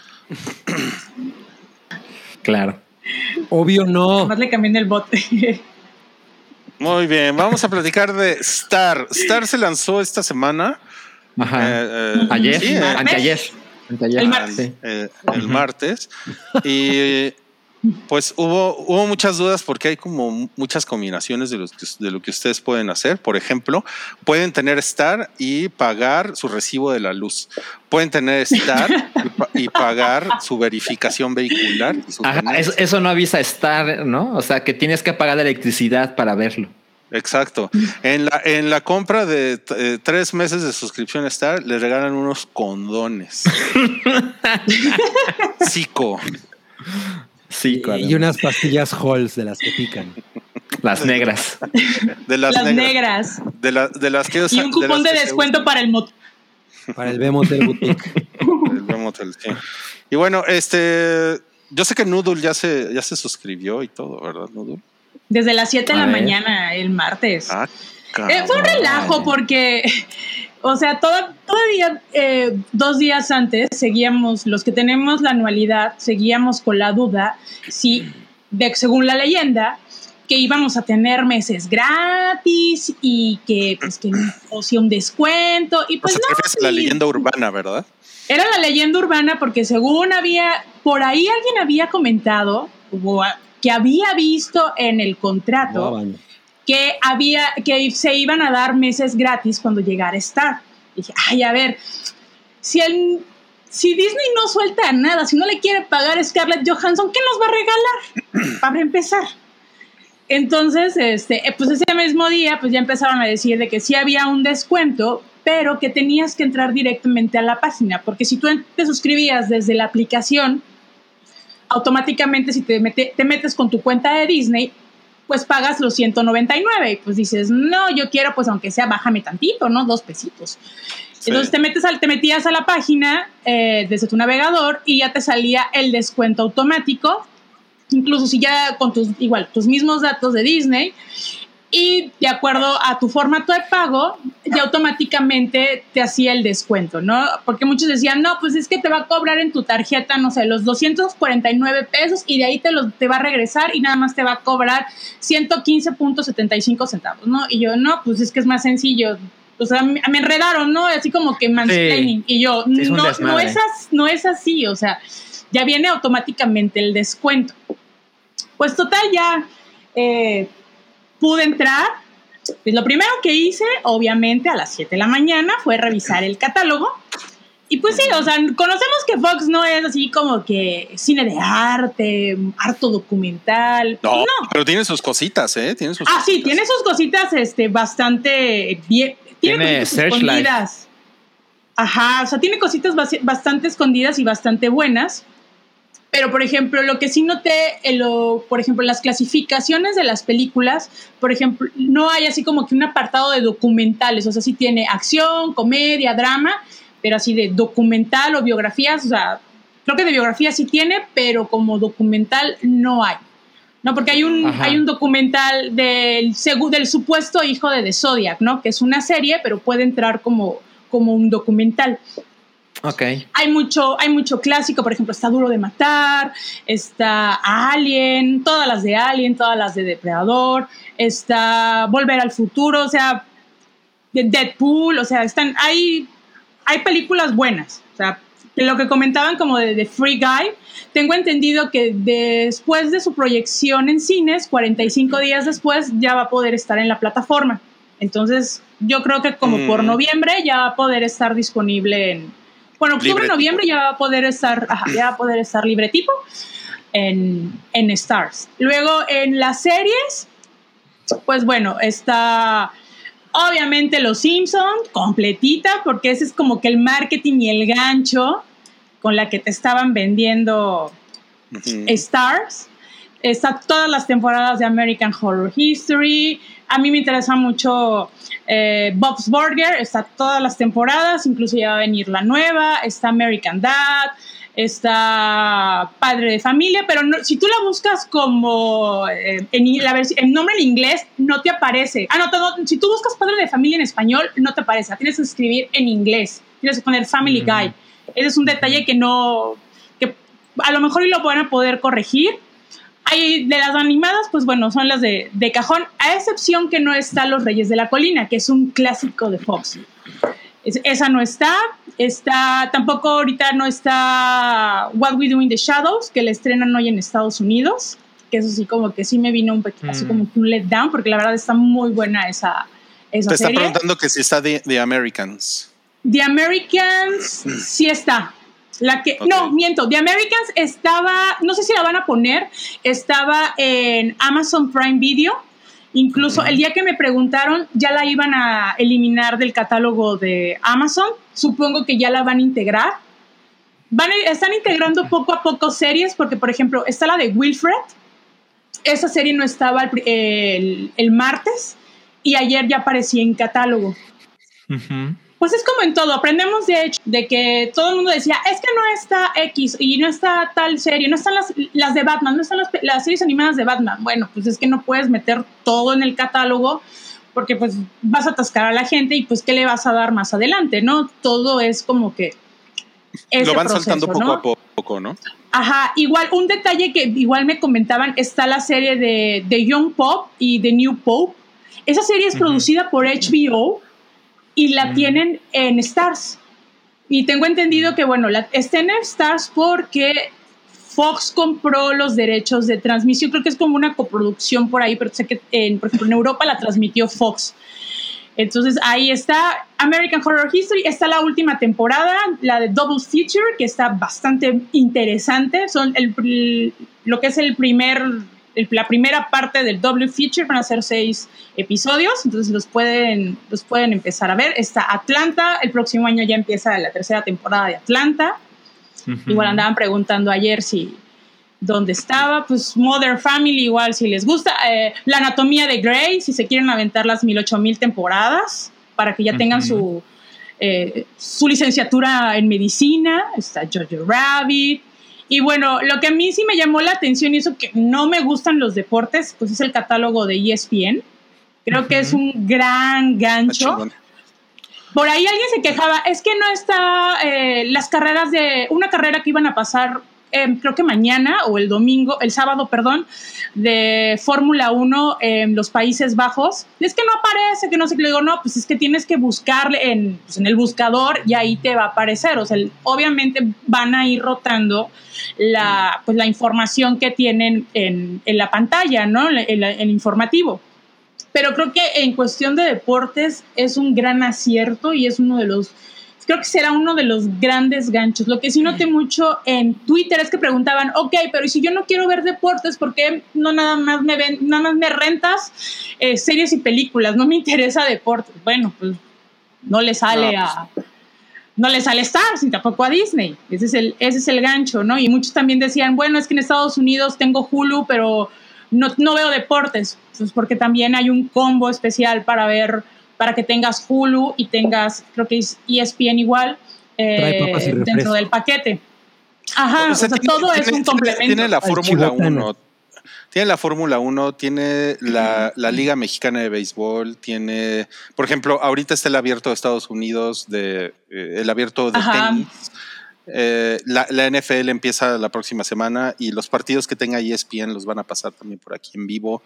[SPEAKER 3] Claro.
[SPEAKER 2] Obvio no.
[SPEAKER 5] Además le cambié en el bote.
[SPEAKER 4] Muy bien, vamos a platicar de Star. Star se lanzó esta semana.
[SPEAKER 3] Ajá.
[SPEAKER 4] eh, eh,
[SPEAKER 3] Ayer,
[SPEAKER 4] sí, eh,
[SPEAKER 3] anteayer. Anteayer.
[SPEAKER 5] El martes.
[SPEAKER 3] Sí.
[SPEAKER 4] eh, el martes. Y pues hubo, hubo muchas dudas porque hay como muchas combinaciones de, los que- de lo que ustedes pueden hacer. Por ejemplo, pueden tener Star y pagar su recibo de la luz. Pueden tener Star y, pa- y pagar su verificación vehicular. Y su
[SPEAKER 3] Ajá,
[SPEAKER 4] tenencia.
[SPEAKER 3] eso, eso no avisa Star, ¿no? O sea, que tienes que pagar la electricidad para verlo.
[SPEAKER 4] Exacto. En la, en la compra de eh, tres meses de suscripción a Star, le regalan unos condones. Psico.
[SPEAKER 3] Sí,
[SPEAKER 2] Y unas pastillas Halls de las que pican.
[SPEAKER 3] las negras.
[SPEAKER 4] De las,
[SPEAKER 5] Las
[SPEAKER 4] negras.
[SPEAKER 5] negras.
[SPEAKER 4] De, la- de las que
[SPEAKER 5] Y
[SPEAKER 4] usa-
[SPEAKER 5] un cupón
[SPEAKER 4] las
[SPEAKER 5] de
[SPEAKER 4] que se
[SPEAKER 5] descuento
[SPEAKER 4] usan.
[SPEAKER 5] para el motor.
[SPEAKER 2] Para el B-Motel Boutique.
[SPEAKER 4] El Bemotel, sí. Y bueno, este, yo sé que Noodle ya se, ya se suscribió y todo, ¿verdad, Noodle?
[SPEAKER 5] Desde las siete de
[SPEAKER 3] A
[SPEAKER 5] la
[SPEAKER 3] ver.
[SPEAKER 5] mañana, el martes.
[SPEAKER 4] Ah,
[SPEAKER 5] Eh, fue un
[SPEAKER 4] cabrón.
[SPEAKER 5] relajo porque, O sea, todo, todavía eh, dos días antes seguíamos, los que tenemos la anualidad, seguíamos con la duda si, de, según la leyenda, que íbamos a tener meses gratis y que, pues, que o si un descuento. Y pues
[SPEAKER 4] o sea,
[SPEAKER 5] no.
[SPEAKER 4] Es la leyenda urbana, ¿verdad?
[SPEAKER 5] Era la leyenda urbana porque según había, por ahí alguien había comentado que había visto en el contrato wow, que había, que se iban a dar meses gratis cuando llegara Star. Y dije, ay, a ver, si el, si Disney no suelta nada, si no le quiere pagar a Scarlett Johansson, ¿qué nos va a regalar? Para empezar. Entonces, este, pues ese mismo día, pues ya empezaron a decir de que sí había un descuento, pero que tenías que entrar directamente a la página, porque si tú te suscribías desde la aplicación, automáticamente si te, mete, te metes con tu cuenta de Disney, pues pagas los ciento noventa y nueve, y pues dices, no, yo quiero, pues aunque sea, bájame tantito, ¿no? Dos pesitos. Sí. Entonces te, metes al, te metías a la página eh, desde tu navegador y ya te salía el descuento automático, incluso si ya con tus, igual, tus mismos datos de Disney, y de acuerdo a tu formato de pago, ya automáticamente te hacía el descuento, ¿no? Porque muchos decían, no, pues es que te va a cobrar en tu tarjeta, no sé, los doscientos cuarenta y nueve pesos y de ahí te, lo, te va a regresar y nada más te va a cobrar ciento quince punto setenta y cinco centavos, ¿no? Y yo, no, pues es que es más sencillo. O sea, me, me enredaron, ¿no? Así como que mansplaining. Sí. Y yo, sí, no, no, es as, no es así, o sea, ya viene automáticamente el descuento. Pues total, ya... Eh, pude entrar. Pues lo primero que hice, obviamente, a las siete de la mañana fue revisar el catálogo. Y pues sí, o sea, conocemos que Fox no es así como que cine de arte, harto documental.
[SPEAKER 4] No,
[SPEAKER 5] no.
[SPEAKER 4] Pero tiene sus cositas, ¿eh? Tiene sus
[SPEAKER 5] ah,
[SPEAKER 4] cositas.
[SPEAKER 5] sí, tiene sus cositas este, bastante bien. Tiene,
[SPEAKER 3] tiene
[SPEAKER 5] cositas escondidas. Ajá, o sea, tiene cositas bastante escondidas y bastante buenas. Pero, por ejemplo, lo que sí noté, en lo, por ejemplo, las clasificaciones de las películas, por ejemplo, no hay así como que un apartado de documentales, o sea, sí tiene acción, comedia, drama, pero así de documental o biografías, o sea, creo que de biografía sí tiene, pero como documental no hay, ¿no? Porque hay un, hay un documental del, del supuesto hijo de The Zodiac, ¿no? Que es una serie, pero puede entrar como, como un documental.
[SPEAKER 3] Okay.
[SPEAKER 5] Hay mucho, hay mucho clásico, por ejemplo, está Duro de Matar, está Alien, todas las de Alien, todas las de Depredador, está Volver al Futuro, o sea, de Deadpool, o sea, están, hay, hay películas buenas, o sea, de lo que comentaban como de, de Free Guy, tengo entendido que después de su proyección en cines, cuarenta y cinco días después, ya va a poder estar en la plataforma. Entonces, yo creo que como mm. por noviembre ya va a poder estar disponible en... Bueno, octubre, noviembre ya va a poder estar, ajá, ya va a poder estar libre tipo en, en Stars. Luego en las series, pues bueno, está obviamente Los Simpsons, completita, porque ese es como que el marketing y el gancho con la que te estaban vendiendo uh-huh. Stars. Está todas las temporadas de American Horror History. A mí me interesa mucho eh, Bob's Burger. Está todas las temporadas, incluso ya va a venir la nueva. Está American Dad, está Padre de Familia, pero no, si tú la buscas como eh, en la vers- el nombre en inglés, no te aparece. Ah, no, no, si tú buscas Padre de Familia en español, no te aparece. Tienes que escribir en inglés. Tienes que poner Family mm-hmm. Guy. Ese es un detalle que no... que a lo mejor lo van a poder corregir. Hay de las animadas, pues bueno, son las de, de cajón, a excepción que no está Los Reyes de la Colina, que es un clásico de Fox. Es, esa no está. Está, tampoco ahorita no está What We Do in the Shadows, que la estrenan hoy en Estados Unidos, que eso sí como que sí me vino un poquito, mm. así como un letdown, porque la verdad está muy buena esa, esa
[SPEAKER 4] Te
[SPEAKER 5] serie.
[SPEAKER 4] está preguntando que si está The, The Americans.
[SPEAKER 5] The Americans sí está. La que, okay. No, miento, The Americans estaba, no sé si la van a poner, estaba en Amazon Prime Video, incluso uh-huh. el día que me preguntaron ya la iban a eliminar del catálogo de Amazon, supongo que ya la van a integrar, van a, están integrando poco a poco series, porque por ejemplo está la de Wilfred, esa serie no estaba el, el, el martes y ayer ya aparecía en catálogo.
[SPEAKER 3] Uh-huh.
[SPEAKER 5] Pues es como en todo, aprendemos de hecho de que todo el mundo decía, es que no está X y no está tal serie, no están las, las de Batman, no están las, las series animadas de Batman. Bueno, pues es que no puedes meter todo en el catálogo porque pues vas a atascar a la gente y pues ¿qué le vas a dar más adelante, no? Todo es como que ese
[SPEAKER 4] lo van
[SPEAKER 5] proceso,
[SPEAKER 4] soltando poco
[SPEAKER 5] ¿no?
[SPEAKER 4] a poco, ¿no?
[SPEAKER 5] Ajá, igual un detalle que igual me comentaban, está la serie de, de Young Pope y The New Pope. Esa serie es uh-huh. producida por H B O y la uh-huh. tienen en Stars. Y tengo entendido que, bueno, la, está en Stars porque Fox compró los derechos de transmisión. Creo que es como una coproducción por ahí, pero sé que, en, por ejemplo, en Europa la transmitió Fox. Entonces ahí está American Horror History, está la última temporada, la de Double Feature, que está bastante interesante. Son el, lo que es el primer, el, la primera parte del Double Feature, van a ser seis episodios, entonces los pueden, los pueden empezar a ver. Está Atlanta, el próximo año ya empieza la tercera temporada de Atlanta. Uh-huh. Igual andaban preguntando ayer si dónde estaba, pues Modern Family igual si les gusta, eh, la anatomía de Grey, si se quieren aventar las mil ocho mil temporadas para que ya tengan uh-huh. su eh, su licenciatura en medicina. Está Jojo Rabbit. Y bueno, lo que a mí sí me llamó la atención y eso que no me gustan los deportes, pues es el catálogo de E S P N. Creo uh-huh. que es un gran gancho. Por ahí alguien se quejaba, es que no está eh, las carreras de una carrera que iban a pasar Eh, creo que mañana o el domingo, el sábado, perdón, de Fórmula uno en los Países Bajos. Es que no aparece, que no sé qué. Le digo, no, pues es que tienes que buscarle en, pues en el buscador y ahí te va a aparecer. O sea, el, obviamente van a ir rotando la, pues la información que tienen en, en la pantalla, ¿no? El, el, el informativo. Pero creo que en cuestión de deportes es un gran acierto y es uno de los... Creo que será uno de los grandes ganchos. Lo que sí noté mucho en Twitter es que preguntaban, ok, pero si yo no quiero ver deportes, ¿por qué no nada más me ven, nada más me rentas eh, series y películas? No me interesa deportes. Bueno, pues no le sale no, a pues. no le sale Stars ni tampoco a Disney. Ese es el, ese es el gancho, ¿no? Y muchos también decían, bueno, es que en Estados Unidos tengo Hulu, pero no, no veo deportes. Pues porque también hay un combo especial para ver, para que tengas Hulu y tengas, creo que es E S P N igual, eh, dentro del paquete. Ajá, o sea, o sea tiene, todo tiene, es un complemento.
[SPEAKER 4] Tiene la Fórmula uno, tiene la Fórmula uno, tiene la, la Liga Mexicana de Béisbol, tiene, por ejemplo, ahorita está el abierto de Estados Unidos, de, eh, el abierto de Ajá. tenis. Eh, la, la N F L empieza la próxima semana y los partidos que tenga E S P N los van a pasar también por aquí en vivo.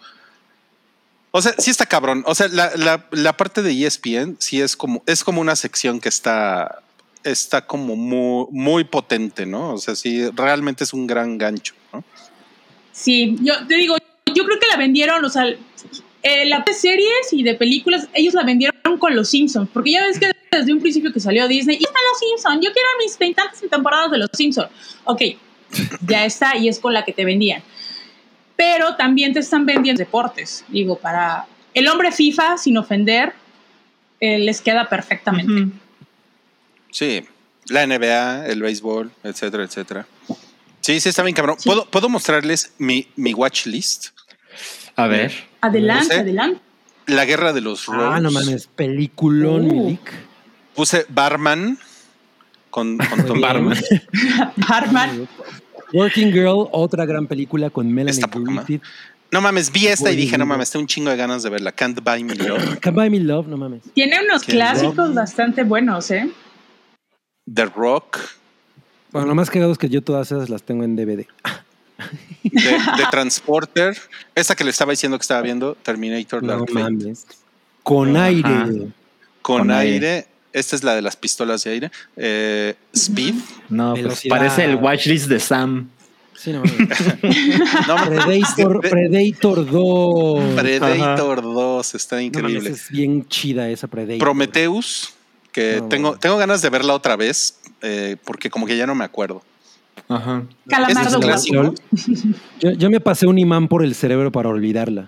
[SPEAKER 4] O sea, sí está cabrón. O sea, la, la, la parte de E S P N sí es como, es como una sección que está, está como muy, muy potente, ¿no? O sea, sí, realmente es un gran gancho, ¿no?
[SPEAKER 5] Sí, yo te digo, yo creo que la vendieron, o sea, eh, la de series y de películas, ellos la vendieron con los Simpsons, porque ya ves que desde un principio que salió Disney, y están los Simpsons, yo quiero mis veintantas temporadas de los Simpsons. Ok, ya está, y es con la que te vendían. Pero también te están vendiendo deportes. Digo, para el hombre FIFA, sin ofender, eh, les queda perfectamente. Uh-huh.
[SPEAKER 4] Sí, la N B A, el béisbol, etcétera, etcétera. Sí, sí, está bien cabrón. Sí. ¿Puedo, ¿Puedo mostrarles mi, mi watch list?
[SPEAKER 3] A ver.
[SPEAKER 5] Adelante, Puse adelante.
[SPEAKER 4] La Guerra de los Rose.
[SPEAKER 2] Ah, no mames, peliculón, uh. Milik.
[SPEAKER 4] Puse Barman con, con Tom
[SPEAKER 5] Barman. Barman.
[SPEAKER 2] Working Girl, otra gran película con Melanie Griffith.
[SPEAKER 4] No mames, vi esta y dije, no mames, tengo un chingo de ganas de verla. Can't Buy Me Love.
[SPEAKER 2] Can't Buy Me Love, no mames.
[SPEAKER 5] Tiene unos Can't clásicos love. bastante buenos, ¿eh?
[SPEAKER 4] The Rock.
[SPEAKER 2] Bueno, lo más cagado es que yo todas esas las tengo en D V D.
[SPEAKER 4] De, de Transporter. Esa que le estaba diciendo que estaba viendo, Terminator Dark
[SPEAKER 2] No mames. Con Ajá. aire.
[SPEAKER 4] Con, Con aire. aire. Esta es la de las pistolas de aire. Eh, Speed.
[SPEAKER 3] No, pues parece el watchlist de Sam.
[SPEAKER 2] Sí, no, no Predator, Predator dos.
[SPEAKER 4] Predator Ajá. dos, está increíble.
[SPEAKER 2] No, es bien chida esa Predator.
[SPEAKER 4] Prometheus, que no, tengo, tengo ganas de verla otra vez, eh, porque como que ya no me acuerdo.
[SPEAKER 3] Ajá.
[SPEAKER 5] Calamardo
[SPEAKER 4] clásico.
[SPEAKER 2] Yo, yo me pasé un imán por el cerebro para olvidarla.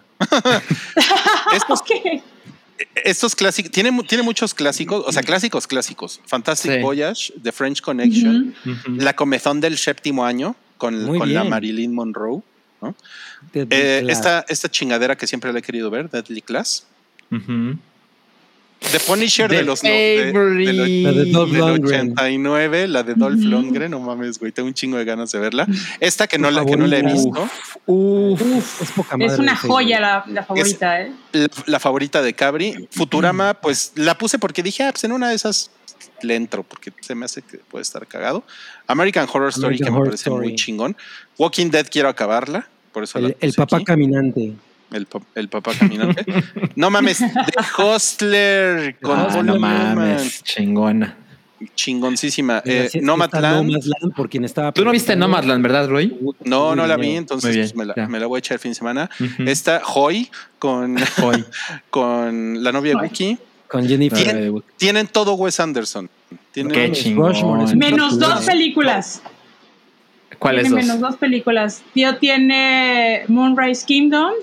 [SPEAKER 4] Estos, okay. estos clásicos, tiene, tiene muchos clásicos, o sea, clásicos clásicos. Fantastic sí. Voyage, The French Connection, uh-huh. Uh-huh. La Comezón del Séptimo Año, con, con la Marilyn Monroe, ¿no? Eh, esta, esta chingadera que siempre le he querido ver, Deadly Class.
[SPEAKER 3] Uh-huh.
[SPEAKER 4] The Punisher
[SPEAKER 3] The
[SPEAKER 4] de los no, de,
[SPEAKER 3] Favorite.
[SPEAKER 4] de lo-
[SPEAKER 2] La de Dolph
[SPEAKER 4] del
[SPEAKER 2] Lundgren.
[SPEAKER 4] ochenta y nueve, la de Dolph
[SPEAKER 5] Ujú.
[SPEAKER 4] Lundgren, no mames, güey, tengo un chingo de ganas de verla. Esta que
[SPEAKER 2] Tu
[SPEAKER 4] no la, que no la he
[SPEAKER 2] favorita.
[SPEAKER 4] visto,
[SPEAKER 3] Uf.
[SPEAKER 2] Uf, es poca madre.
[SPEAKER 5] Es una
[SPEAKER 2] de seis,
[SPEAKER 5] joya
[SPEAKER 2] güey.
[SPEAKER 5] la, la favorita, ¿eh?
[SPEAKER 4] la, la favorita de Cabri. Futurama, pues la puse porque dije, ah, pues en una de esas le entro, porque se me hace que puede estar cagado. American Horror Story,
[SPEAKER 2] American
[SPEAKER 4] que me
[SPEAKER 2] Horror
[SPEAKER 4] parece
[SPEAKER 2] Story.
[SPEAKER 4] muy chingón. Walking Dead quiero acabarla, por eso la
[SPEAKER 2] El, el
[SPEAKER 4] puse
[SPEAKER 2] papá
[SPEAKER 4] aquí.
[SPEAKER 2] caminante.
[SPEAKER 4] El, pa- el papá caminante. No mames, The Hustler con
[SPEAKER 3] Ah,
[SPEAKER 4] Paul
[SPEAKER 3] no
[SPEAKER 4] Newman.
[SPEAKER 3] mames, chingona.
[SPEAKER 4] Chingoncísima.
[SPEAKER 2] Mira,
[SPEAKER 4] Eh,
[SPEAKER 2] si es que
[SPEAKER 4] Nomadland.
[SPEAKER 2] está Nomadland, por quien estaba
[SPEAKER 3] Tú no viste
[SPEAKER 2] preguntando.
[SPEAKER 3] Nomadland, ¿verdad, Roy?
[SPEAKER 4] No,
[SPEAKER 2] Uy,
[SPEAKER 4] no la
[SPEAKER 2] video.
[SPEAKER 4] vi, entonces
[SPEAKER 3] Muy bien,
[SPEAKER 4] pues, me, la,
[SPEAKER 3] ya.
[SPEAKER 4] me la voy a echar el fin de semana.
[SPEAKER 3] Ujú.
[SPEAKER 4] Esta Hoy con,
[SPEAKER 3] Hoy.
[SPEAKER 4] con la novia
[SPEAKER 5] Hoy.
[SPEAKER 4] Wookie.
[SPEAKER 2] Con Jennifer.
[SPEAKER 4] Bien. Tienen todo Wes Anderson. Tienen
[SPEAKER 3] Qué
[SPEAKER 2] mames,
[SPEAKER 3] chingón.
[SPEAKER 2] Rushmore es un
[SPEAKER 5] Menos
[SPEAKER 2] película,
[SPEAKER 5] dos
[SPEAKER 2] ¿eh?
[SPEAKER 5] películas.
[SPEAKER 3] ¿Cuáles
[SPEAKER 5] Tiene
[SPEAKER 3] dos?
[SPEAKER 5] menos dos películas. Tío tiene Moonrise Kingdom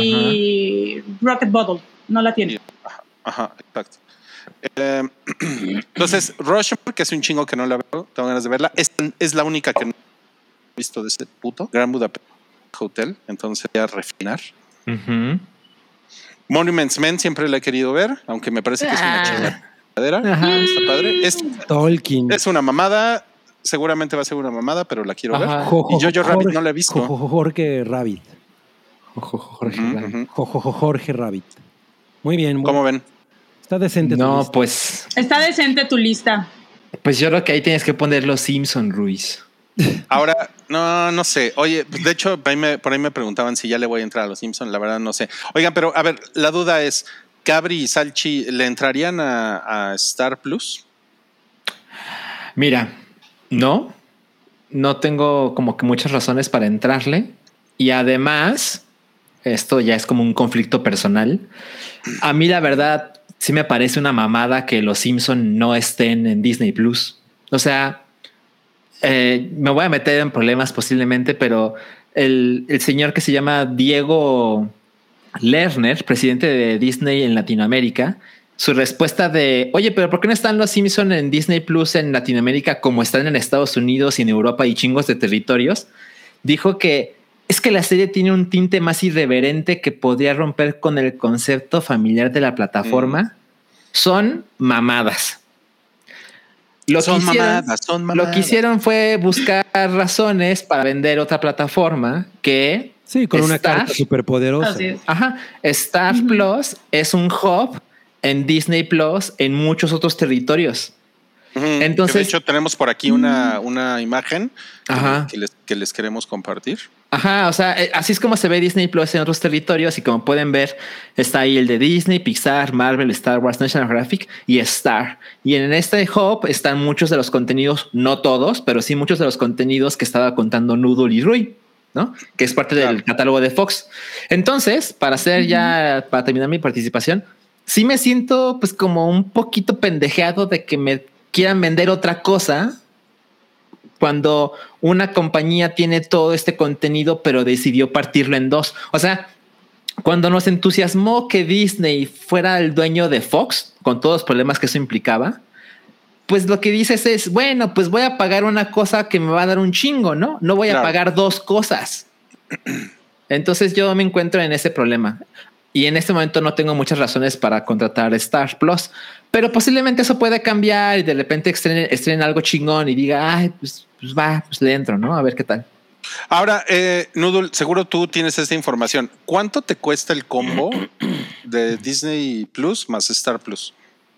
[SPEAKER 5] y Rocket Bottle. No la tiene.
[SPEAKER 4] Ajá, exacto. Eh, entonces, Rushmore, que es un chingo que no la veo, tengo ganas de verla. Es, es la única que no he visto de ese puto. Grand Budapest Hotel, entonces voy a refinar.
[SPEAKER 3] Ujú.
[SPEAKER 4] Monuments Men siempre la he querido ver, aunque me parece que es una
[SPEAKER 3] Ah.
[SPEAKER 4] chingadera.
[SPEAKER 3] Ajá.
[SPEAKER 4] Está padre. Es,
[SPEAKER 2] Tolkien.
[SPEAKER 4] es una mamada, seguramente va a ser una mamada, pero la quiero
[SPEAKER 3] Ajá.
[SPEAKER 4] ver.
[SPEAKER 2] Jo- jo-
[SPEAKER 4] Y Jojo Rabbit
[SPEAKER 2] Jorge-
[SPEAKER 4] no la he visto.
[SPEAKER 2] Jo- jo- Jorge Rabbit.
[SPEAKER 3] Ojo, Jorge.
[SPEAKER 4] Ujú,
[SPEAKER 3] Rabbit.
[SPEAKER 4] ujú.
[SPEAKER 2] Jo- jo- jo- Jorge Rabbit. Muy bien. muy-
[SPEAKER 4] ¿Cómo ven?
[SPEAKER 2] Está decente. tu
[SPEAKER 3] No,
[SPEAKER 2] lista.
[SPEAKER 3] pues,
[SPEAKER 5] Está decente tu lista.
[SPEAKER 3] pues yo creo que ahí tienes que poner los Simpson, Ruiz.
[SPEAKER 4] Ahora, no, no sé. Oye, pues, de hecho, por ahí, me, por ahí me preguntaban si ya le voy a entrar a los Simpsons. La verdad, no sé. Oigan, pero a ver, la duda es: ¿Cabri y Salchi le entrarían a, a Star Plus?
[SPEAKER 3] Mira, no, no tengo como que muchas razones para entrarle. Y además, esto ya es como un conflicto personal. A mí, la verdad, sí me parece una mamada que los Simpson no estén en Disney Plus. O sea, eh, me voy a meter en problemas posiblemente, pero el, el señor que se llama Diego Lerner, presidente de Disney en Latinoamérica, su respuesta de, oye, pero ¿por qué no están los Simpson en Disney Plus en Latinoamérica como están en Estados Unidos y en Europa y chingos de territorios? Dijo que es que la serie tiene un tinte más irreverente que podría romper con el concepto familiar de la plataforma. Mm. Son mamadas. Lo
[SPEAKER 4] son
[SPEAKER 3] que hicieron,
[SPEAKER 4] mamadas, son mamadas.
[SPEAKER 3] Lo que hicieron fue buscar razones para vender otra plataforma que...
[SPEAKER 2] Sí, con
[SPEAKER 3] Star,
[SPEAKER 2] una carta superpoderosa.
[SPEAKER 5] Así es.
[SPEAKER 3] Ajá. Star uh-huh. Plus es un hub en Disney Plus en muchos otros territorios.
[SPEAKER 4] Uh-huh.
[SPEAKER 3] Entonces,
[SPEAKER 4] que de hecho, tenemos por aquí una, una imagen
[SPEAKER 3] Ajá.
[SPEAKER 4] que, les, que les queremos compartir.
[SPEAKER 3] Ajá, o sea, así es como se ve Disney Plus en otros territorios y como pueden ver, está ahí el de Disney, Pixar, Marvel, Star Wars, National Geographic y Star. Y en este hub están muchos de los contenidos, no todos, pero sí muchos de los contenidos que estaba contando Noodle y Rui, ¿no? Que es parte claro. del catálogo de Fox. Entonces, para hacer uh-huh. ya, para terminar mi participación, sí me siento pues como un poquito pendejeado de que me quieran vender otra cosa cuando una compañía tiene todo este contenido, pero decidió partirlo en dos. O sea, cuando nos entusiasmó que Disney fuera el dueño de Fox, con todos los problemas que eso implicaba, pues lo que dices es, bueno, pues voy a pagar una cosa que me va a dar un chingo, ¿no? No voy claro. a pagar dos cosas. Entonces yo me encuentro en ese problema. Y en este momento no tengo muchas razones para contratar Star Plus, pero posiblemente eso puede cambiar y de repente estrenen, estrenen algo chingón y diga, ay, pues, pues va, pues le entro, ¿no? A ver qué tal.
[SPEAKER 4] Ahora, eh, Noodle, seguro tú tienes esta información. ¿Cuánto te cuesta el combo de Disney Plus más Star Plus?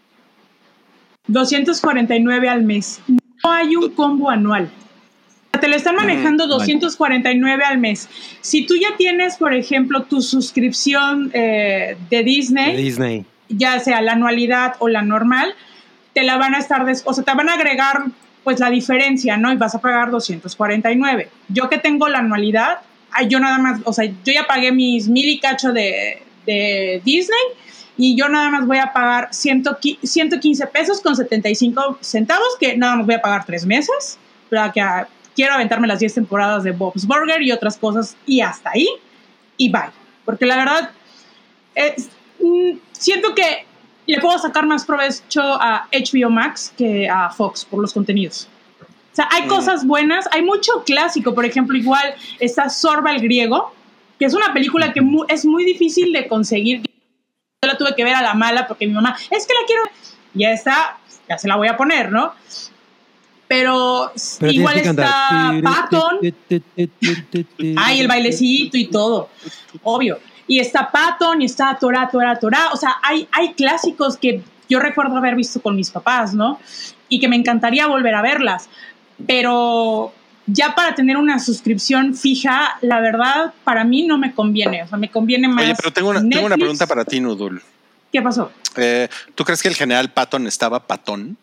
[SPEAKER 5] doscientos cuarenta y nueve al mes. No hay un combo anual. Te lo están manejando doscientos cuarenta y nueve al mes. Si tú ya tienes, por ejemplo, tu suscripción eh, de Disney,
[SPEAKER 2] de Disney,
[SPEAKER 5] ya sea la anualidad o la normal, te la van a estar, des- o sea, te van a agregar pues la diferencia, ¿no? Y vas a pagar doscientos cuarenta y nueve. Yo que tengo la anualidad, yo nada más, o sea, yo ya pagué mis mil y cacho de, de Disney y yo nada más voy a pagar ciento quince pesos con setenta y cinco centavos, que nada más voy a pagar tres meses, para que a, quiero aventarme las diez temporadas de Bob's Burger y otras cosas y hasta ahí y bye. Porque la verdad, es, mm, siento que le puedo sacar más provecho a H B O Max que a Fox por los contenidos. O sea, hay mm. cosas buenas, hay mucho clásico. Por ejemplo, igual está Zorba el Griego, que es una película que mu- es muy difícil de conseguir. la tuve que ver a la mala porque mi mamá, es que la quiero, ya está, ya se la voy a poner, ¿no? Pero, Pero igual está Patton. Ay, el bailecito y todo, obvio. Y está Patton y está Torá, Torá, Torá. O sea, hay, hay clásicos que yo recuerdo haber visto con mis papás, ¿no? Y que me encantaría volver a verlas. Pero ya para tener una suscripción fija, la verdad, para mí no me conviene. O sea, me conviene más.
[SPEAKER 4] Oye, pero tengo una, tengo una pregunta para ti, Nudul.
[SPEAKER 5] ¿Qué pasó?
[SPEAKER 4] Eh, ¿Tú crees que el general Patton estaba patón?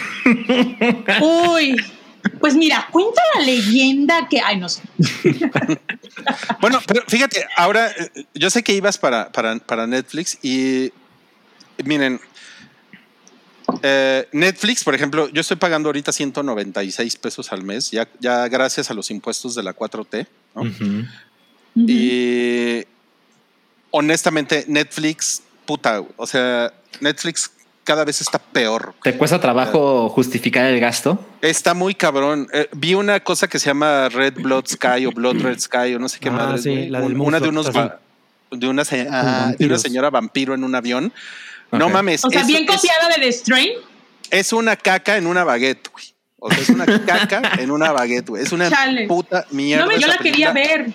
[SPEAKER 5] Uy, pues mira, cuenta la leyenda que... Ay, no sé.
[SPEAKER 4] Bueno, pero fíjate, ahora yo sé que ibas para, para, para Netflix y miren, eh, Netflix, por ejemplo, yo estoy pagando ahorita ciento noventa y seis pesos al mes, ya, ya gracias a los impuestos de la cuatro T, ¿no? Uh-huh. Y honestamente, Netflix, puta, o sea, Netflix cada vez está peor.
[SPEAKER 3] ¿Te cuesta trabajo justificar el gasto?
[SPEAKER 4] Está muy cabrón. Eh, vi una cosa que se llama Red Blood Sky o Blood Red Sky o no sé qué
[SPEAKER 2] ah,
[SPEAKER 4] madre.
[SPEAKER 2] Sí, la del
[SPEAKER 4] una
[SPEAKER 2] monstruo,
[SPEAKER 4] de unos va, de, una, ah, de una señora vampiro en un avión. Okay. No mames.
[SPEAKER 5] O sea,
[SPEAKER 4] es,
[SPEAKER 5] bien
[SPEAKER 4] es,
[SPEAKER 5] copiada de The Strain.
[SPEAKER 4] Es una caca en una baguette, güey. O sea, es una caca en una baguette, güey. Es una Chale. puta mierda.
[SPEAKER 5] No, yo la película. quería ver.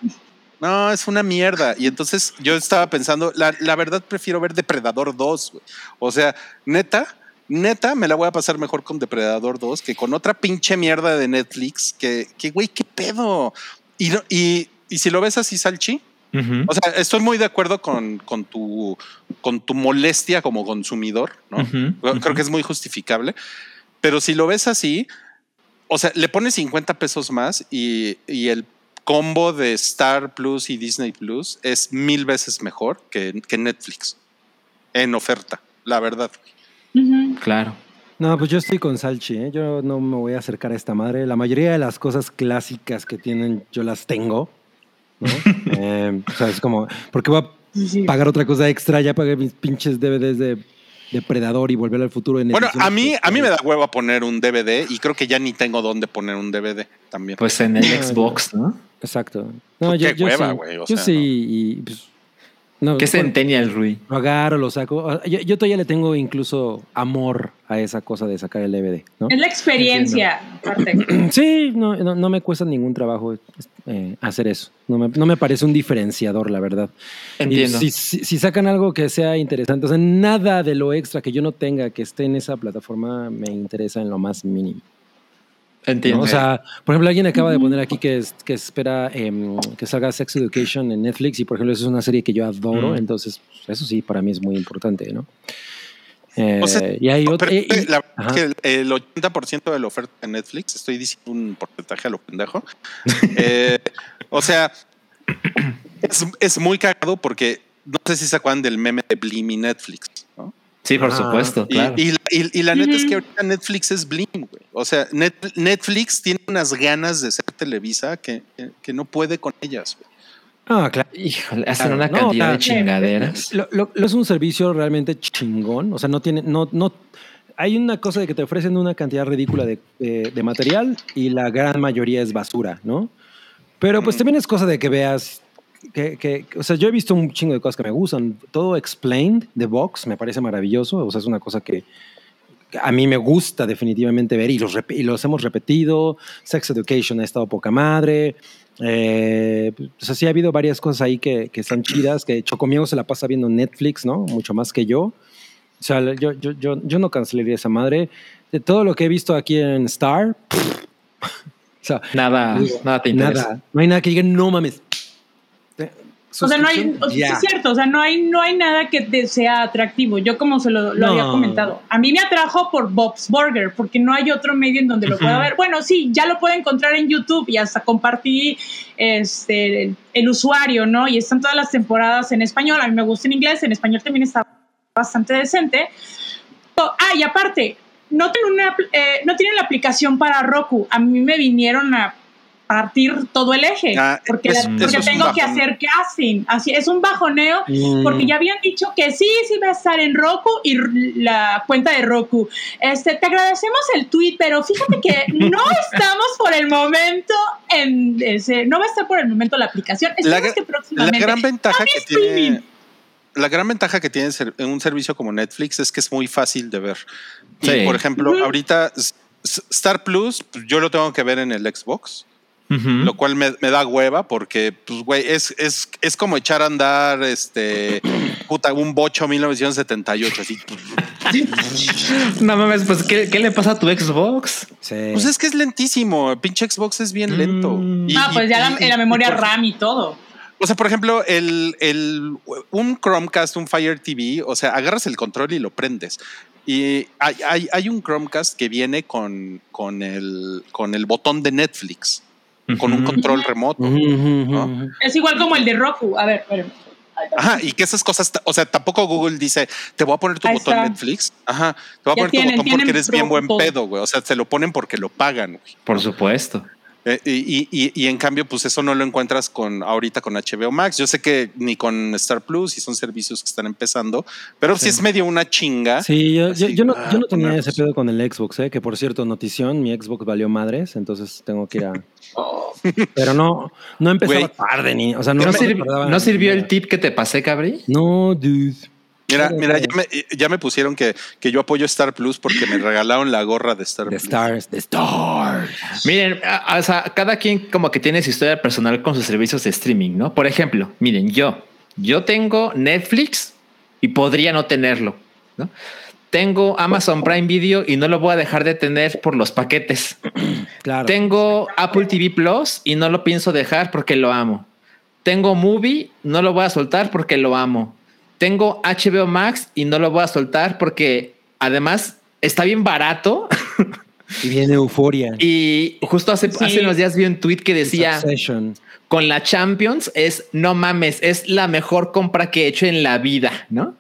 [SPEAKER 4] No, es una mierda. Y entonces yo estaba pensando, la, la verdad prefiero ver Depredador dos, güey. O sea, neta, neta, me la voy a pasar mejor con Depredador dos que con otra pinche mierda de Netflix. Que, que güey, qué pedo. Y, y, y si lo ves así, Salchi, uh-huh. O sea, estoy muy de acuerdo con, con, tu, con tu molestia como consumidor, ¿no? Uh-huh. Creo uh-huh. que es muy justificable. Pero si lo ves así, o sea, le pones cincuenta pesos más y, y el combo de Star Plus y Disney Plus es mil veces mejor que, que Netflix en oferta, la verdad.
[SPEAKER 3] Uh-huh. Claro.
[SPEAKER 2] No, pues yo estoy con Salchi, ¿eh? Yo no me voy a acercar a esta madre. La mayoría de las cosas clásicas que tienen, yo las tengo, ¿no? eh, o sea, es como, ¿por qué voy a pagar otra cosa extra? Ya pagué mis pinches D V Ds de Depredador y Volver al Futuro. En
[SPEAKER 4] bueno, a mí, a mí me da huevo a poner un D V D y creo que ya ni tengo dónde poner un D V D también.
[SPEAKER 3] Pues en el Xbox, ¿no?
[SPEAKER 2] Exacto.
[SPEAKER 4] No,
[SPEAKER 2] yo,
[SPEAKER 4] qué
[SPEAKER 2] yo
[SPEAKER 4] hueva,
[SPEAKER 2] sí,
[SPEAKER 4] güey. O
[SPEAKER 2] yo
[SPEAKER 4] sea,
[SPEAKER 2] sí,
[SPEAKER 4] no.
[SPEAKER 2] y pues, no,
[SPEAKER 3] ¿qué Centennial, Rui?
[SPEAKER 2] Lo agarro, lo saco. Yo, yo todavía le tengo incluso amor a esa cosa de sacar el D V D, ¿no?
[SPEAKER 5] Es la experiencia.
[SPEAKER 2] Sí, no, no, no me cuesta ningún trabajo eh, hacer eso. No me, no me parece un diferenciador, la verdad.
[SPEAKER 3] Entiendo.
[SPEAKER 2] Y si, si, si sacan algo que sea interesante, o sea, nada de lo extra que yo no tenga que esté en esa plataforma me interesa en lo más mínimo.
[SPEAKER 3] Entiendo.
[SPEAKER 2] ¿No? O sea, por ejemplo, alguien acaba de poner aquí que, es, que espera eh, que salga Sex Education en Netflix y, por ejemplo, eso es una serie que yo adoro, mm. entonces eso sí, para mí es muy importante, ¿no? Eh,
[SPEAKER 4] o sea,
[SPEAKER 2] y hay otro,
[SPEAKER 4] pero,
[SPEAKER 2] eh, y,
[SPEAKER 4] la verdad es que el, el ochenta por ciento de la oferta de Netflix, estoy diciendo un porcentaje a lo pendejo, eh, o sea, es, es muy cagado porque no sé si se acuerdan del meme de Blim y Netflix, ¿no?
[SPEAKER 3] Sí, por ah, supuesto,
[SPEAKER 4] y,
[SPEAKER 3] claro.
[SPEAKER 4] Y, y, y la neta mm-hmm. es que ahorita Netflix es Blim, güey. O sea, Net, Netflix tiene unas ganas de ser Televisa que, que, que no puede con ellas, güey.
[SPEAKER 2] Ah, claro.
[SPEAKER 3] Híjole, hacen una no, cantidad no, de chingaderas.
[SPEAKER 2] Lo, lo, lo es un servicio realmente chingón. O sea, no tiene, no, no. Hay una cosa de que te ofrecen una cantidad ridícula de, de, de material y la gran mayoría es basura, ¿no? Pero pues mm. también es cosa de que veas. Que, que, o sea, yo he visto un chingo de cosas que me gustan. Todo Explained de Vox me parece maravilloso. O sea, es una cosa que, que a mí me gusta definitivamente ver y los, y los hemos repetido. Sex Education ha estado poca madre. Eh, o sea, sí ha habido varias cosas ahí que, que están chidas. Que Chocomiego se la pasa viendo Netflix, ¿no? Mucho más que yo. O sea, yo, yo, yo, yo no cancelaría esa madre. De todo lo que he visto aquí en Star, pff, o sea,
[SPEAKER 3] nada, digo, nada te interesa.
[SPEAKER 2] Nada. No hay nada que digan, no mames.
[SPEAKER 5] O sea, no hay, o sea, sí es cierto, o sea, no hay, no hay nada que te sea atractivo. Yo como se lo, lo no. había comentado, a mí me atrajo por Bob's Burger, porque no hay otro medio en donde lo pueda ver. Bueno, sí, ya lo puedo encontrar en YouTube y hasta compartí este, el, el usuario, ¿no? Y están todas las temporadas en español. A mí me gusta en inglés, en español también está bastante decente. Ah, y aparte, no tienen, una, eh, no tienen la aplicación para Roku. A mí me vinieron a partir todo el eje ah, porque, es, la, porque tengo que hacer casting, así es un bajoneo mm. porque ya habían dicho que sí, sí va a estar en Roku y la cuenta de Roku, este, te agradecemos el tweet, pero fíjate que no estamos por el momento en ese, no va a estar por el momento la aplicación,
[SPEAKER 4] la, que próximamente la gran ventaja que tiene la gran ventaja que tiene ser- en un servicio como Netflix es que es muy fácil de ver. Y,
[SPEAKER 3] Sí.
[SPEAKER 4] por ejemplo, ahorita S- S- Star Plus, pues, yo lo tengo que ver en el Xbox,
[SPEAKER 3] Ujú.
[SPEAKER 4] lo cual me, me da hueva porque, pues, güey, es, es, es como echar a andar este puta, un bocho mil novecientos setenta y ocho. Así.
[SPEAKER 3] No mames, pues ¿qué, qué le pasa a tu Xbox?
[SPEAKER 2] Sí.
[SPEAKER 4] Pues es que es lentísimo. El pinche Xbox es bien lento.
[SPEAKER 3] Mm.
[SPEAKER 4] Y-
[SPEAKER 5] Ah, pues ya la,
[SPEAKER 4] y- y-
[SPEAKER 5] la memoria
[SPEAKER 4] y por-
[SPEAKER 5] RAM y todo.
[SPEAKER 4] O sea, por ejemplo, el, el, un Chromecast, un Fire T V, o sea, agarras el control y lo prendes. Y hay, hay, hay un Chromecast que viene con, con, el, con el botón de Netflix, con un
[SPEAKER 3] Ujú.
[SPEAKER 4] control remoto.
[SPEAKER 2] Ujú, ujú,
[SPEAKER 4] ¿no?
[SPEAKER 2] ujú.
[SPEAKER 5] Es igual como el de Roku. A ver, espérame.
[SPEAKER 4] Ajá, y que esas cosas, o sea, tampoco Google dice, te voy a poner tu
[SPEAKER 5] Ahí
[SPEAKER 4] botón
[SPEAKER 5] está.
[SPEAKER 4] Netflix. Ajá, te voy a
[SPEAKER 5] Ya
[SPEAKER 4] poner
[SPEAKER 5] tienen,
[SPEAKER 4] tu botón porque
[SPEAKER 5] tienen
[SPEAKER 4] eres bien
[SPEAKER 5] pro-
[SPEAKER 4] buen
[SPEAKER 5] todo.
[SPEAKER 4] pedo, güey. O sea, se lo ponen porque lo pagan, güey.
[SPEAKER 3] Por supuesto.
[SPEAKER 4] Eh, y, y, y en cambio, pues eso no lo encuentras con ahorita con H B O Max. Yo sé que ni con Star Plus y son servicios que están empezando, pero sí, es medio una chinga.
[SPEAKER 2] Sí, yo, yo,
[SPEAKER 4] Así,
[SPEAKER 2] yo no,
[SPEAKER 4] ah,
[SPEAKER 2] yo no tenía
[SPEAKER 4] ponerlos.
[SPEAKER 2] ese pedo con el Xbox, ¿eh? Que por cierto, notición, mi Xbox valió madres, entonces tengo que ir a... Pero no, no empezaba
[SPEAKER 4] Güey.
[SPEAKER 2] tarde ni... O sea, no,
[SPEAKER 3] ¿No,
[SPEAKER 2] me
[SPEAKER 3] sirvi-
[SPEAKER 2] tardaba
[SPEAKER 3] ¿no sirvió
[SPEAKER 2] nada.
[SPEAKER 3] el tip que te pasé, Cabri?
[SPEAKER 2] No, dude.
[SPEAKER 4] Mira,
[SPEAKER 2] Pero,
[SPEAKER 4] mira, ya
[SPEAKER 2] pero-
[SPEAKER 4] me, ya me pusieron que, que yo apoyo Star Plus porque me regalaron la gorra de Star
[SPEAKER 2] The
[SPEAKER 4] Plus.
[SPEAKER 2] Stars, The Stars.
[SPEAKER 3] Miren, a- o sea, cada quien como que tiene su historia personal con sus servicios de streaming, ¿no? Por ejemplo, miren, yo, yo tengo Netflix y podría no tenerlo, ¿no? Tengo Amazon Prime Video y no lo voy a dejar de tener por los paquetes.
[SPEAKER 2] Claro.
[SPEAKER 3] Tengo Apple T V Plus y no lo pienso dejar porque lo amo. Tengo Movie, no lo voy a soltar porque lo amo. Tengo H B O Max y no lo voy a soltar porque además está bien barato.
[SPEAKER 2] Y viene Euforia.
[SPEAKER 3] Y justo hace,
[SPEAKER 5] Sí.
[SPEAKER 3] hace unos días vi un tweet que decía
[SPEAKER 2] Succession.
[SPEAKER 3] con la Champions es no mames, es la mejor compra que he hecho en la vida, ¿no?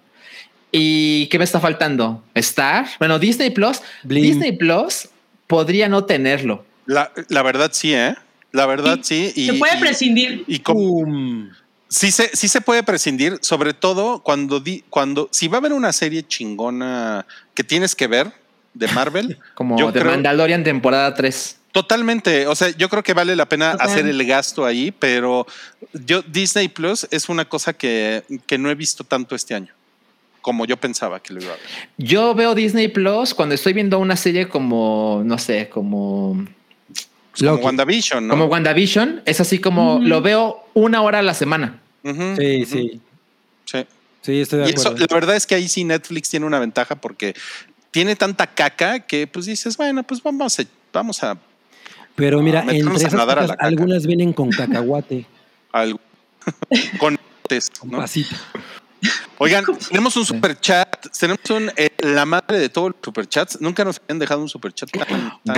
[SPEAKER 3] ¿Y qué me está faltando? Star, bueno, Disney Plus,
[SPEAKER 2] Blim.
[SPEAKER 3] Disney Plus podría no tenerlo.
[SPEAKER 4] La, la verdad sí, ¿eh? La verdad sí. Y,
[SPEAKER 5] Se puede
[SPEAKER 4] y-
[SPEAKER 5] prescindir.
[SPEAKER 4] Y como,
[SPEAKER 2] Boom.
[SPEAKER 4] sí, se, sí se puede prescindir, sobre todo cuando, di, cuando si va a haber una serie chingona que tienes que ver de Marvel,
[SPEAKER 3] Como
[SPEAKER 4] yo
[SPEAKER 3] de
[SPEAKER 4] creo-
[SPEAKER 3] Mandalorian temporada tres.
[SPEAKER 4] totalmente. O sea, yo creo que vale la pena
[SPEAKER 5] Total.
[SPEAKER 4] hacer el gasto ahí, pero yo Disney Plus es una cosa que, que no he visto tanto este año, como yo pensaba que lo iba a ver.
[SPEAKER 3] Yo veo Disney Plus cuando estoy viendo una serie como, no sé, como,
[SPEAKER 4] Pues como
[SPEAKER 2] Loki.
[SPEAKER 4] WandaVision, ¿no?
[SPEAKER 3] como WandaVision. Es así como
[SPEAKER 5] Ujú.
[SPEAKER 3] lo veo una hora a la semana.
[SPEAKER 4] Ujú,
[SPEAKER 2] Sí,
[SPEAKER 4] ujú,
[SPEAKER 2] sí.
[SPEAKER 4] sí.
[SPEAKER 2] Sí, estoy de
[SPEAKER 4] Y eso,
[SPEAKER 2] acuerdo.
[SPEAKER 4] la verdad es que ahí sí Netflix tiene una ventaja porque tiene tanta caca que pues dices, bueno, pues vamos a, vamos a
[SPEAKER 2] Pero mira,
[SPEAKER 4] meternos
[SPEAKER 2] entre
[SPEAKER 4] a
[SPEAKER 2] esas
[SPEAKER 4] nadar a
[SPEAKER 2] cosas,
[SPEAKER 4] la caca.
[SPEAKER 2] algunas vienen con cacahuate.
[SPEAKER 4] algo con test,
[SPEAKER 2] Con
[SPEAKER 4] ¿no?
[SPEAKER 2] pasito.
[SPEAKER 4] Oigan, tenemos un super chat, tenemos un eh, la madre de todos los superchats. Nunca nos habían dejado un superchat tan, tan-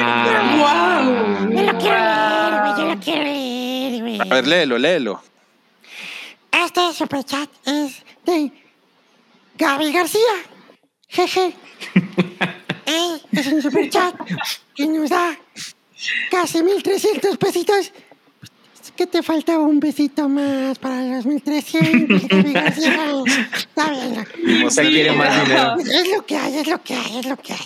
[SPEAKER 5] ¡Wow!
[SPEAKER 6] Yo lo quiero leer, güey. Yo lo quiero leer, güey.
[SPEAKER 4] A ver, léelo, léelo.
[SPEAKER 6] Este superchat es de Gaby García. Jeje. Él es un superchat que nos da casi mil trescientos pesitos. Es que te faltaba un besito más para los mil trescientos, Gaby García. Está bien.
[SPEAKER 4] Dimos
[SPEAKER 3] Pero
[SPEAKER 4] el-
[SPEAKER 3] quiere más dinero.
[SPEAKER 6] Es lo que hay, es lo que hay, es lo que hay.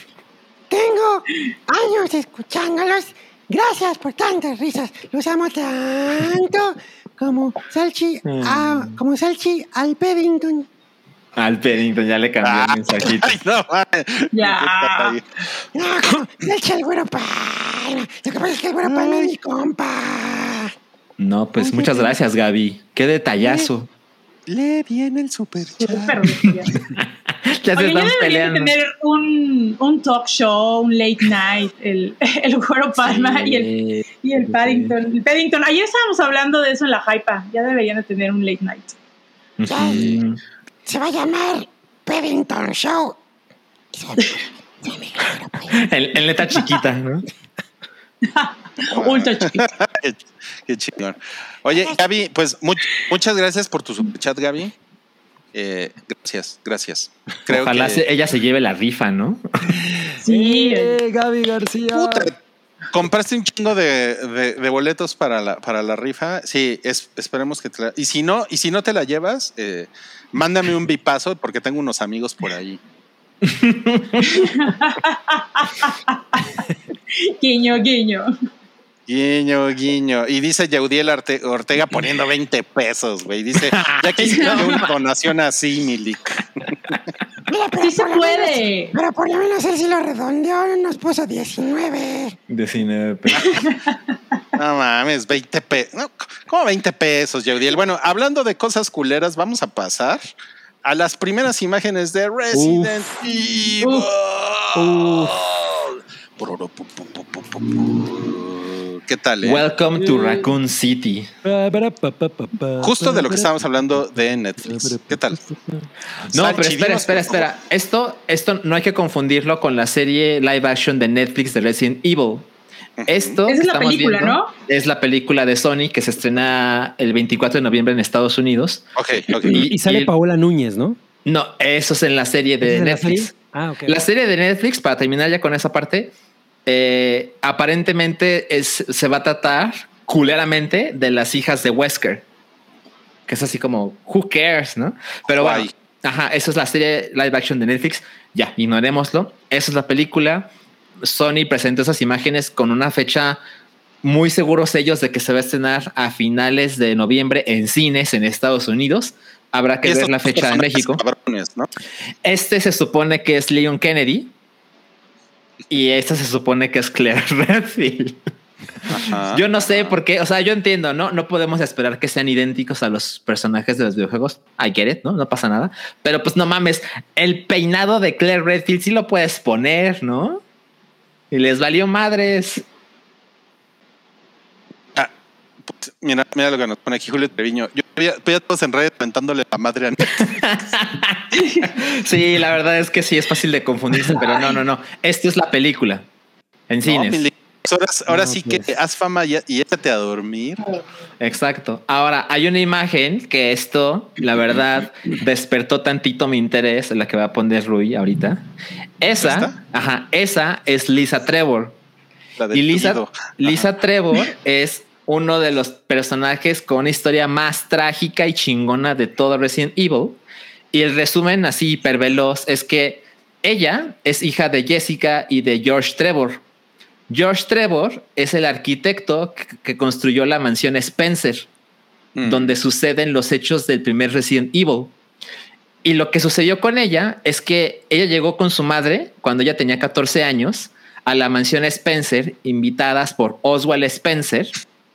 [SPEAKER 6] Tengo años escuchándolos. Gracias por tantas risas. Los amo tanto como Salchi, a, como Salchi al Paddington.
[SPEAKER 3] Al Paddington ya le cambié el mensajito.
[SPEAKER 4] Ay, no, mames.
[SPEAKER 5] Ya.
[SPEAKER 6] No, como Salchi al Güero Palma. Lo que pasa es que el Güero Palma es mi compa.
[SPEAKER 3] No, pues muchas gracias, Gaby. Qué detallazo.
[SPEAKER 4] Lee bien el superchat.
[SPEAKER 5] Súper bestia.
[SPEAKER 3] Ya se
[SPEAKER 5] Oye, ya
[SPEAKER 3] están
[SPEAKER 5] deberían de
[SPEAKER 3] peleando.
[SPEAKER 5] tener un, un talk show, un late night, el, el Güero Palma y el, y el
[SPEAKER 2] sí.
[SPEAKER 5] Paddington. El Paddington. Ayer estábamos hablando de eso en la Hypa. Ya deberían de tener un late night.
[SPEAKER 3] Ujú.
[SPEAKER 6] Se va a llamar Paddington Show. Y se va a llamar mi Güero Palma.
[SPEAKER 3] En, en letra chiquita, ¿no?
[SPEAKER 5] Ultra chiquito.
[SPEAKER 4] qué, qué chingón. Oye, Gaby, pues much- muchas gracias por tu superchat, Gaby. Eh, gracias, gracias. Creo
[SPEAKER 3] Ojalá
[SPEAKER 4] que
[SPEAKER 3] se- ella se lleve la rifa, ¿no?
[SPEAKER 5] Sí.
[SPEAKER 2] Eh, Gaby García.
[SPEAKER 4] Puta, compraste un chingo de, de- de boletos para la, para la rifa. Sí, es- esperemos que te la. Y si no, y si no te la llevas, eh, mándame un bipazo porque tengo unos amigos por ahí.
[SPEAKER 5] Guiño, guiño.
[SPEAKER 4] Guiño, guiño. Y dice Yaudiel Arte- Ortega poniendo veinte pesos, güey. Dice, ya quisiera una donación así, Milik.
[SPEAKER 6] Mira, pero
[SPEAKER 5] Sí se
[SPEAKER 6] por lo menos-
[SPEAKER 5] puede.
[SPEAKER 6] pero por lo menos él sí lo redondeó, nos puso diecinueve.
[SPEAKER 3] diecinueve pesos.
[SPEAKER 4] No mames, veinte pesos. No, ¿cómo veinte pesos, Yaudiel? Bueno, hablando de cosas culeras, vamos a pasar a las primeras imágenes de Resident Evil.
[SPEAKER 2] Uf.
[SPEAKER 4] ¿Qué tal? eh?
[SPEAKER 3] Welcome to Raccoon City.
[SPEAKER 4] Justo de lo que estábamos hablando de Netflix. ¿Qué tal?
[SPEAKER 3] No, pero espera,
[SPEAKER 4] Salchidinos,
[SPEAKER 3] espera,
[SPEAKER 4] por favor.
[SPEAKER 3] espera. Esto, esto no hay que confundirlo con la serie live action de Netflix de Resident Evil. Esto
[SPEAKER 5] Esa es
[SPEAKER 3] que
[SPEAKER 5] la
[SPEAKER 3] estamos
[SPEAKER 5] película,
[SPEAKER 3] viendo
[SPEAKER 5] ¿no?
[SPEAKER 3] Es la película de Sony que se estrena el veinticuatro de noviembre en Estados Unidos.
[SPEAKER 4] Ok, ok.
[SPEAKER 2] Y, y sale
[SPEAKER 3] y-
[SPEAKER 2] Paola Núñez, ¿no?
[SPEAKER 3] No, eso es en la serie
[SPEAKER 2] ¿Esa
[SPEAKER 3] de
[SPEAKER 2] es en la
[SPEAKER 3] Netflix.
[SPEAKER 2] serie? Ah, ok.
[SPEAKER 3] La serie de Netflix, para terminar ya con esa parte, eh, aparentemente es, se va a tratar culeramente de las hijas de Wesker, que es así como, who cares, ¿no? Pero bueno,
[SPEAKER 4] Guay.
[SPEAKER 3] ajá, eso es la serie live action de Netflix. Ya, ignorémoslo. Esa es la película. Sony presentó esas imágenes con una fecha muy seguros ellos de que se va a estrenar a finales de noviembre en cines en Estados Unidos. Habrá que
[SPEAKER 4] Y
[SPEAKER 3] ver
[SPEAKER 4] estos
[SPEAKER 3] la fecha en
[SPEAKER 4] personajes
[SPEAKER 3] México.
[SPEAKER 4] cabrones, ¿no?
[SPEAKER 3] Este se supone que es Leon Kennedy y esta se supone que es Claire Redfield.
[SPEAKER 4] Ajá.
[SPEAKER 3] Yo no sé por qué, o sea, yo entiendo, ¿no? No podemos esperar que sean idénticos a los personajes de los videojuegos. I get it, ¿no? No pasa nada. Pero pues no mames, el peinado de Claire Redfield sí lo puedes poner, ¿no? Y les valió madres.
[SPEAKER 4] Ah, pues, mira, mira lo que nos pone aquí Julio Treviño. Yo veía, veía todos en redes aventándole la madre a
[SPEAKER 3] Sí, la verdad es que sí, es fácil de confundirse, pero no, no, no. Esto es la película en cines.
[SPEAKER 4] No, Milik. Ahora, ahora
[SPEAKER 2] No,
[SPEAKER 4] sí
[SPEAKER 2] pues.
[SPEAKER 4] que haz fama y, y échate a dormir.
[SPEAKER 3] Exacto. Ahora, hay una imagen que esto, la verdad, despertó tantito mi interés, la que va a poner Rui ahorita. Esa,
[SPEAKER 4] ¿Esta?
[SPEAKER 3] ajá, esa es Lisa Trevor.
[SPEAKER 4] La del
[SPEAKER 3] Y Lisa,
[SPEAKER 4] tubido.
[SPEAKER 3] Lisa Trevor es uno de los personajes con una historia más trágica y chingona de todo Resident Evil. Y el resumen así hiperveloz es que ella es hija de Jessica y de George Trevor. George Trevor es el arquitecto que, que construyó la mansión Spencer,
[SPEAKER 4] Mm.
[SPEAKER 3] donde suceden los hechos del primer Resident Evil. Y lo que sucedió con ella es que ella llegó con su madre cuando ella tenía catorce años a la mansión Spencer, invitadas por Oswald Spencer,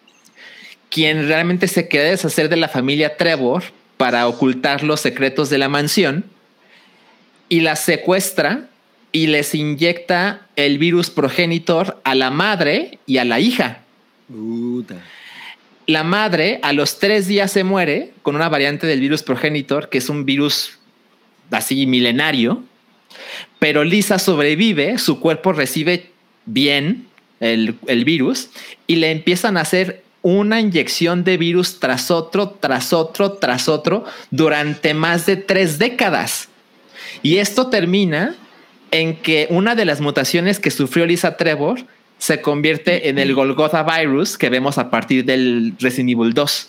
[SPEAKER 3] quien realmente se quería deshacer de la familia Trevor para ocultar los secretos de la mansión, y la secuestra y les inyecta el virus progenitor a la madre y a la hija.
[SPEAKER 2] Puta.
[SPEAKER 3] La madre a los tres días se muere con una variante del virus progenitor, que es un virus así milenario, pero Lisa sobrevive, su cuerpo recibe bien el, el virus y le empiezan a hacer una inyección de virus tras otro, tras otro, tras otro, durante más de tres décadas. Y esto termina en que una de las mutaciones que sufrió Lisa Trevor se convierte en el Golgotha Virus que vemos a partir del Resident Evil dos.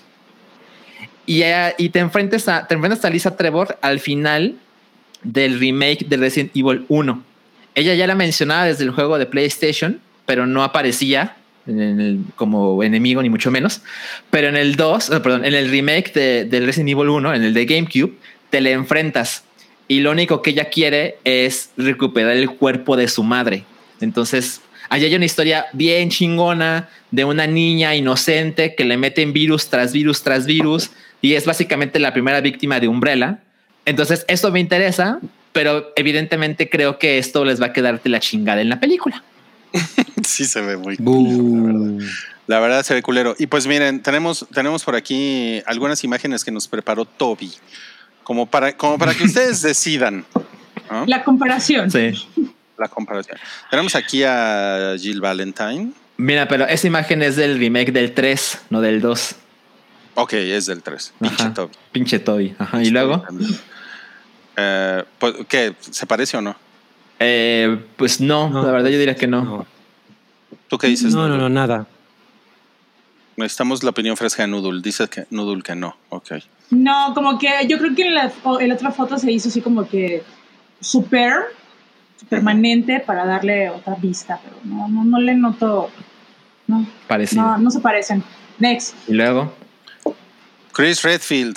[SPEAKER 3] Y, eh, y te, enfrentas a, te enfrentas a Lisa Trevor al final del remake de Resident Evil uno. Ella ya la mencionaba desde el juego de PlayStation, pero no aparecía en el, como enemigo ni mucho menos. Pero en el dos, no, perdón, en el remake de, del Resident Evil uno, en el de GameCube, te le enfrentas y lo único que ella quiere es recuperar el cuerpo de su madre. Entonces, allá hay una historia bien chingona de una niña inocente que le meten virus tras virus tras virus y es básicamente la primera víctima de Umbrella. Entonces, esto me interesa, pero evidentemente creo que esto les va a quedar de la chingada en la película.
[SPEAKER 4] Sí se ve muy culero, la verdad. La verdad se ve culero. Y pues miren, tenemos, tenemos por aquí algunas imágenes que nos preparó Toby, como para, como para que ustedes decidan, ¿no?
[SPEAKER 5] La comparación.
[SPEAKER 3] Sí.
[SPEAKER 4] La comparación. Tenemos aquí a Jill Valentine.
[SPEAKER 3] Mira, pero esa imagen es del remake del tres, no del dos.
[SPEAKER 4] Ok, es del tres. Pinche
[SPEAKER 3] Ajá.
[SPEAKER 4] Toby.
[SPEAKER 3] Pinche Toby. Ajá.
[SPEAKER 4] Pinche
[SPEAKER 3] Y luego,
[SPEAKER 4] Toby también. Eh, pues, ¿qué? ¿Se parece o no?
[SPEAKER 3] eh, pues no,
[SPEAKER 2] No,
[SPEAKER 3] la verdad yo diría que no.
[SPEAKER 2] No,
[SPEAKER 4] ¿Tú qué dices?
[SPEAKER 2] no, no, no, nada.
[SPEAKER 4] Necesitamos la opinión fresca de Noodle. Dice que Noodle que no. Ok.
[SPEAKER 5] No, como que yo creo que en la, en la otra foto se hizo así como que súper permanente para darle otra vista, pero no, no, no le noto. No.
[SPEAKER 3] parecido.
[SPEAKER 5] No, no se parecen. Next.
[SPEAKER 3] Y luego.
[SPEAKER 4] Chris Redfield.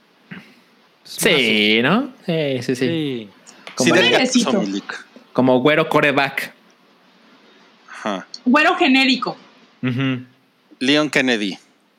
[SPEAKER 3] Sí, ¿no? Sí, sí, sí.
[SPEAKER 2] Sí.
[SPEAKER 3] Como,
[SPEAKER 4] Sí, del gato
[SPEAKER 5] Bebecito.
[SPEAKER 4] Zombie League.
[SPEAKER 3] como güero coreback.
[SPEAKER 4] Ajá.
[SPEAKER 5] Güero genérico.
[SPEAKER 3] Ujú.
[SPEAKER 4] Leon Kennedy.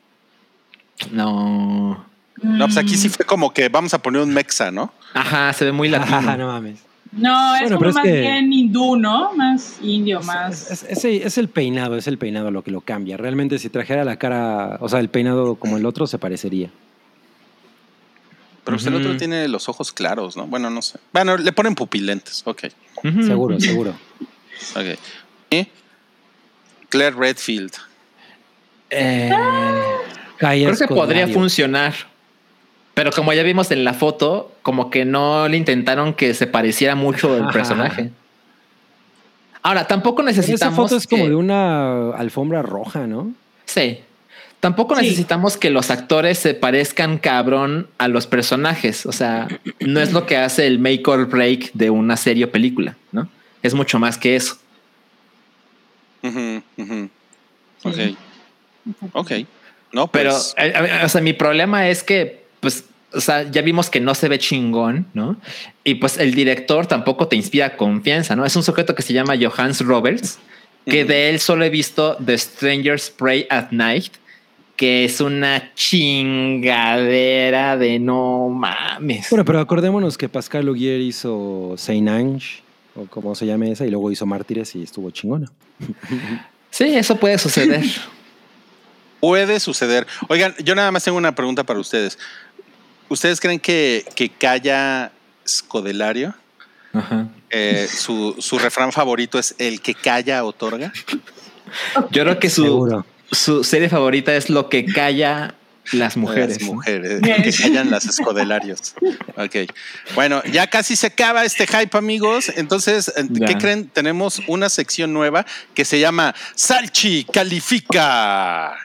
[SPEAKER 3] No.
[SPEAKER 4] No, pues aquí sí fue como que vamos a poner un mexa, ¿no?
[SPEAKER 3] Ajá, se ve muy latino.
[SPEAKER 2] Ah, no mames.
[SPEAKER 5] No, es
[SPEAKER 2] Bueno,
[SPEAKER 5] como
[SPEAKER 2] pero es
[SPEAKER 5] más
[SPEAKER 2] que-
[SPEAKER 5] bien hindú, ¿no? Más indio, más.
[SPEAKER 2] Es, es- es- es el peinado, es el peinado lo que lo cambia. Realmente si trajera la cara, o sea, el peinado como el otro se parecería.
[SPEAKER 4] Pero pues el
[SPEAKER 3] Ujú.
[SPEAKER 4] otro tiene los ojos claros, ¿no? Bueno, no sé. Bueno, le ponen pupilentes. Ok.
[SPEAKER 3] Ujú.
[SPEAKER 2] Seguro, seguro.
[SPEAKER 4] Ok. Y Claire Redfield.
[SPEAKER 3] Eh,
[SPEAKER 2] Kaya
[SPEAKER 3] creo que podría
[SPEAKER 2] Scodelario.
[SPEAKER 3] funcionar. Pero como ya vimos en la foto, como que no le intentaron que se pareciera mucho el personaje. Ahora, tampoco
[SPEAKER 2] Pero
[SPEAKER 3] necesitamos.
[SPEAKER 2] esa foto es como
[SPEAKER 3] que-
[SPEAKER 2] de una alfombra roja, ¿no?
[SPEAKER 3] Sí. Tampoco
[SPEAKER 5] Sí.
[SPEAKER 3] necesitamos que los actores se parezcan cabrón a los personajes. O sea, no es lo que hace el make or break de una serie o película, ¿no? Es mucho más que eso.
[SPEAKER 4] Ujú, ujú. Ok.
[SPEAKER 5] Sí.
[SPEAKER 4] Ok. No,
[SPEAKER 3] Pero,
[SPEAKER 4] pues.
[SPEAKER 3] eh, eh, o sea, mi problema es que, pues, o sea, ya vimos que no se ve chingón, ¿no? Y pues el director tampoco te inspira confianza, ¿no? Es un sujeto que se llama Johannes Roberts, que
[SPEAKER 4] Ujú.
[SPEAKER 3] de él solo he visto The Strangers Pray at Night, que es una chingadera de no mames.
[SPEAKER 2] Bueno, pero acordémonos que Pascal Augier hizo Saint Ange, o como se llame esa, y luego hizo Mártires y estuvo chingona.
[SPEAKER 3] Sí, eso puede suceder.
[SPEAKER 4] Puede suceder. Oigan, yo nada más tengo una pregunta para ustedes. ¿Ustedes creen que, que Kaya Scodelario,
[SPEAKER 3] Ajá.
[SPEAKER 4] eh, su, su refrán favorito es el que calla otorga?
[SPEAKER 3] Yo creo que su,
[SPEAKER 2] Seguro.
[SPEAKER 3] su serie favorita es Lo que calla las mujeres.
[SPEAKER 4] Las
[SPEAKER 3] ¿no?
[SPEAKER 4] mujeres,
[SPEAKER 5] Yes.
[SPEAKER 4] que callan las escodelarios. Ok. Bueno, ya casi se acaba este hype, amigos. Entonces,
[SPEAKER 3] Ya.
[SPEAKER 4] ¿qué creen? Tenemos una sección nueva que se llama Salchi Califica.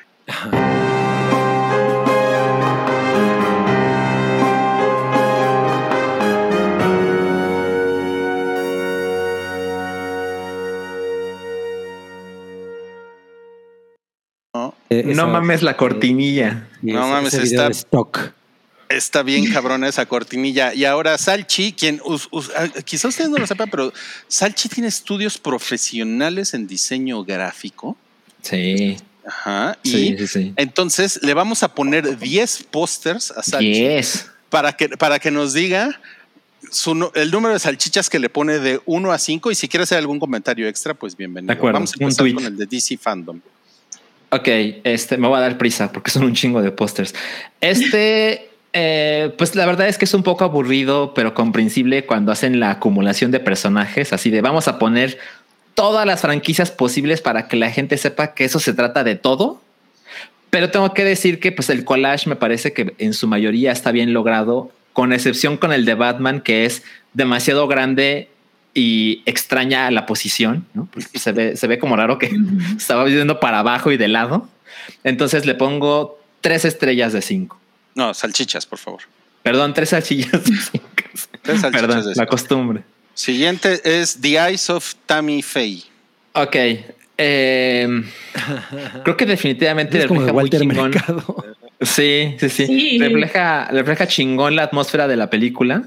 [SPEAKER 4] ¿No?
[SPEAKER 2] Eh,
[SPEAKER 3] No
[SPEAKER 2] esa-
[SPEAKER 3] mames la cortinilla.
[SPEAKER 2] sí,
[SPEAKER 4] No
[SPEAKER 2] ese-
[SPEAKER 4] mames,
[SPEAKER 2] ese video
[SPEAKER 4] está-
[SPEAKER 2] de stock.
[SPEAKER 4] Está bien cabrona esa cortinilla. Y ahora Salchi, quien us- us- ah, quizá ustedes no lo sepan, pero Salchi tiene estudios profesionales en diseño gráfico.
[SPEAKER 3] Sí.
[SPEAKER 4] Ajá. Y
[SPEAKER 3] Sí, sí, sí.
[SPEAKER 4] entonces le vamos a poner diez pósters a Salchi
[SPEAKER 3] Yes.
[SPEAKER 4] para que, para que nos diga su, nu- el número de salchichas que le pone de uno a cinco. Y si quiere hacer algún comentario extra, pues bienvenido.
[SPEAKER 3] De acuerdo,
[SPEAKER 4] Vamos a
[SPEAKER 3] un
[SPEAKER 4] empezar
[SPEAKER 3] tweet.
[SPEAKER 4] con el de D C Fandom.
[SPEAKER 3] Ok, este, me voy a dar prisa porque son un chingo de pósters. Este, eh, pues la verdad es que es un poco aburrido, pero comprensible cuando hacen la acumulación de personajes, así de vamos a poner todas las franquicias posibles para que la gente sepa que eso se trata de todo. Pero tengo que decir que pues el collage me parece que en su mayoría está bien logrado, con excepción con el de Batman, que es demasiado grande y extraña la posición, ¿no? Porque se ve, se ve como raro que estaba viendo para abajo y de lado. Entonces le pongo tres estrellas de cinco.
[SPEAKER 4] No, salchichas, por favor.
[SPEAKER 3] Perdón, tres salchillas de cinco.
[SPEAKER 4] Tres salchichas
[SPEAKER 3] Perdón,
[SPEAKER 4] de
[SPEAKER 3] la
[SPEAKER 4] cinco.
[SPEAKER 3] costumbre.
[SPEAKER 4] Siguiente es The Eyes of Tammy Faye.
[SPEAKER 3] Ok. eh, creo que definitivamente
[SPEAKER 2] Es como de
[SPEAKER 3] refleja muy
[SPEAKER 2] Walter
[SPEAKER 3] chingón.
[SPEAKER 2] Mercado.
[SPEAKER 3] Sí, sí, sí.
[SPEAKER 5] Sí.
[SPEAKER 3] Refleja, refleja chingón la atmósfera de la película.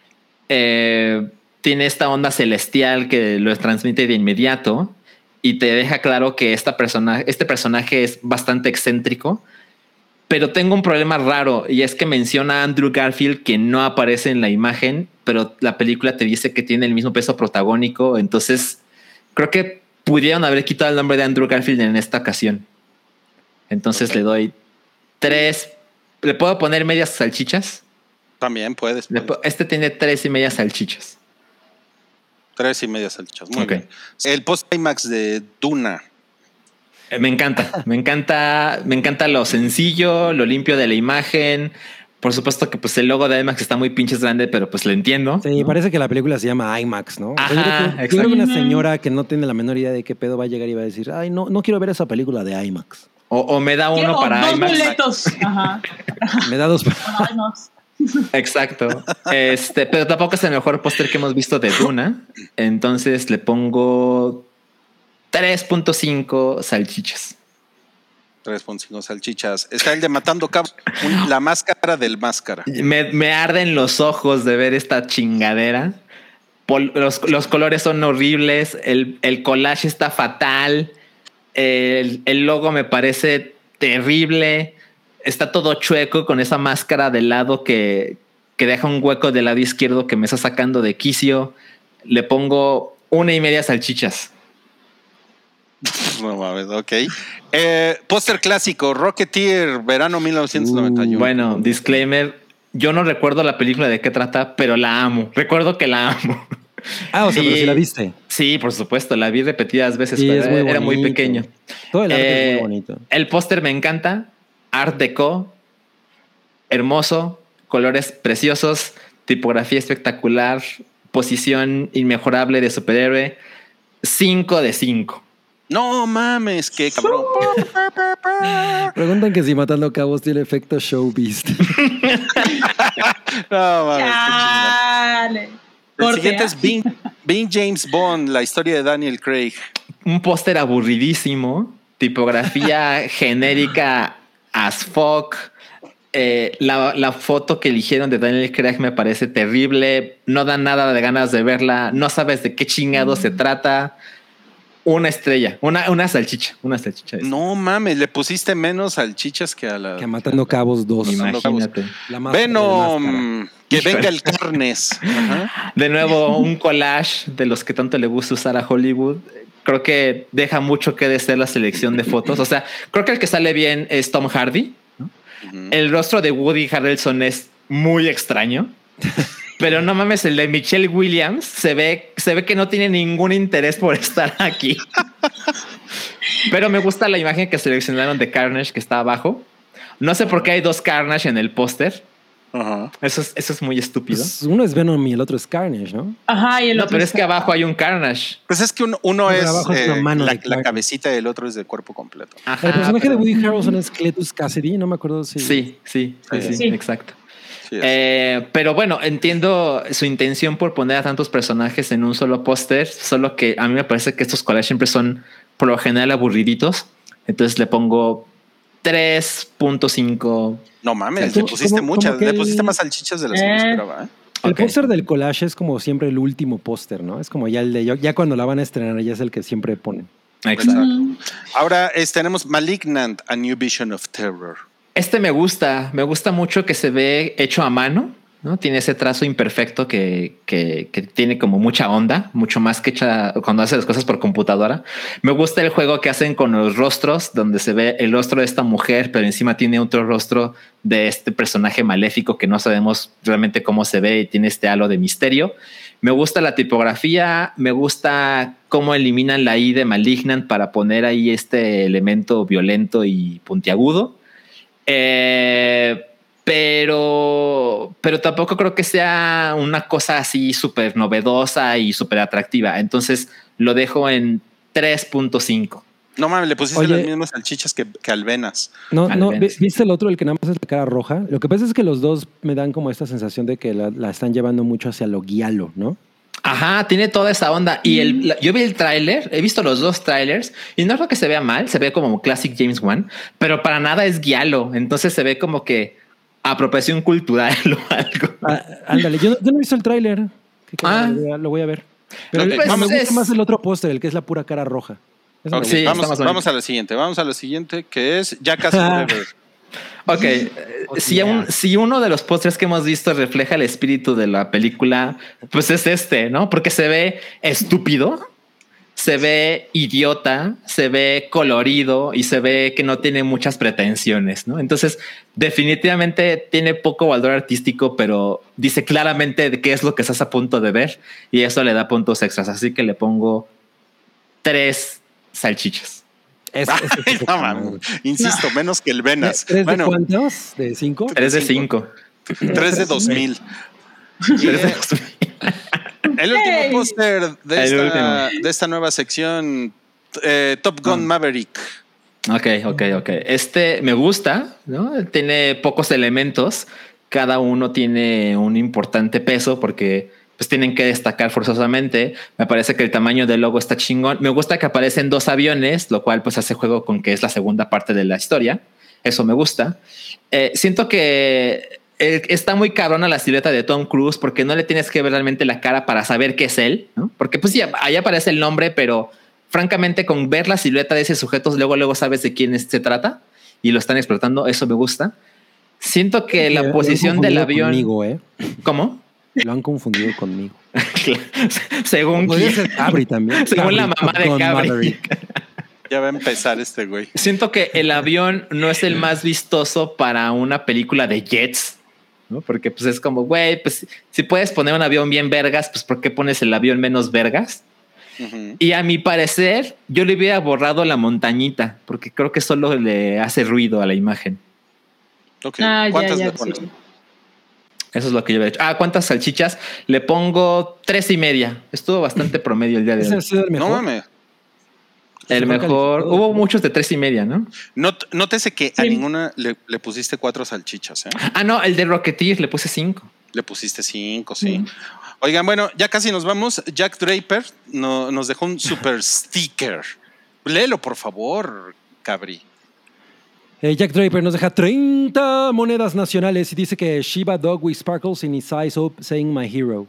[SPEAKER 3] Eh, tiene esta onda celestial que lo transmite de inmediato y te deja claro que esta persona, este personaje es bastante excéntrico. Pero tengo un problema raro y es que menciona a Andrew Garfield que no aparece en la imagen, pero la película te dice que tiene el mismo peso protagónico. Entonces creo que pudieron haber quitado el nombre de Andrew Garfield en esta ocasión. Entonces
[SPEAKER 4] Ok.
[SPEAKER 3] le doy tres. ¿Le puedo poner medias salchichas?
[SPEAKER 4] También puedes.
[SPEAKER 3] Le
[SPEAKER 4] puedes.
[SPEAKER 3] po- Este tiene tres y medias salchichas.
[SPEAKER 4] Tres y media salchichas. Muy
[SPEAKER 3] Ok.
[SPEAKER 4] bien. El post IMAX de Duna.
[SPEAKER 3] Eh, Me encanta, me encanta, me encanta lo sencillo, lo limpio de la imagen. Por supuesto que pues el logo de IMAX está muy pinches grande, pero pues lo entiendo.
[SPEAKER 2] Sí,
[SPEAKER 3] ¿no?
[SPEAKER 2] parece que la película se llama IMAX, ¿no? O sea,
[SPEAKER 3] Ajá,
[SPEAKER 2] yo, creo que, yo creo
[SPEAKER 3] exacto.
[SPEAKER 2] que una señora que no tiene la menor idea de qué pedo va a llegar y va a decir, ay, no, no quiero ver esa película de IMAX.
[SPEAKER 3] O, o me da uno
[SPEAKER 5] Quiero
[SPEAKER 3] para
[SPEAKER 5] dos
[SPEAKER 3] IMAX.
[SPEAKER 5] boletos. Ajá.
[SPEAKER 2] Me da dos.
[SPEAKER 5] Ay, no.
[SPEAKER 3] Exacto. Este, pero tampoco es el mejor póster que hemos visto de Duna. Entonces le pongo tres punto cinco salchichas.
[SPEAKER 4] tres punto cinco salchichas. Está el de Matando Cabos, un- la máscara del máscara.
[SPEAKER 3] Me, me arden los ojos de ver esta chingadera. Pol- los, los colores son horribles. El, el collage está fatal. El, el logo me parece terrible. Está todo chueco con esa máscara de lado que, que deja un hueco del lado izquierdo que me está sacando de quicio. Le pongo una y media salchichas.
[SPEAKER 4] No mames, ok. Eh, póster clásico, Rocketeer, verano mil novecientos noventa y uno.
[SPEAKER 3] Bueno, disclaimer. Yo no recuerdo la película de qué trata, pero la amo. Recuerdo que la amo.
[SPEAKER 2] Ah, o sea, pero
[SPEAKER 3] Y-
[SPEAKER 2] si la viste.
[SPEAKER 3] Sí, por supuesto. La vi repetidas veces,
[SPEAKER 2] Sí,
[SPEAKER 3] pero
[SPEAKER 2] es muy
[SPEAKER 3] era, era muy
[SPEAKER 2] bonito.
[SPEAKER 3] pequeño.
[SPEAKER 2] Todo el arte
[SPEAKER 3] Eh,
[SPEAKER 2] es muy bonito.
[SPEAKER 3] El póster me encanta. Art Deco. Hermoso. Colores preciosos. Tipografía espectacular. Posición inmejorable de superhéroe. cinco de cinco.
[SPEAKER 4] No mames, qué cabrón.
[SPEAKER 2] Preguntan que si Matando Cabos tiene efecto show beast.
[SPEAKER 4] No mames, qué chingón.
[SPEAKER 5] Dale.
[SPEAKER 4] El
[SPEAKER 5] Corte,
[SPEAKER 4] siguiente
[SPEAKER 5] ¿ah?
[SPEAKER 4] es Being, Being James Bond, la historia de Daniel Craig.
[SPEAKER 3] Un póster aburridísimo. Tipografía genérica as fuck. Eh, la, la foto que eligieron de Daniel Craig me parece terrible. No da nada de ganas de verla. No sabes de qué chingado se trata. Una estrella, una, una salchicha, una salchicha. es.
[SPEAKER 4] No mames, le pusiste menos salchichas que a la.
[SPEAKER 2] Que Matando Cabos dos.
[SPEAKER 3] Imagínate.
[SPEAKER 2] La máscara de máscara.
[SPEAKER 4] Venom, que
[SPEAKER 3] Híjole.
[SPEAKER 4] venga el carnes. Ajá.
[SPEAKER 3] De nuevo, un collage de los que tanto le gusta usar a Hollywood. Creo que deja mucho que desear la selección de fotos. O sea, creo que el que sale bien es Tom Hardy.
[SPEAKER 4] Ujú.
[SPEAKER 3] El rostro de Woody Harrelson es muy extraño. Pero no mames, el de Michelle Williams se ve, se ve que no tiene ningún interés por estar aquí. Pero me gusta la imagen que seleccionaron de Carnage que está abajo. No sé por qué hay dos Carnage en el póster.
[SPEAKER 4] Ajá.
[SPEAKER 3] Eso es, eso es muy estúpido.
[SPEAKER 2] Pues uno es Venom y el otro es Carnage, ¿no?
[SPEAKER 5] Ajá, y el
[SPEAKER 3] No,
[SPEAKER 5] otro
[SPEAKER 3] pero es
[SPEAKER 5] está-
[SPEAKER 3] que abajo hay un Carnage.
[SPEAKER 4] Pues es que uno, uno
[SPEAKER 2] Pero
[SPEAKER 4] es
[SPEAKER 2] abajo es una
[SPEAKER 4] eh,
[SPEAKER 2] mano
[SPEAKER 4] la,
[SPEAKER 2] de
[SPEAKER 4] la
[SPEAKER 2] Clark.
[SPEAKER 4] cabecita y el otro es de cuerpo completo.
[SPEAKER 3] Ajá,
[SPEAKER 2] el personaje
[SPEAKER 3] pero-
[SPEAKER 2] de Woody Harrelson es Cletus Cassidy, no me acuerdo si.
[SPEAKER 3] Sí, sí, sí, sí,
[SPEAKER 5] Sí.
[SPEAKER 3] exacto.
[SPEAKER 4] Sí, es.
[SPEAKER 3] Eh, pero bueno, entiendo su intención por poner a tantos personajes en un solo póster, solo que a mí me parece que estos collages siempre son por lo general aburriditos. Entonces le pongo tres punto cinco.
[SPEAKER 4] No mames,
[SPEAKER 2] Como-
[SPEAKER 4] le pusiste
[SPEAKER 2] como-
[SPEAKER 4] muchas,
[SPEAKER 2] como que
[SPEAKER 4] le
[SPEAKER 2] el-
[SPEAKER 4] pusiste más salchichas de las que me
[SPEAKER 5] Eh.
[SPEAKER 4] esperaba. ¿eh?
[SPEAKER 2] El
[SPEAKER 3] Ok.
[SPEAKER 2] póster del collage es como siempre el último póster, ¿no? Es como ya el de ya cuando la van a estrenar, ya es el que siempre ponen.
[SPEAKER 3] Exacto.
[SPEAKER 5] Ujú.
[SPEAKER 4] Ahora es, tenemos Malignant, A New Vision of Terror.
[SPEAKER 3] Este me gusta, me gusta mucho que se ve hecho a mano, ¿no? Tiene ese trazo imperfecto que, que, que tiene como mucha onda, mucho más que hecha cuando hace las cosas por computadora. Me gusta el juego que hacen con los rostros, donde se ve el rostro de esta mujer, pero encima tiene otro rostro de este personaje maléfico que no sabemos realmente cómo se ve y tiene este halo de misterio. Me gusta la tipografía, me gusta cómo eliminan la I de Malignant para poner ahí este elemento violento y puntiagudo. Eh, pero, pero tampoco creo que sea una cosa así súper novedosa y súper atractiva. Entonces lo dejo en tres punto cinco.
[SPEAKER 4] No mames, le pusiste
[SPEAKER 2] Oye.
[SPEAKER 4] las mismas salchichas que, que alvenas.
[SPEAKER 2] No,
[SPEAKER 3] Al
[SPEAKER 2] no,
[SPEAKER 3] menos.
[SPEAKER 2] ¿vi- ¿viste el otro, el que nada más es la cara roja? Lo que pasa es que los dos me dan como esta sensación de que la, la están llevando mucho hacia lo guialo, ¿no?
[SPEAKER 3] Ajá, tiene toda esa onda. Y el, la- yo vi el tráiler, he visto los dos tráilers y no creo que se vea mal, se ve como Classic James Wan, pero para nada es guialo. Entonces se ve como que apropiación cultural o algo.
[SPEAKER 2] Ah, ándale, yo, no- yo no he visto el tráiler. Qué
[SPEAKER 3] Ah.
[SPEAKER 2] cabrón, lo voy a- lo voy a ver. Pero
[SPEAKER 4] Ok,
[SPEAKER 2] el-
[SPEAKER 3] pues
[SPEAKER 2] me gusta
[SPEAKER 3] es-
[SPEAKER 2] más el otro póster, el que es la pura cara roja. Eso me
[SPEAKER 4] Ok,
[SPEAKER 2] gusta.
[SPEAKER 3] Sí,
[SPEAKER 4] vamos,
[SPEAKER 3] está más
[SPEAKER 4] vamos
[SPEAKER 3] bonito.
[SPEAKER 4] a la siguiente, vamos a la siguiente que es Jackass Forever.
[SPEAKER 3] Ok, eh, si, un- si uno de los pósters que hemos visto refleja el espíritu de la película, pues es este, ¿no? Porque se ve estúpido, se ve idiota, se ve colorido y se ve que no tiene muchas pretensiones, ¿no? Entonces, definitivamente tiene poco valor artístico, pero dice claramente de qué es lo que estás a punto de ver y eso le da puntos extras. Así que le pongo tres salchichas.
[SPEAKER 2] Es- es- es-
[SPEAKER 4] Ay,
[SPEAKER 2] es-
[SPEAKER 4] no mames. Insisto, menos que el Venas.
[SPEAKER 2] ¿Tres de
[SPEAKER 4] Bueno,
[SPEAKER 2] cuántos? ¿De cinco?
[SPEAKER 3] Tres de cinco.
[SPEAKER 4] tres de dos mil. Y,
[SPEAKER 3] Tres de
[SPEAKER 4] eh, el último
[SPEAKER 5] Hey.
[SPEAKER 4] póster de,
[SPEAKER 3] El
[SPEAKER 4] esta- de esta nueva sección, eh, Top Gun Maverick.
[SPEAKER 3] Ok, ok, ok. Este me gusta, ¿no? Tiene pocos elementos. Cada uno tiene un importante peso porque pues tienen que destacar forzosamente. Me parece que el tamaño del logo está chingón. Me gusta que aparecen dos aviones, lo cual pues hace juego con que es la segunda parte de la historia. Eso me gusta. Eh, siento que eh, está muy cabrona la silueta de Tom Cruise porque no le tienes que ver realmente la cara para saber que es él, ¿no? Porque pues sí, ahí aparece el nombre, pero francamente con ver la silueta de ese sujeto, luego, luego sabes de quién se trata y lo están explotando. Eso me gusta. Siento que
[SPEAKER 2] Eh,
[SPEAKER 3] la
[SPEAKER 2] lo
[SPEAKER 3] posición
[SPEAKER 2] han
[SPEAKER 3] del
[SPEAKER 2] confundido
[SPEAKER 3] avión...
[SPEAKER 2] conmigo, ¿eh?
[SPEAKER 3] ¿Cómo?
[SPEAKER 2] Lo han confundido conmigo.
[SPEAKER 3] Según
[SPEAKER 2] Podría
[SPEAKER 3] quién.
[SPEAKER 2] ser Cabri también.
[SPEAKER 3] Según la
[SPEAKER 2] Cabri,
[SPEAKER 3] mamá
[SPEAKER 2] Top
[SPEAKER 3] de
[SPEAKER 2] Gun
[SPEAKER 3] Cabri.
[SPEAKER 2] Maverick.
[SPEAKER 4] Ya va a empezar este güey.
[SPEAKER 3] Siento que el avión no es el más vistoso para una película de jets, ¿no? Porque pues es como, güey, pues si puedes poner un avión bien vergas, pues ¿por qué pones el avión menos vergas? Uh-huh. Y a mi parecer, yo le hubiera borrado la montañita, porque creo que solo le hace ruido a la imagen.
[SPEAKER 4] Okay. Ah, ¿cuántas ya, ya, le pones? Sí.
[SPEAKER 3] Eso es lo que yo he hecho. Ah, ¿cuántas salchichas? Le pongo tres y media. Estuvo bastante promedio el día de hoy.
[SPEAKER 2] ¿Ese ha sido el mejor?
[SPEAKER 4] No mames.
[SPEAKER 3] El mejor. Hubo muchos de tres y media, ¿no?
[SPEAKER 4] Not, nótese que sí. a ninguna le, le pusiste cuatro salchichas, ¿eh?
[SPEAKER 3] Ah, no, el de Rocketeer le puse cinco.
[SPEAKER 4] Le pusiste cinco, sí. Mm. Oigan, bueno, ya casi nos vamos. Jack Draper no, nos dejó un super sticker. Léelo, por favor, Cabri.
[SPEAKER 2] Eh, Jack Draper nos deja treinta monedas nacionales y dice que Shiba dog with sparkles in his eyes up saying my hero.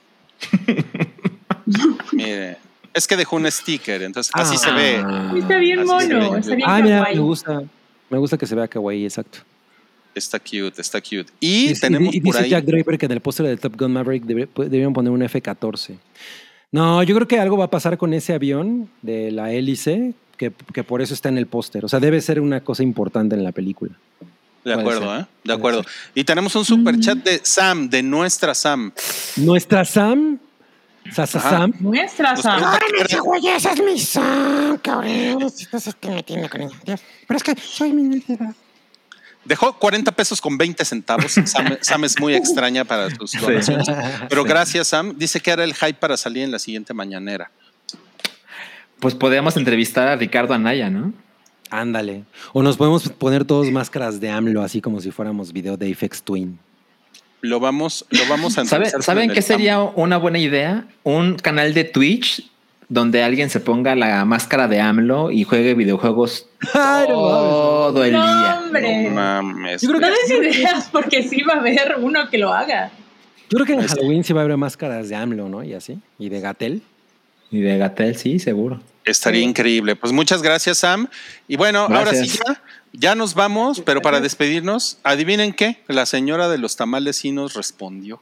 [SPEAKER 4] Mire, es que dejó un sticker, entonces ah, así se ve.
[SPEAKER 5] Está bien mono, está bien
[SPEAKER 2] ah, mira, me gusta. Me gusta que se vea kawaii, exacto.
[SPEAKER 4] Está cute, está cute. Y,
[SPEAKER 2] y
[SPEAKER 4] tenemos
[SPEAKER 2] y, y
[SPEAKER 4] por
[SPEAKER 2] dice
[SPEAKER 4] ahí...
[SPEAKER 2] Jack Draper que en el póster de Top Gun Maverick debe, debieron poner un F catorce. No, yo creo que algo va a pasar con ese avión de la hélice, que, que por eso está en el póster. O sea, debe ser una cosa importante en la película.
[SPEAKER 4] De acuerdo, ¿eh? De acuerdo. Y tenemos un super chat de Sam, de nuestra Sam.
[SPEAKER 2] ¿Nuestra Sam? ¿Sasa Sam?
[SPEAKER 5] Nuestra Sam.
[SPEAKER 6] ¡Ay, güey! ¡Esa es mi Sam, cabrón! Entonces, ¿qué me tiene con ella? Pero es que soy mi identidad.
[SPEAKER 4] Dejó cuarenta pesos con veinte centavos. Sam, Sam es muy extraña para sus donaciones. Sí. Pero gracias, Sam. Dice que era el hype para salir en la siguiente mañanera.
[SPEAKER 3] Pues podríamos entrevistar a Ricardo Anaya, ¿no?
[SPEAKER 2] Ándale. O nos podemos poner todos máscaras de AMLO, así como si fuéramos video de Aphex Twin.
[SPEAKER 4] Lo vamos, lo vamos a
[SPEAKER 3] entrevistar. ¿Saben qué sería una buena idea? Un canal de Twitch donde alguien se ponga la máscara de AMLO y juegue videojuegos todo el
[SPEAKER 5] no,
[SPEAKER 3] día.
[SPEAKER 5] Hombre.
[SPEAKER 4] No mames.
[SPEAKER 5] Yo creo que no des ideas porque sí va a haber uno que lo haga.
[SPEAKER 2] Yo creo que en pues Halloween sí va a haber máscaras de AMLO, ¿no? Y así. Y de Gatell.
[SPEAKER 3] Y de Gatell, sí, seguro.
[SPEAKER 4] Estaría sí. increíble. Pues muchas gracias, Sam. Y bueno, gracias. Ahora sí ya, ya nos vamos, pero para despedirnos, adivinen qué, la señora de los tamales sí nos respondió.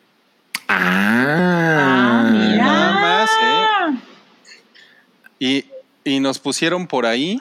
[SPEAKER 3] Ah,
[SPEAKER 5] mira.
[SPEAKER 4] Nada más, ¿eh? Y, y nos pusieron por ahí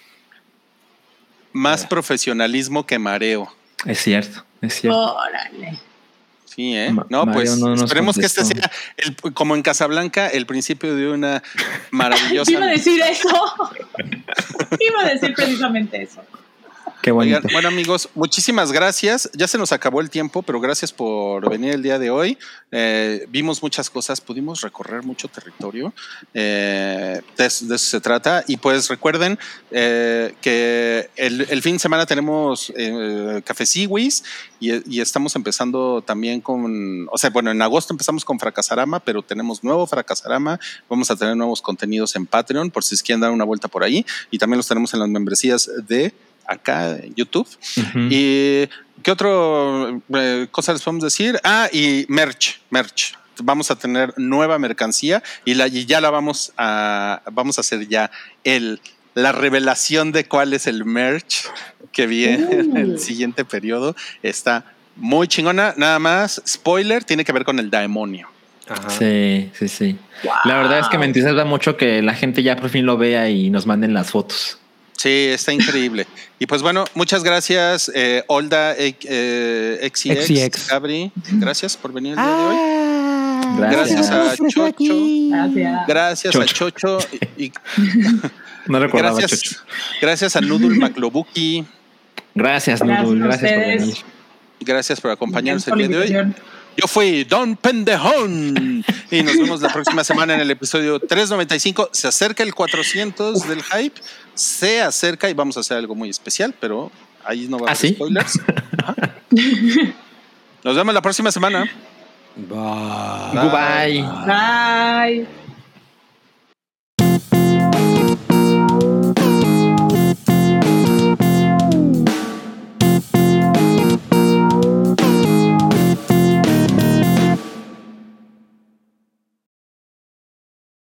[SPEAKER 4] más Mira. profesionalismo que mareo.
[SPEAKER 3] Es cierto, es cierto.
[SPEAKER 5] Órale.
[SPEAKER 4] Sí, ¿eh? No, Mario pues no esperemos contestó. Que este sea, el, como en Casablanca, el principio de una maravillosa...
[SPEAKER 5] Iba a decir eso. Iba a decir precisamente eso.
[SPEAKER 3] Qué bonito.
[SPEAKER 4] Oigan, bueno, amigos, muchísimas gracias. Ya se nos acabó el tiempo, pero gracias por venir el día de hoy. Eh, vimos muchas cosas, pudimos recorrer mucho territorio. Eh, de, de eso se trata. Y pues recuerden eh, que el, el fin de semana tenemos eh, Café Siwis y, y estamos empezando también con, o sea, bueno, en agosto empezamos con Fracasarama, pero tenemos nuevo Fracasarama. Vamos a tener nuevos contenidos en Patreon, por si quieren dar una vuelta por ahí. Y también los tenemos en las membresías de acá en YouTube. Uh-huh. Y ¿qué otra eh, cosa les podemos decir? Ah, y merch, merch. Vamos a tener nueva mercancía y, la, y ya la vamos a vamos a hacer ya el la revelación de cuál es el merch que viene uh. en el siguiente periodo. Está muy chingona. Nada más, spoiler, tiene que ver con el demonio.
[SPEAKER 3] Ajá. Sí, sí, sí. Wow. La verdad es que me entusiasma mucho que la gente ya por fin lo vea y nos manden las fotos.
[SPEAKER 4] Sí, está increíble. Y pues bueno, muchas gracias, eh, Olda, eh, X y X, Cabri. Gracias por venir el día de hoy.
[SPEAKER 3] Gracias,
[SPEAKER 4] gracias a Chocho.
[SPEAKER 5] Gracias,
[SPEAKER 4] gracias
[SPEAKER 3] Chocho.
[SPEAKER 4] a Chocho. Y, y
[SPEAKER 3] no recordaba
[SPEAKER 4] gracias,
[SPEAKER 3] Chocho.
[SPEAKER 4] Gracias a Noodle Maclobuki.
[SPEAKER 3] Gracias, Noodle. Gracias, gracias por venir.
[SPEAKER 4] Gracias por acompañarnos el día de hoy. Yo fui Don Pendejón y nos vemos la próxima semana en el episodio trescientos noventa y cinco. Se acerca el cuatrocientos del hype, se acerca y vamos a hacer algo muy especial, pero ahí no va a haber
[SPEAKER 3] ¿Ah, sí?
[SPEAKER 4] spoilers. Nos vemos la próxima semana.
[SPEAKER 2] Bye.
[SPEAKER 3] Goodbye.
[SPEAKER 5] Bye.